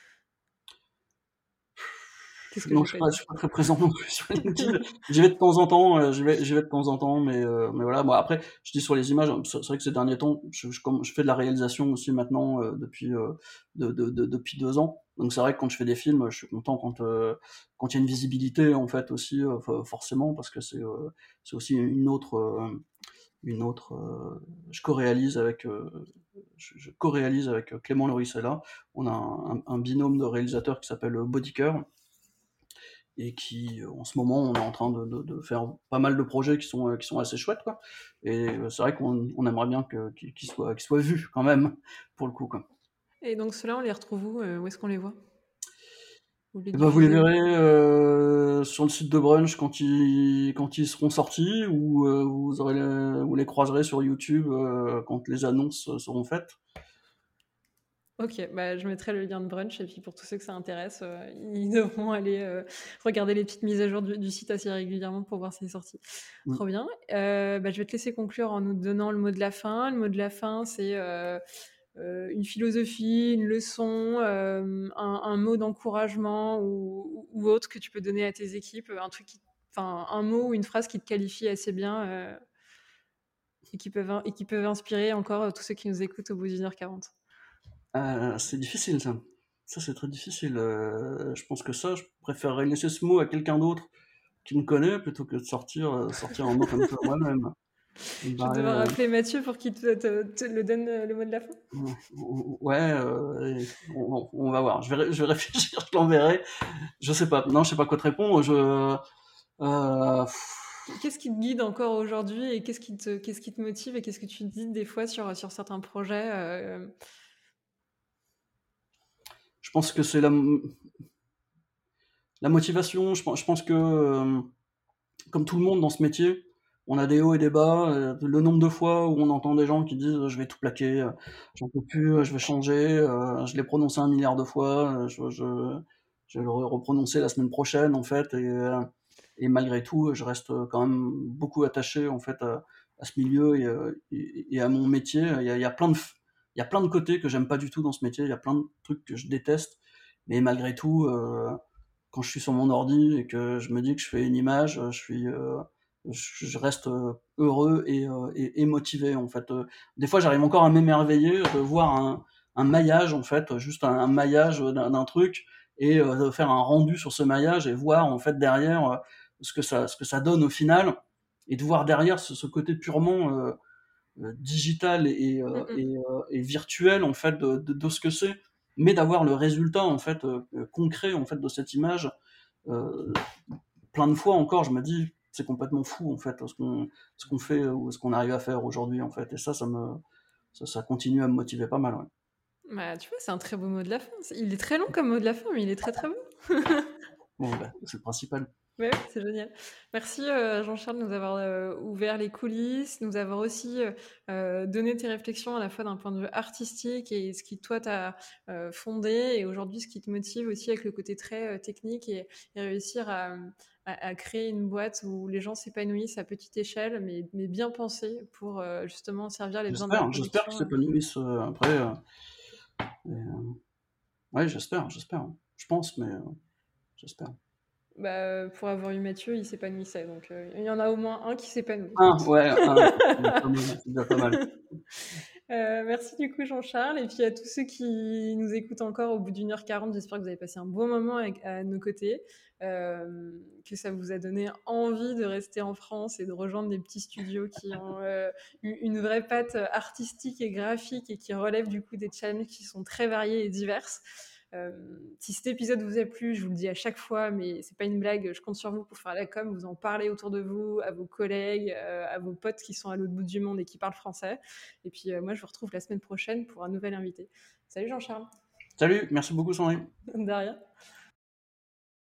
Qu'est-ce que Non, j'ai pas je dit? suis pas très présent non plus sur LinkedIn. J'y vais de temps en temps, j'y vais de temps en temps, mais voilà. Moi, après, je dis sur les images, c'est vrai que ces derniers temps, je fais de la réalisation aussi maintenant, depuis 2 ans. Donc c'est vrai que quand je fais des films, je suis content quand il y a une visibilité, en fait, aussi, forcément, parce que c'est aussi une autre, je co-réalise avec, je co-réalise avec Clément Lorisella. On a un binôme de réalisateurs qui s'appelle Bodycœur, et qui, en ce moment, on est en train de faire pas mal de projets qui sont assez chouettes, quoi. Et c'est vrai qu'on aimerait bien qu'ils soient vus quand même, pour le coup, quoi. Et donc ceux-là, on les retrouve où? Où est-ce qu'on les voit? Vous les Et ben, vous les diffusez où? verrez sur le site de Brunch quand ils seront sortis, ou vous les croiserez sur YouTube quand les annonces seront faites. OK, bah, je mettrai le lien de Brunch et puis pour tous ceux que ça intéresse, ils devront aller, regarder les petites mises à jour du site assez régulièrement pour voir ses sorties. Mm. Trop bien. Bah, je vais te laisser conclure en nous donnant le mot de la fin. Le mot de la fin, c'est, une philosophie, une leçon, un mot d'encouragement ou autre que tu peux donner à tes équipes, un truc enfin, un mot ou une phrase qui te qualifie assez bien, et qui peuvent inspirer encore, tous ceux qui nous écoutent au bout d'1 h 40. C'est difficile, ça. Ça, c'est très difficile. Je pense que ça, je préférerais laisser ce mot à quelqu'un d'autre qui me connaît, plutôt que de sortir un mot comme ça moi-même. Ça me Je vais paraît, devoir appeler Mathieu pour qu'il te le donne, le mot de la fin. ouais, on va voir. Je vais réfléchir, je l'enverrai. Je sais pas. Non, je sais pas quoi te répondre. Euh, Qu'est-ce qui te guide encore aujourd'hui et qu'est-ce qui te motive et qu'est-ce que tu te dis des fois sur certains projets je pense que c'est la motivation. Je pense que, comme tout le monde dans ce métier, on a des hauts et des bas. Le nombre de fois où on entend des gens qui disent je vais tout plaquer, j'en peux plus, je vais changer, je l'ai prononcé 1 milliard de fois, je vais le reprononcer la semaine prochaine, en fait, et malgré tout, je reste quand même beaucoup attaché, en fait, à ce milieu, et à mon métier. Il y a plein de côtés que j'aime pas du tout dans ce métier, il y a plein de trucs que je déteste, mais malgré tout, quand je suis sur mon ordi et que je me dis que je fais une image, je reste heureux et motivé, en fait. Des fois, j'arrive encore à m'émerveiller de voir un maillage, en fait, juste un maillage d'un truc, et de faire un rendu sur ce maillage et voir, en fait, derrière, ce que ça donne au final, et de voir derrière ce côté purement digital mm, mm. et virtuel, en fait, de ce que c'est, mais d'avoir le résultat, en fait, concret, en fait, de cette image. euh, Plein de fois encore, je me dis, c'est complètement fou, en fait, ce qu'on fait, ou ce qu'on arrive à faire aujourd'hui, en fait. Et ça continue à me motiver pas mal, ouais. Bah, tu vois, c'est un très beau mot de la fin. Il est très long comme mot de la fin, mais il est très très beau. Bon, bah, c'est le principal. Ouais, c'est génial. Merci Jean-Charles de nous avoir ouvert les coulisses, nous avoir aussi donné tes réflexions à la fois d'un point de vue artistique et ce qui toi t'a fondé et aujourd'hui ce qui te motive aussi avec le côté très technique et réussir à créer une boîte où les gens s'épanouissent à petite échelle mais bien pensée pour justement servir les besoins de la J'espère qu'ils production. s'épanouissent après. Et, ouais, j'espère. Je pense, mais j'espère. Bah, pour avoir eu Mathieu, il s'épanouissait, donc il y en a au moins un qui s'épanouit. Ouais, c'est déjà pas mal, c'est déjà pas mal. Merci du coup Jean-Charles, et puis à tous ceux qui nous écoutent encore au bout d'1h40, j'espère que vous avez passé un bon moment à nos côtés, que ça vous a donné envie de rester en France et de rejoindre des petits studios qui ont une vraie patte artistique et graphique et qui relèvent du coup des challenges qui sont très variés et diverses. Si cet épisode vous a plu, je vous le dis à chaque fois, mais c'est pas une blague, je compte sur vous pour faire la com, vous en parlez autour de vous, à vos collègues, à vos potes qui sont à l'autre bout du monde et qui parlent français. Et puis moi, je vous retrouve la semaine prochaine pour un nouvel invité. Salut Jean-Charles. Salut, merci beaucoup Sandrine. De rien.